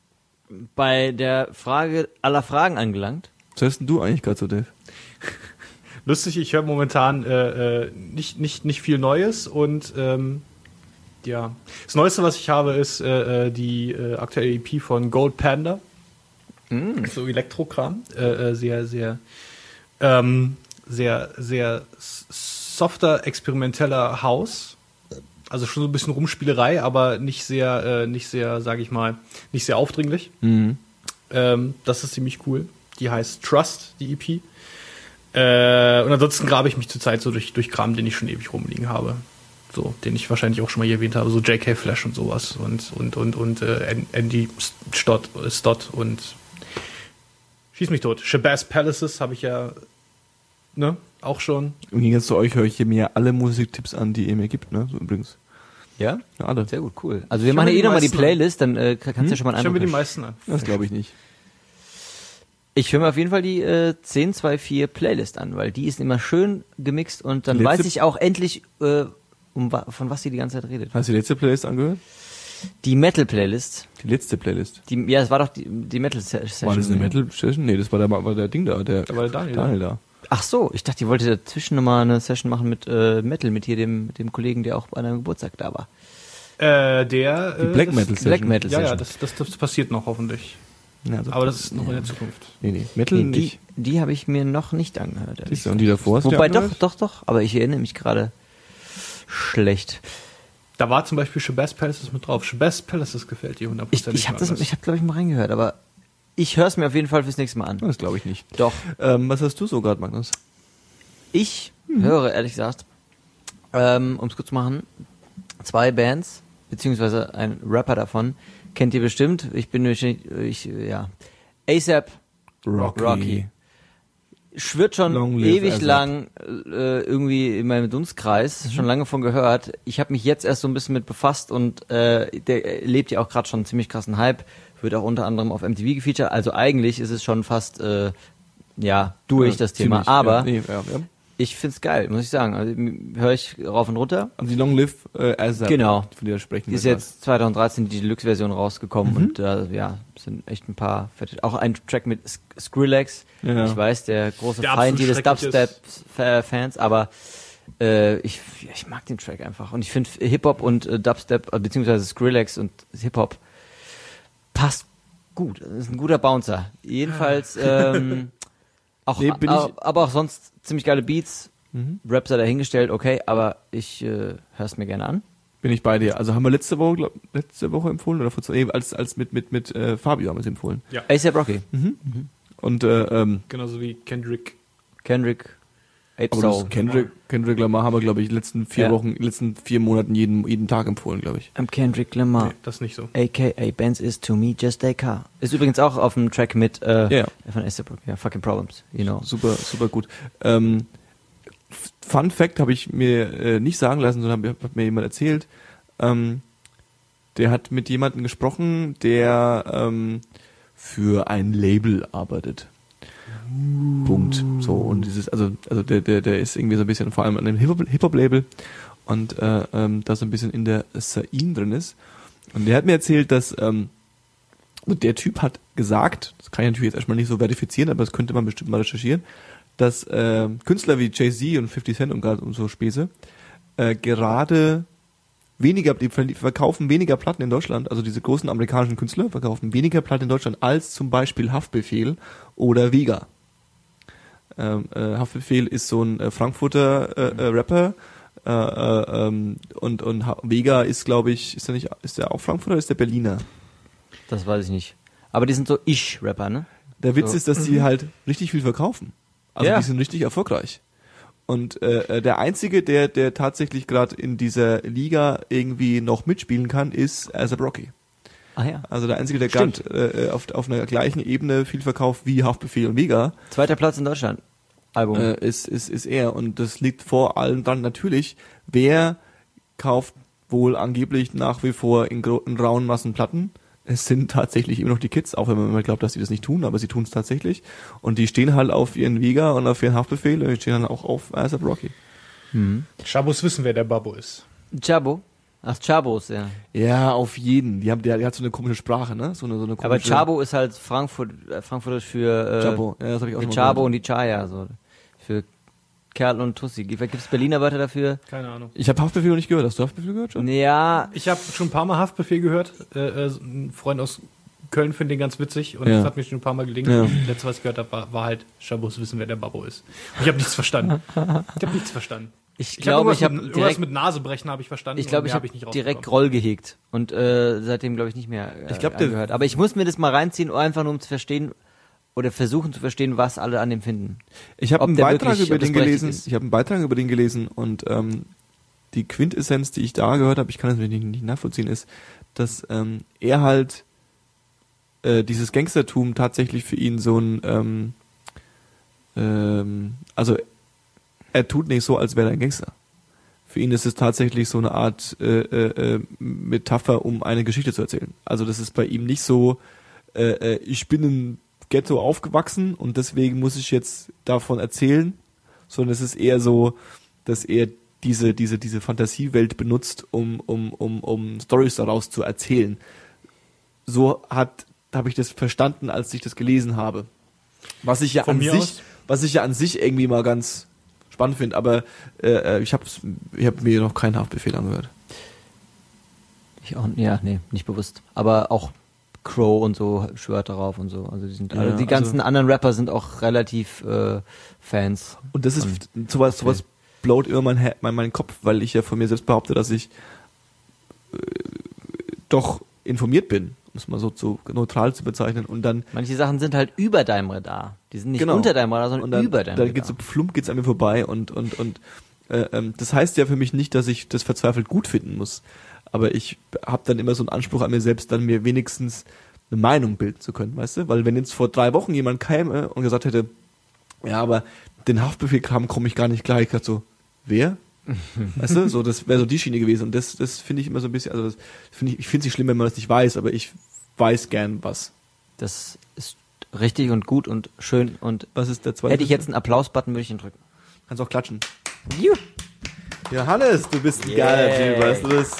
bei der Frage aller Fragen angelangt? Was hörst denn du eigentlich gerade so, Dave? Lustig, ich höre momentan äh, äh, nicht, nicht, nicht viel Neues und ähm, ja. Das Neueste, was ich habe, ist äh, äh, die äh, aktuelle E P von Gold Panda. So Elektrokram. Äh, äh, sehr, sehr, ähm, sehr, sehr s- softer, experimenteller House. Also schon so ein bisschen Rumspielerei, aber nicht sehr, äh, nicht sehr, sag ich mal, nicht sehr aufdringlich. Mhm. Ähm, das ist ziemlich cool. Die heißt Trust, die E P. Äh, und ansonsten grabe ich mich zurzeit so durch, durch Kram, den ich schon ewig rumliegen habe. So, den ich wahrscheinlich auch schon mal hier erwähnt habe, so J K Flash und sowas und, und, und, und äh, Andy Stott, äh, Stott und schieß mich tot. Shabazz Palaces habe ich ja, ne, auch schon. Im Gegensatz zu euch höre ich hier mir alle Musiktipps an, die ihr mir gibt, ne? So übrigens. Ja? Ja, alle. Sehr gut, cool. Also wir Ich machen höre ja eh die nochmal die meisten Playlist, dann äh, kannst du ja schon mal Ich einen höre mir die Eindruck. meisten an. Das glaube ich nicht. Ich höre mir auf jeden Fall die äh, zehn zwei vier Playlist an, weil die ist immer schön gemixt und dann Die letzte- weiß ich auch endlich, äh, um wa von was sie die ganze Zeit redet. Hast du die letzte Playlist angehört? Die Metal-Playlist. Die letzte Playlist. Die, ja, es war doch die, die Metal-Session. War das eine Metal-Session? Nee, das war der, war der Ding da, der, Da war der Daniel Daniel da. Ach so, ich dachte, die wollte dazwischen nochmal eine Session machen mit äh, Metal, mit hier dem, dem Kollegen, der auch bei einem Geburtstag da war. Äh, der Die äh, Black das- Metal Session. Black Metal Ja, Session. ja, das, das, das passiert noch hoffentlich. Ja, also, Aber das ist noch in der Zukunft. nee, nee, Metal Nee, die nicht. die habe ich mir noch nicht angehört. ehrlich Siehst du, und die davor hast du Wobei dir doch, angehört? doch, doch, aber ich erinnere mich gerade schlecht. Da war zum Beispiel Shabazz Palaces mit drauf. Shabazz Palaces gefällt dir Ich, hundertprozentig. ich habe das, ich habe glaube ich mal reingehört, aber ich höre es mir auf jeden Fall fürs nächste Mal an. Das glaube ich nicht. Doch. Ähm, was hast du so gerade, Magnus? Ich höre, ehrlich gesagt, ähm, um es kurz zu machen, zwei Bands, beziehungsweise ein Rapper davon, kennt ihr bestimmt. Ich bin durch, ich, ja, A$AP Rocky. Rocky. schwirrt schon Long live ewig ASAP. lang äh, irgendwie in meinem Dunstkreis, Mhm. schon lange von gehört. Ich habe mich jetzt erst so ein bisschen mit befasst und äh, der lebt ja auch gerade schon einen ziemlich krassen Hype, wird auch unter anderem auf M T V gefeatured. Also eigentlich ist es schon fast äh, ja durch Ja, das Thema. ziemlich, Aber ja, nee, ja, ja. ich find's geil, muss ich sagen. Also höre ich rauf und runter. Also die Long Live äh, ASAP, Genau. von der sprechen Die wir ist gerade. jetzt zwanzig dreizehn die Deluxe-Version rausgekommen Mhm. und äh, ja, sind echt ein paar fette. Auch ein Track mit Sk- Skrillex. Ja. Ich weiß, der große Der Feind absolut jedes schrecklich Dubstep-Fans, aber äh, ich, ich mag den Track einfach. Und ich finde Hip-Hop und äh, Dubstep, äh, beziehungsweise Skrillex und Hip-Hop passt gut. Das ist ein guter Bouncer. Jedenfalls, ähm, auch, Nee, bin ich- au- aber auch sonst ziemlich geile Beats. Mhm. Raps sei dahingestellt, okay, aber ich äh, hör's mir gerne an. Bin ich bei dir. Also haben wir letzte Woche, glaub, letzte Woche empfohlen oder vor zwei, nee, als als mit mit mit äh, Fabio haben wir es empfohlen. Ja, A$AP Rocky, Und äh, ähm, genauso wie Kendrick. Kendrick, Ape aber Soul. das Kendrick Kendrick Lamar haben wir glaube ich die letzten vier Ja. Wochen, letzten vier Monaten jeden jeden Tag empfohlen, glaube ich. I'm Kendrick Lamar, Nee, das nicht so. aka Benz is to me just a car. Ist übrigens auch auf dem Track mit äh, Ja. von A$AP Rocky, ja, Fucking Problems, you know. Super super gut. Ähm, F- Fun Fact habe ich mir äh, nicht sagen lassen, sondern hat, hat mir jemand erzählt. Ähm, der hat mit jemandem gesprochen, der ähm, für ein Label arbeitet. Punkt. So, und dieses, also, also der, der, der ist irgendwie so ein bisschen vor allem an einem Hip-Hop- Hip-Hop-Label und äh, ähm, da so ein bisschen in der Scene drin ist. Und der hat mir erzählt, dass ähm, also der Typ hat gesagt, das kann ich natürlich jetzt erstmal nicht so verifizieren, aber das könnte man bestimmt mal recherchieren, dass äh, Künstler wie Jay-Z und fifty Cent und gerade um so Späße äh, gerade weniger, die ver- verkaufen weniger Platten in Deutschland, also diese großen amerikanischen Künstler verkaufen weniger Platten in Deutschland als zum Beispiel Haftbefehl oder Vega. Ähm, äh, Haftbefehl ist so ein äh, Frankfurter äh, äh, Rapper äh, äh, ähm, und und ha- Vega ist, glaube ich, ist der nicht, ist der auch Frankfurter oder ist der Berliner? Das weiß ich nicht. Aber die sind so Ich-Rapper, ne? Der Witz So. ist, dass die halt richtig viel verkaufen. Also Ja. die sind richtig erfolgreich. Und äh, äh, der einzige, der der tatsächlich gerade in dieser Liga irgendwie noch mitspielen kann, ist A$AP Rocky. Ah ja. Also der einzige, der Stimmt. gerade äh, auf auf einer gleichen Ebene viel verkauft wie Haftbefehl und Vega, Zweiter Platz in Deutschland. Album. äh, ist ist ist er. Und das liegt vor allem dann natürlich, wer kauft wohl angeblich nach wie vor in, gro- in rauen Massen Platten. Es sind tatsächlich immer noch die Kids, auch wenn man immer glaubt, dass sie das nicht tun, aber sie tun es tatsächlich. Und die stehen halt auf ihren Vega und auf ihren Haftbefehl und die stehen dann auch auf A$AP Rocky. Chabos wissen, wer der Babbo ist. Chabo. Ach, Chabos, ja. Ja, auf jeden. Die haben, der, der hat so eine komische Sprache, ne? So eine, so eine komische. Aber Chabo ist halt Frankfurt, äh, Frankfurtisch für äh, Chabo. Ja, das habe ich auch die schon mal Chabo gehört. und die Chaya, so. Für Kerl und Tussi. Gibt es Berliner Wörter dafür? Keine Ahnung. Ich habe Haftbefehl noch nicht gehört. Hast du Haftbefehl gehört schon? Ja, Ich habe schon ein paar Mal Haftbefehl gehört. Äh, äh, ein Freund aus Köln findet den ganz witzig und Ja. das hat mich schon ein paar Mal gelingt. Ja. Das letzte, was ich gehört habe, war, war halt, Chabos wissen, wer der Babbo ist. Und ich habe nichts verstanden. Ich habe nichts verstanden. ich Ich glaube, glaube, ich habe mit, irgendwas direkt, mit Nasebrechen habe ich verstanden. ich glaube, und ich mehr habe hab nicht direkt rausbekommen. Groll gehegt und äh, seitdem glaube ich nicht mehr äh, Ich glaub, der- angehört. Aber ich muss mir das mal reinziehen, einfach nur um zu verstehen oder versuchen zu verstehen, was alle an dem finden. Ich habe Ob einen der Beitrag wirklich- über ob das den berechtigt gelesen. ist. Ich habe einen Beitrag über den gelesen und ähm, die Quintessenz, die ich da gehört habe, ich kann das nicht, nicht nachvollziehen, ist, dass ähm, er halt äh, dieses Gangstertum tatsächlich für ihn so ein ähm, ähm, also er tut nicht so, als wäre er ein Gangster. Für ihn ist es tatsächlich so eine Art äh, äh, äh, Metapher, um eine Geschichte zu erzählen. Also das ist bei ihm nicht so, äh, äh, ich bin im Ghetto aufgewachsen und deswegen muss ich jetzt davon erzählen, sondern es ist eher so, dass er diese diese diese Fantasiewelt benutzt, um um um um Storys daraus zu erzählen. So hat habe ich das verstanden, als ich das gelesen habe. Was ich ja Von an mir sich, aus? was ich ja an sich irgendwie mal ganz spannend finde, aber äh, ich habe ich hab mir noch keinen Haftbefehl angehört. Ich auch, ja, nee, nicht bewusst. Aber auch Crow und so schwört darauf und so. Also die sind Ja, alle, die ganzen also- anderen Rapper sind auch relativ äh, Fans. Und das ist sowas, sowas blowt immer mein, He- mein, meinen Kopf, weil ich ja von mir selbst behaupte, dass ich äh, doch informiert bin, um es mal so zu neutral zu bezeichnen. Und dann Manche Sachen sind halt über deinem Radar. Die sind nicht Genau. unter deinem Radar, sondern und dann, über deinem dann Radar. geht's so flump geht's an mir vorbei und und und äh, ähm, das heißt ja für mich nicht, dass ich das verzweifelt gut finden muss, aber ich habe dann immer so einen Anspruch an mir selbst, dann mir wenigstens eine Meinung bilden zu können, weißt du? Weil wenn jetzt vor drei Wochen jemand käme und gesagt hätte, Ja, aber den Haftbefehl-Kram komme ich gar nicht klar. Ich dachte so, wer? Weißt du, so, das wäre so die Schiene gewesen. Und das, das finde ich immer so ein bisschen, also das finde ich, ich finde es nicht schlimm, wenn man das nicht weiß, aber ich weiß gern was. Das ist richtig und gut und schön und Was ist der zweite? hätte ich jetzt einen Applaus-Button, würde ich ihn drücken. Kannst auch klatschen. Juh. Johannes, du bist ein Yeah. geiler Typ, weißt du das?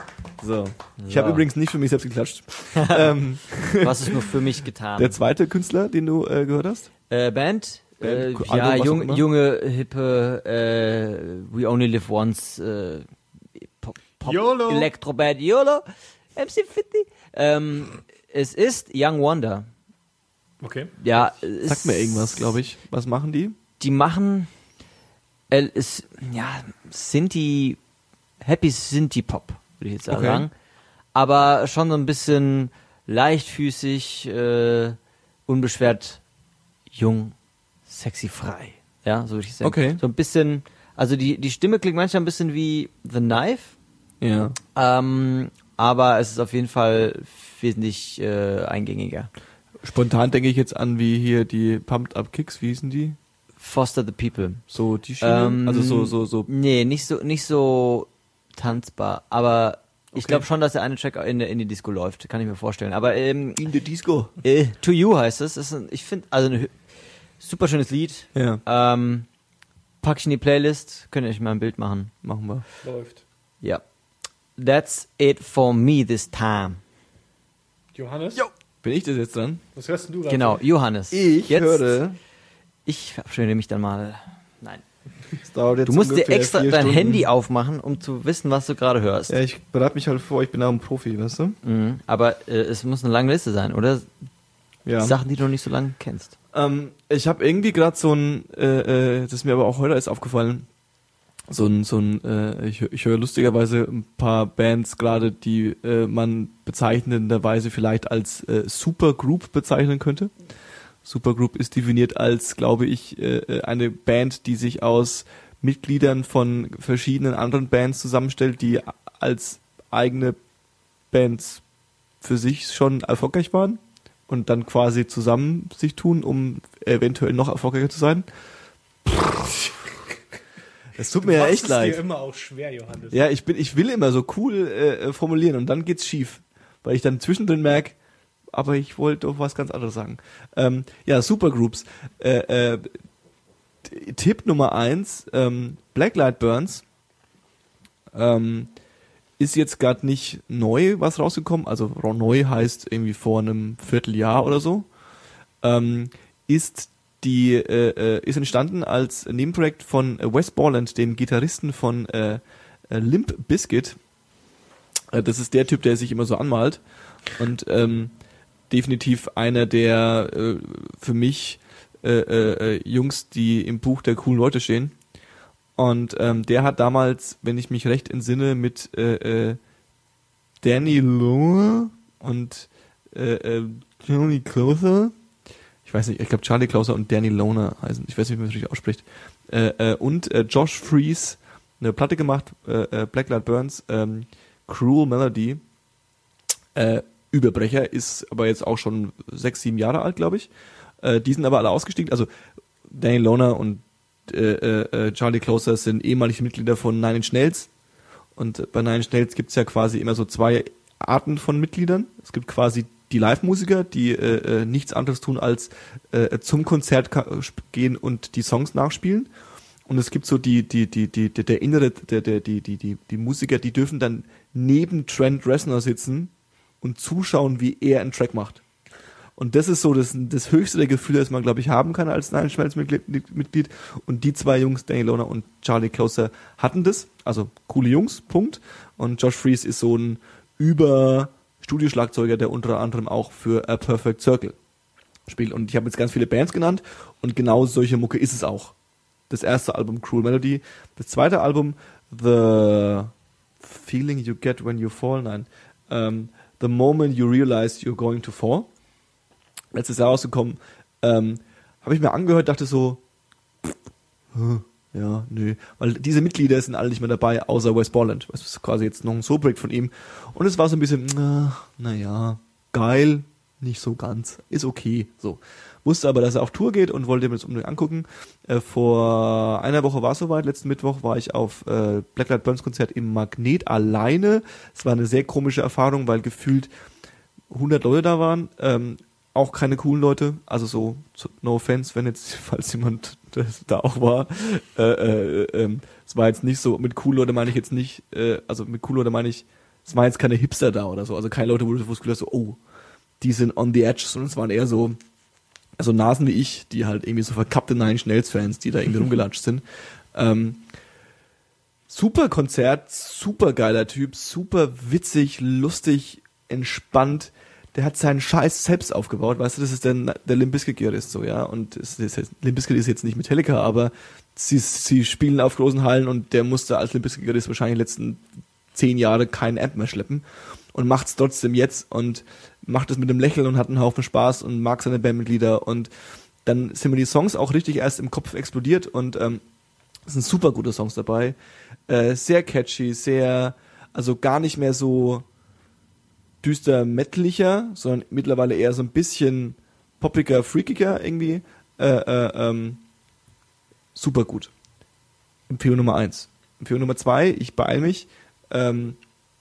So. Ich So. habe übrigens nicht für mich selbst geklatscht. ähm, Was ist nur für mich getan? der zweite Künstler, den du äh, gehört hast? Äh, Band? Äh, Band, ja, Album, was auch jung, immer. junge, hippe, äh, We Only Live Once, äh, Pop, Pop YOLO. Elektroband, YOLO, M C fünfzig. Ähm, es ist Young Wonder. Okay. Ja, Sag mir irgendwas, glaube ich. Was machen die? Die machen, äh, es, ja, Sinti, Happy Sinti Pop, würde ich jetzt Okay. sagen. Aber schon so ein bisschen leichtfüßig, äh, unbeschwert, jung, sexy, frei. Ja, so würde ich sagen. Okay. So ein bisschen, also die, die Stimme klingt manchmal ein bisschen wie The Knife, Ja. ähm, aber es ist auf jeden Fall wesentlich äh, eingängiger. Spontan denke ich jetzt an, wie hier die Pumped Up Kicks, wie hießen die? Foster the People. So die Schiene? Ähm, also so, so, so. Nee, nicht so, nicht so tanzbar, aber ich Okay. glaube schon, dass der eine Track in, der- in die Disco läuft, kann ich mir vorstellen. Aber ähm, In the Disco. äh, To You heißt es. Ist ein, ich finde, also ein hü- super schönes Lied. Ja, Ähm, pack ich in die Playlist, könnt ihr euch mal ein Bild machen. machen wir. Läuft. Ja. That's it for me this time. Johannes? Bin ich das jetzt dran? Was hörst denn du gerade? Genau, Johannes. Ich Jetzt, höre. Ich verabschiede mich dann mal. Nein. Es dauert jetzt Du musst dir ungefähr extra vier dein Stunden. Handy aufmachen, um zu wissen, was du gerade hörst. Ja, ich bereite mich halt vor, ich bin auch ein Profi, weißt du? Mhm. Aber äh, es muss eine lange Liste sein, oder? Ja. Sachen, die du noch nicht so lange kennst. Ähm, ich habe irgendwie gerade so ein, äh, äh, das ist mir aber auch heute erst aufgefallen, so ein, so ein, äh, ich, hö- ich höre lustigerweise ein paar Bands gerade, die äh, man bezeichnenderweise vielleicht als äh, Supergroup bezeichnen könnte. Supergroup ist definiert als, glaube ich, äh, äh, eine Band, die sich aus Mitgliedern von verschiedenen anderen Bands zusammenstellt, die als eigene Bands für sich schon erfolgreich waren und dann quasi zusammen sich tun, um eventuell noch erfolgreicher zu sein. Es tut mir ja echt Es leid. dir immer auch schwer, Johannes. Ja, ich bin, ich will immer so cool äh, formulieren und dann geht's schief, weil ich dann zwischendrin merke, aber ich wollte doch was ganz anderes sagen. Ähm, ja, Supergroups. Äh, äh, T- Tipp Nummer eins, ähm, Blacklight Burns ähm, ist jetzt gerade nicht neu was rausgekommen, also neu heißt irgendwie vor einem Vierteljahr oder so. Ähm, ist die äh, äh, ist entstanden als Nebenprojekt von äh, Wes Borland, dem Gitarristen von äh, äh, Limp Bizkit. Äh, das ist der Typ, der sich immer so anmalt und ähm, definitiv einer der äh, für mich äh, äh, Jungs, die im Buch der coolen Leute stehen. Und ähm, der hat damals, wenn ich mich recht entsinne, mit äh, äh, Danny Lohr und äh, äh, Johnny Closer, ich weiß nicht, ich glaube Charlie Closer und Danny Lohner heißen, ich weiß nicht, wie man das richtig ausspricht, äh, äh, und äh, Josh Freese eine Platte gemacht, äh, äh, Blacklight Burns, ähm, Cruel Melody, äh, Überbrecher, ist aber jetzt auch schon sechs, sieben Jahre alt, glaube ich. Äh, die sind aber alle ausgestiegen, also Danny Lohner und äh, äh, Charlie Closer sind ehemalige Mitglieder von Nine Inch Nails und bei Nine Inch Nails gibt es ja quasi immer so zwei Arten von Mitgliedern. Es gibt quasi die Live-Musiker, die äh, äh, nichts anderes tun, als äh, zum Konzert ka- gehen und die Songs nachspielen. Und es gibt so die, die, die, die, der, der innere, der, der, die, die, die, die Musiker, die dürfen dann neben Trent Reznor sitzen und zuschauen, wie er einen Track macht. Und das ist so das, das höchste der Gefühle, das man, glaube ich, haben kann als Nine Inch Nails Mitglied, Mitglied. Und die zwei Jungs, Danny Lohner und Charlie Closer, hatten das. Also coole Jungs, Punkt. Und Josh Freese ist so ein Über-Studioschlagzeuger, der unter anderem auch für A Perfect Circle spielt. Und ich habe jetzt ganz viele Bands genannt und genau solche Mucke ist es auch. Das erste Album Cruel Melody. Das zweite Album The Feeling You Get When You Fall. Nein. Ähm, The Moment You Realize You're Going to Fall. Letztes Jahr rausgekommen. Ähm, habe ich mir angehört, dachte so, ja, nö. Weil diese Mitglieder sind alle nicht mehr dabei, außer Wes Borland. Das ist quasi jetzt noch ein Soulbreak von ihm. Und es war so ein bisschen, naja, geil, nicht so ganz, ist okay, so. Wusste aber, dass er auf Tour geht und wollte mir das unbedingt angucken. Äh, vor einer Woche war es soweit, letzten Mittwoch war ich auf äh, Blacklight Burns Konzert im Magnet alleine. Es war eine sehr komische Erfahrung, weil gefühlt hundert Leute da waren, ähm, auch keine coolen Leute, also so, so no offense, wenn jetzt, falls jemand da auch war, äh, äh, äh, es war jetzt nicht so, mit cool Leute meine ich jetzt nicht, äh, also mit cool Leute meine ich, es waren jetzt keine Hipster da oder so, also keine Leute, wo du das Gefühl hast, so, oh, die sind on the edge, sondern es waren eher so, also Nasen wie ich, die halt irgendwie so verkappte Nine Schnells Fans, die da irgendwie rumgelatscht sind. Ähm, super Konzert, super geiler Typ, super witzig, lustig, entspannt. Der hat seinen Scheiß selbst aufgebaut, weißt du, das ist der, der Limp Bizkit Gitarrist so, ja, und es, es, Limp Bizkit ist jetzt nicht Metallica, aber sie, sie spielen auf großen Hallen und der musste als Limp Bizkit Gitarrist wahrscheinlich die letzten zehn Jahre keinen Amp mehr schleppen und macht's trotzdem jetzt und macht es mit einem Lächeln und hat einen Haufen Spaß und mag seine Bandmitglieder und dann sind mir die Songs auch richtig erst im Kopf explodiert und ähm, es sind super gute Songs dabei, äh, sehr catchy, sehr, also gar nicht mehr so düster metaliger, sondern mittlerweile eher so ein bisschen poppiger, freakiger irgendwie. Äh, äh, ähm, super gut. Empfehlung Nummer eins. Empfehlung Nummer zwei, ich beeil mich. Ähm,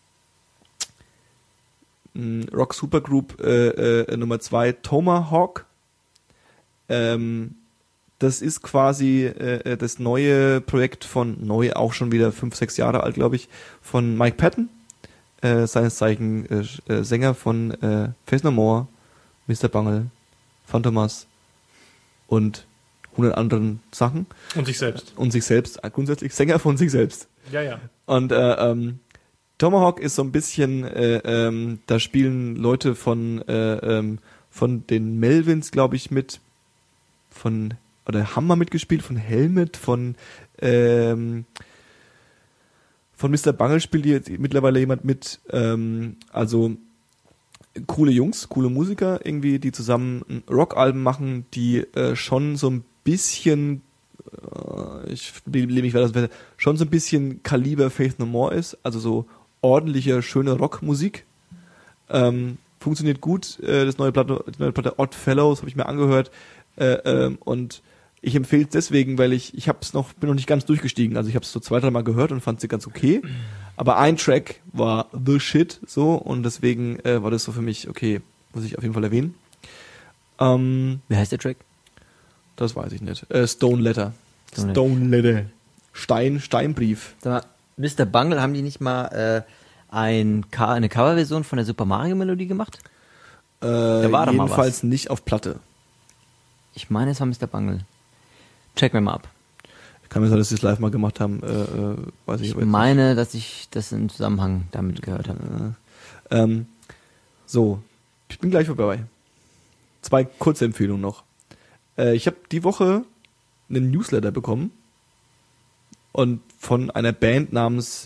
Rock Supergroup äh, äh, Nummer zwei, Tomahawk. Ähm, das ist quasi äh, das neue Projekt von, neu auch schon wieder fünf, sechs Jahre alt, glaube ich, von Mike Patton. Äh, seines Zeichen äh, äh, Sänger von äh, Faith No More, Mister Bungle, Phantomas und hundert anderen Sachen. Und sich selbst. Und sich selbst, äh, grundsätzlich Sänger von sich selbst. Ja, ja. Und äh, ähm, Tomahawk ist so ein bisschen, äh, ähm, da spielen Leute von äh, ähm, von den Melvins, glaube ich, mit, von, oder haben mal mitgespielt, von Helmet, von ähm, Von Mister Bungle spielt jetzt mittlerweile jemand mit, ähm, also coole Jungs, coole Musiker irgendwie, die zusammen Rockalben machen, die äh, schon so ein bisschen, äh, ich lehne mich weiter, schon so ein bisschen Kaliber Faith No More ist, also so ordentliche, schöne Rockmusik. Ähm, funktioniert gut, äh, das neue Platte, die neue Platte Odd Fellows habe ich mir angehört äh, ähm, und ich empfehle es deswegen, weil ich ich hab's noch bin noch nicht ganz durchgestiegen. Also ich habe es so zwei, drei Mal gehört und fand sie ganz okay. Aber ein Track war the shit so und deswegen äh, war das so für mich okay, muss ich auf jeden Fall erwähnen. Ähm, Wie heißt der Track? Das weiß ich nicht. Äh, Stone Letter. Stone Stone Letter. Stein Steinbrief. Sag mal, Mister Bungle, haben die nicht mal äh, ein Co- eine Coverversion von der Super Mario Melodie gemacht? Äh, Da war doch mal jedenfalls was. nicht auf Platte. Ich meine, es war Mister Bungle. Check mir mal ab. Ich kann mir sagen, dass sie es live mal gemacht haben. Äh, äh, weiß ich Ich aber jetzt meine, dass ich das im Zusammenhang damit gehört habe. Ähm, so, ich bin gleich vorbei. Zwei kurze Empfehlungen noch. Äh, ich habe die Woche einen Newsletter bekommen und von einer Band namens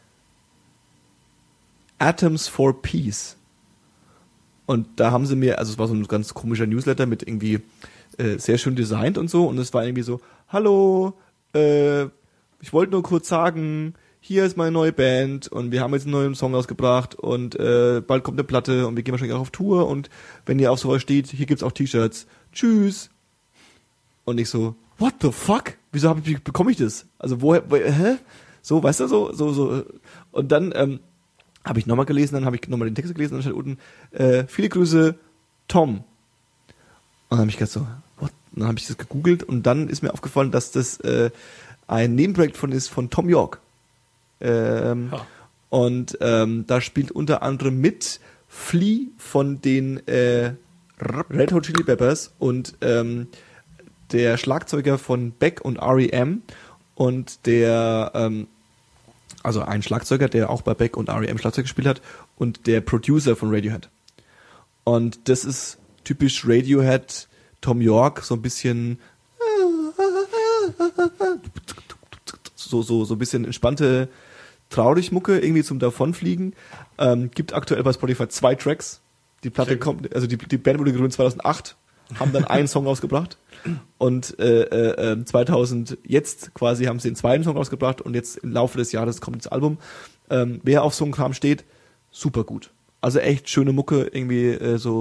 Atoms for Peace. Und da haben sie mir, also es war so ein ganz komischer Newsletter mit irgendwie äh, sehr schön designt und so und es war irgendwie so, hallo, äh, ich wollte nur kurz sagen, hier ist meine neue Band und wir haben jetzt einen neuen Song rausgebracht und äh, bald kommt eine Platte und wir gehen wahrscheinlich auch auf Tour und wenn ihr auf sowas steht, hier gibt's auch T-Shirts. Tschüss. Und ich so, what the fuck? Wieso hab ich, bekomme ich das? Also woher, wo, hä? So, weißt du, so, so, so. Und dann ähm, habe ich nochmal gelesen, dann habe ich nochmal den Text gelesen und dann steht unten, äh, viele Grüße, Tom. Und dann habe ich gedacht so, what? Und dann habe ich das gegoogelt und dann ist mir aufgefallen, dass das äh, ein Nebenprojekt von ist von Tom York. Ähm, Ha. Und ähm, da spielt unter anderem mit Flea von den äh, Red Hot Chili Peppers und ähm, der Schlagzeuger von Beck und R E M und der, ähm, also ein Schlagzeuger, der auch bei Beck und R E M Schlagzeug gespielt hat und der Producer von Radiohead. Und das ist typisch Radiohead, Tom York, so ein bisschen so, so, so ein bisschen entspannte traurig Mucke, irgendwie zum Davonfliegen. Ähm, gibt aktuell bei Spotify zwei Tracks. Die Platte kommt, also die, die Band wurde gegründet zweitausendacht, haben dann einen Song rausgebracht und äh, äh, zweitausend jetzt quasi haben sie den zweiten Song rausgebracht und jetzt im Laufe des Jahres kommt das Album. Ähm, wer auf so einem Kram steht, super gut. Also echt schöne Mucke, irgendwie äh, so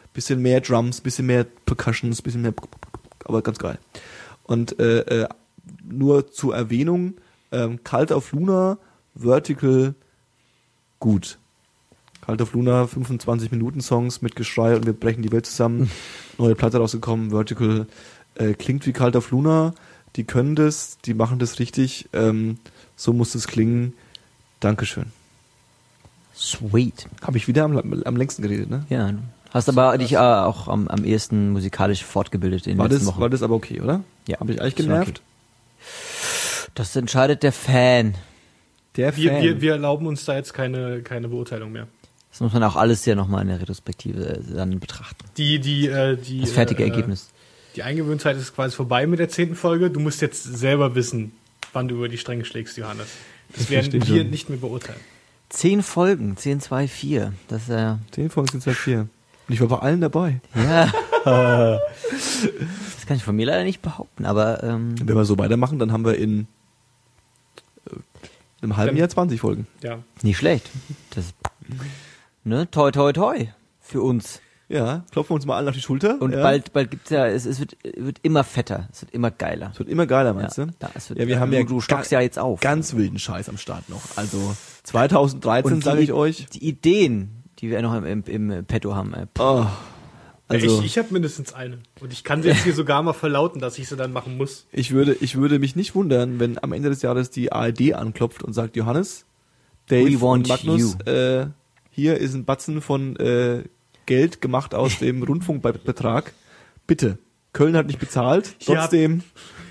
bisschen mehr Drums, bisschen mehr Percussions, bisschen mehr, aber ganz geil. Und äh, äh, nur zur Erwähnung, ähm, Cult of Luna, Vertical, gut. Cult of Luna, fünfundzwanzig Minuten Songs mit Geschrei und wir brechen die Welt zusammen. Neue Platte rausgekommen, Vertical, äh, klingt wie Cult of Luna, die können das, die machen das richtig, ähm, so muss es klingen. Dankeschön. Sweet. Habe ich wieder am, am längsten geredet, ne? Ja, hast aber dich äh, auch am, am ehesten musikalisch fortgebildet in den War letzten das, Wochen. war das aber okay, oder? Ja. Habe ich eigentlich Das war genervt? Das entscheidet der Fan. Der Wir, Fan. wir, wir erlauben uns da jetzt keine, keine Beurteilung mehr. Das muss man auch alles ja nochmal in der Retrospektive äh, dann betrachten. Die, die, äh, die, Das fertige äh, Ergebnis. Die Eingewöhnzeit ist quasi vorbei mit der zehnten Folge. Du musst jetzt selber wissen, wann du über die Stränge schlägst, Johannes. Das werden verstehe wir schon. nicht mehr beurteilen. Zehn Folgen, zehn, zwei, vier. Das ist ja. Zehn Folgen sind es halt vier. Und ich war bei allen dabei. Ja. Das kann ich von mir leider nicht behaupten, aber ähm, Wenn wir so weitermachen, dann haben wir in äh, einem halben Dann- Jahr zwanzig Folgen. Ja. nicht schlecht. Das, ne, toi, toi, toi für uns. Ja, klopfen wir uns mal alle auf die Schulter. Und ja. bald, bald gibt's ja, es, es wird, wird immer fetter, es wird immer geiler. Es wird immer geiler, meinst ja, du? da, es wird, Ja, wir äh, haben du, ja du stockst ga- ja jetzt auf. Ganz wilden Scheiß am Start noch. Also zweitausenddreizehn, Und sage die- ich euch. Die Ideen, die wir noch im, im, im Petto haben. Äh, Oh, also ich ich habe mindestens eine. Und ich kann sie jetzt hier sogar mal verlauten, dass ich sie dann machen muss. ich würde, ich würde mich nicht wundern, wenn am Ende des Jahres die A R D anklopft und sagt, Johannes, Dave We want und Magnus, äh, hier ist ein Batzen von äh, Geld gemacht aus dem Rundfunkbetrag. Bitte. Köln hat nicht bezahlt, Hier trotzdem,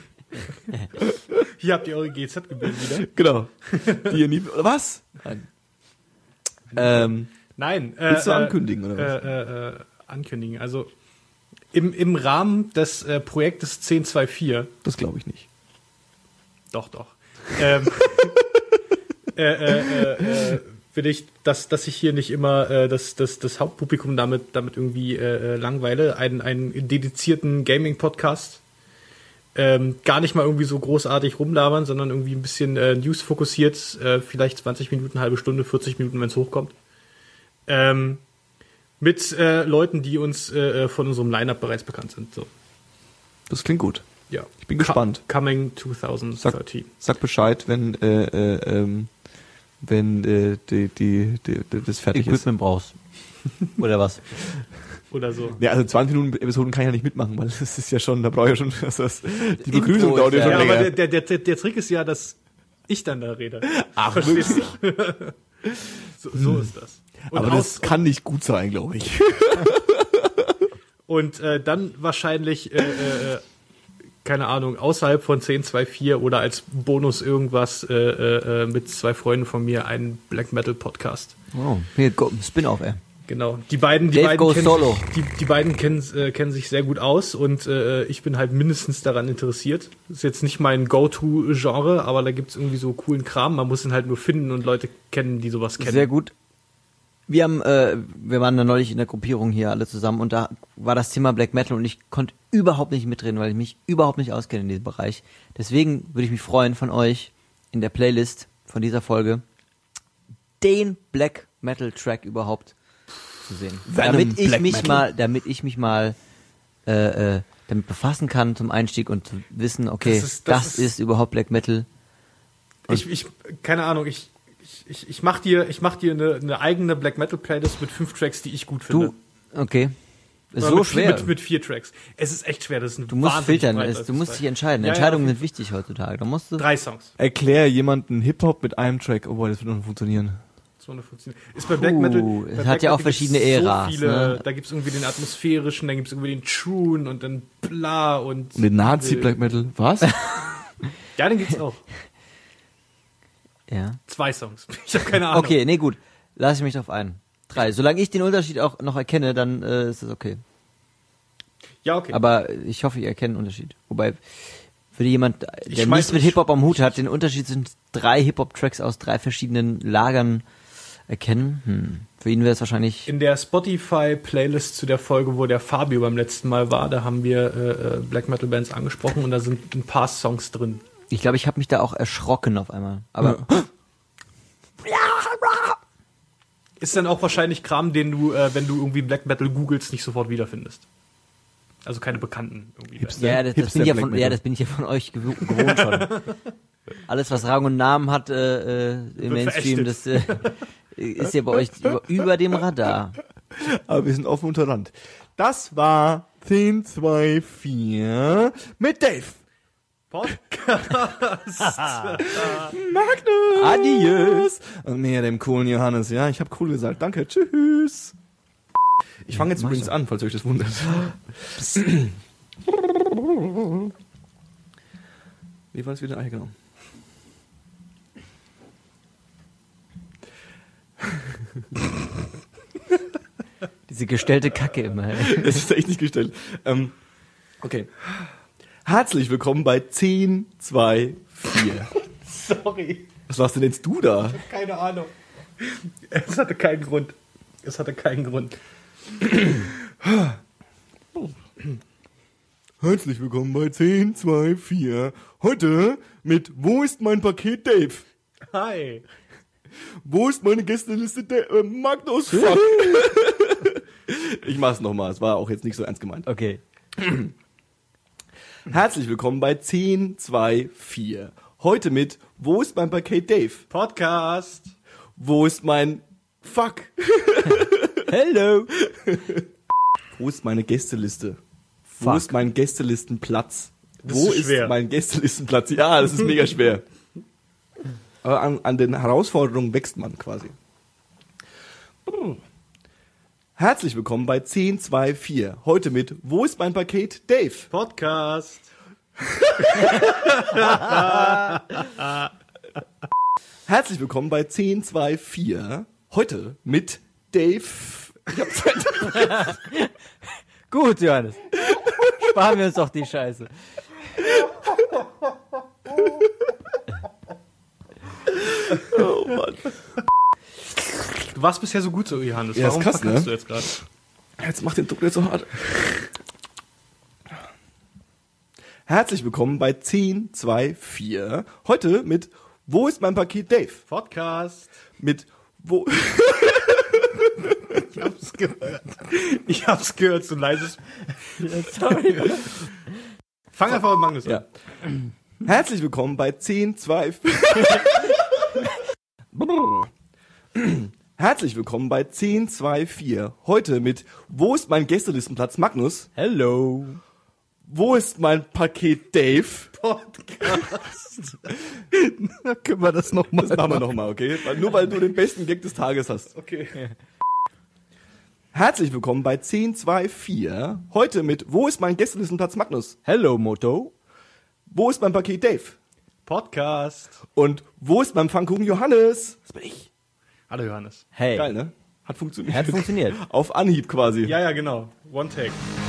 Hier habt ihr eure G Z-Gebühren wieder. genau. Die ihr nie, oder was? Nein. Ähm, Nein. Äh, Willst du äh, ankündigen, oder was? Äh, äh, äh, ankündigen. Also im, im Rahmen des äh, Projektes zehn zwei vier, das glaube ich nicht. doch, doch, ähm, äh, äh, äh, äh, will ich, dass, dass ich hier nicht immer äh, das, das, das Hauptpublikum damit, damit irgendwie äh, äh, langweile, einen, einen dedizierten Gaming-Podcast. Ähm, gar nicht mal irgendwie so großartig rumlabern, sondern irgendwie ein bisschen äh, News fokussiert, äh, vielleicht zwanzig Minuten, halbe Stunde, vierzig Minuten, wenn es hochkommt. Ähm, mit äh, Leuten, die uns äh, von unserem Line-Up bereits bekannt sind. So. Das klingt gut. Ja. Ich bin gespannt. Co- Coming zwanzig dreizehn. Sag Bescheid, wenn äh, äh, ähm, wenn äh, die, die, die, die, das fertig ist. Equipment brauchst. Oder was? Oder so. Ja, also zwanzig Minuten Episoden kann ich ja nicht mitmachen, weil das ist ja schon, da brauche ich ja schon, also das, die Begrüßung Intro dauert ja ist schon Ja, ja, aber länger. der, der, der, der Trick ist ja, dass ich dann da rede. Ach, Verstehst du? so, so ist das. Und aber aus- das kann nicht gut sein, glaube ich. Und äh, dann wahrscheinlich, äh, äh, keine Ahnung, außerhalb von zehn zwei vier oder als Bonus irgendwas äh, äh, mit zwei Freunden von mir einen Black Metal Podcast. Oh, hier, go, Spin-off, ey. Genau. Die beiden, die Dave beiden, goes kennen, solo. Sich, die, die beiden kennen, äh, kennen sich sehr gut aus und äh, ich bin halt mindestens daran interessiert. Ist jetzt nicht mein Go-To-Genre, aber da gibt's irgendwie so coolen Kram. Man muss ihn halt nur finden und Leute kennen, die sowas kennen. Sehr gut. Wir haben, äh, wir waren da neulich in der Gruppierung hier alle zusammen und da war das Thema Black Metal und ich konnte überhaupt nicht mitreden, weil ich mich überhaupt nicht auskenne in diesem Bereich. Deswegen würde ich mich freuen, von euch in der Playlist von dieser Folge den Black Metal Track überhaupt zu sehen. Venom damit ich Black mich Metal. mal, damit ich mich mal äh, äh, damit befassen kann zum Einstieg und zu wissen, okay, Das das, ist- das ist, ist- überhaupt Black Metal. Ich, ich, keine Ahnung, ich, ich, ich, ich mach dir, ich mach dir eine, eine eigene Black Metal Playlist mit fünf Tracks, die ich gut finde. Du, okay. Ist Oder so mit, schwer. Mit, mit vier Tracks. Es ist echt schwer, das ist ein Du musst wahnsinnig filtern, breit- es, du musst dich entscheiden. Ja, ja, Entscheidungen auf sind wichtig heutzutage. Da musst du. Drei Songs. Erklär jemanden Hip-Hop mit einem Track. Oh boy, das wird noch funktionieren. Das war eine funktioniert. Ist bei Black Puh, Metal. es bei hat Black ja auch Metal verschiedene gibt's Äras, So viele, ne? Da gibt's irgendwie den atmosphärischen, dann gibt's irgendwie den Truen und dann bla und. Und den Nazi-Black Metal. Was? Ja, den gibt's auch. Ja. Zwei Songs. Ich habe keine Ahnung. Okay, nee, gut. Lass ich mich drauf ein. Drei. Solange ich den Unterschied auch noch erkenne, dann äh, ist das okay. Ja, okay. Aber ich hoffe, ich erkenne den Unterschied. Wobei, würde jemand, der Ich schmeiß- nichts mit Hip-Hop am Hut hat, den Unterschied zwischen drei Hip-Hop-Tracks aus drei verschiedenen Lagern erkennen, hm. Für ihn wäre es wahrscheinlich. In der Spotify-Playlist zu der Folge, wo der Fabio beim letzten Mal war, da haben wir äh, äh, Black Metal Bands angesprochen und da sind ein paar Songs drin. Ich glaube, ich habe mich da auch erschrocken auf einmal. Aber ist dann auch wahrscheinlich Kram, den du, äh, wenn du irgendwie Black Metal googelst, nicht sofort wiederfindest. Also keine Bekannten irgendwie. Hipster. Ja, das, das Hipster bin ich ja Black von, Metal. ja, das bin ich ja von euch gew- gewohnt schon. Alles, was Rang und Namen hat äh, äh, im Wird Mainstream, das äh, ist ja bei euch über, über dem Radar. Aber wir sind offen und tolerant. Das war zehn, zwei, vier mit Dave. Podcast. Magnus. Adios. Und mir, dem coolen Johannes. Ja, ich habe cool gesagt. Danke. Tschüss. Ich fange jetzt mach übrigens so. an, falls euch das wundert. Wie war es wieder? Ah, ja, genau. Diese gestellte Kacke immer. Ey. Das ist echt nicht gestellt. Ähm, okay. Herzlich willkommen bei zehn, zwei, vier. Sorry. Was warst denn jetzt du da? Keine Ahnung. Es hatte keinen Grund. Es hatte keinen Grund. Herzlich willkommen bei zehn, zwei, vier. Heute mit Wo ist mein Paket Dave? Hi. Wo ist meine Gästeliste Dave? Äh, Magnus, fuck. Ich mach's nochmal, es war auch jetzt nicht so ernst gemeint. Okay. Herzlich willkommen bei zehn, zwei, vier. Heute mit Wo ist mein Paket Dave? Podcast. Wo ist mein Fuck? Hello. Wo ist meine Gästeliste? Wo Fuck. ist mein Gästelistenplatz? Das Wo ist schwer. ist mein Gästelistenplatz? Ja, das ist mega schwer. Aber an, an den Herausforderungen wächst man quasi. Herzlich willkommen bei zehn, zwei, vier. Heute mit Wo ist mein Paket Dave? Podcast. Herzlich willkommen bei zehn, zwei, vier. Heute mit Dave. Ich hab Zeit. Gut, Johannes. Sparen wir uns doch die Scheiße. Oh Mann. Du warst bisher so gut so, Johannes. Ja, ist Warum krass, verkackst ne? du jetzt gerade? Jetzt macht den Druck nicht so hart. Herzlich willkommen bei zehn, zwei, vier. Heute mit Wo ist mein Paket Dave? Podcast. Mit Wo... Ich hab's gehört. Ich hab's gehört, so leises. Sorry. Fang einfach mit Magnus an. Ja. Herzlich willkommen bei zehn, zwei, vier. Herzlich willkommen bei zehn, zwei, vier. Heute mit Wo ist mein Gästelistenplatz Magnus? Hello. Wo ist mein Paket Dave? Podcast. Da können wir das nochmal. Das machen wir nochmal, okay? Weil, nur weil du den besten Gag des Tages hast. Okay. Herzlich willkommen bei zehn, zwei, vier. Heute mit Wo ist mein Gästelistenplatz Magnus? Hello, Moto. Wo ist mein Paket Dave? Podcast. Und wo ist mein Pfannkuchen Johannes? Das bin ich. Hallo Johannes. Hey. Geil, ne? Hat funktioniert. Hat funktioniert. Auf Anhieb quasi. Ja, ja, genau. One Take.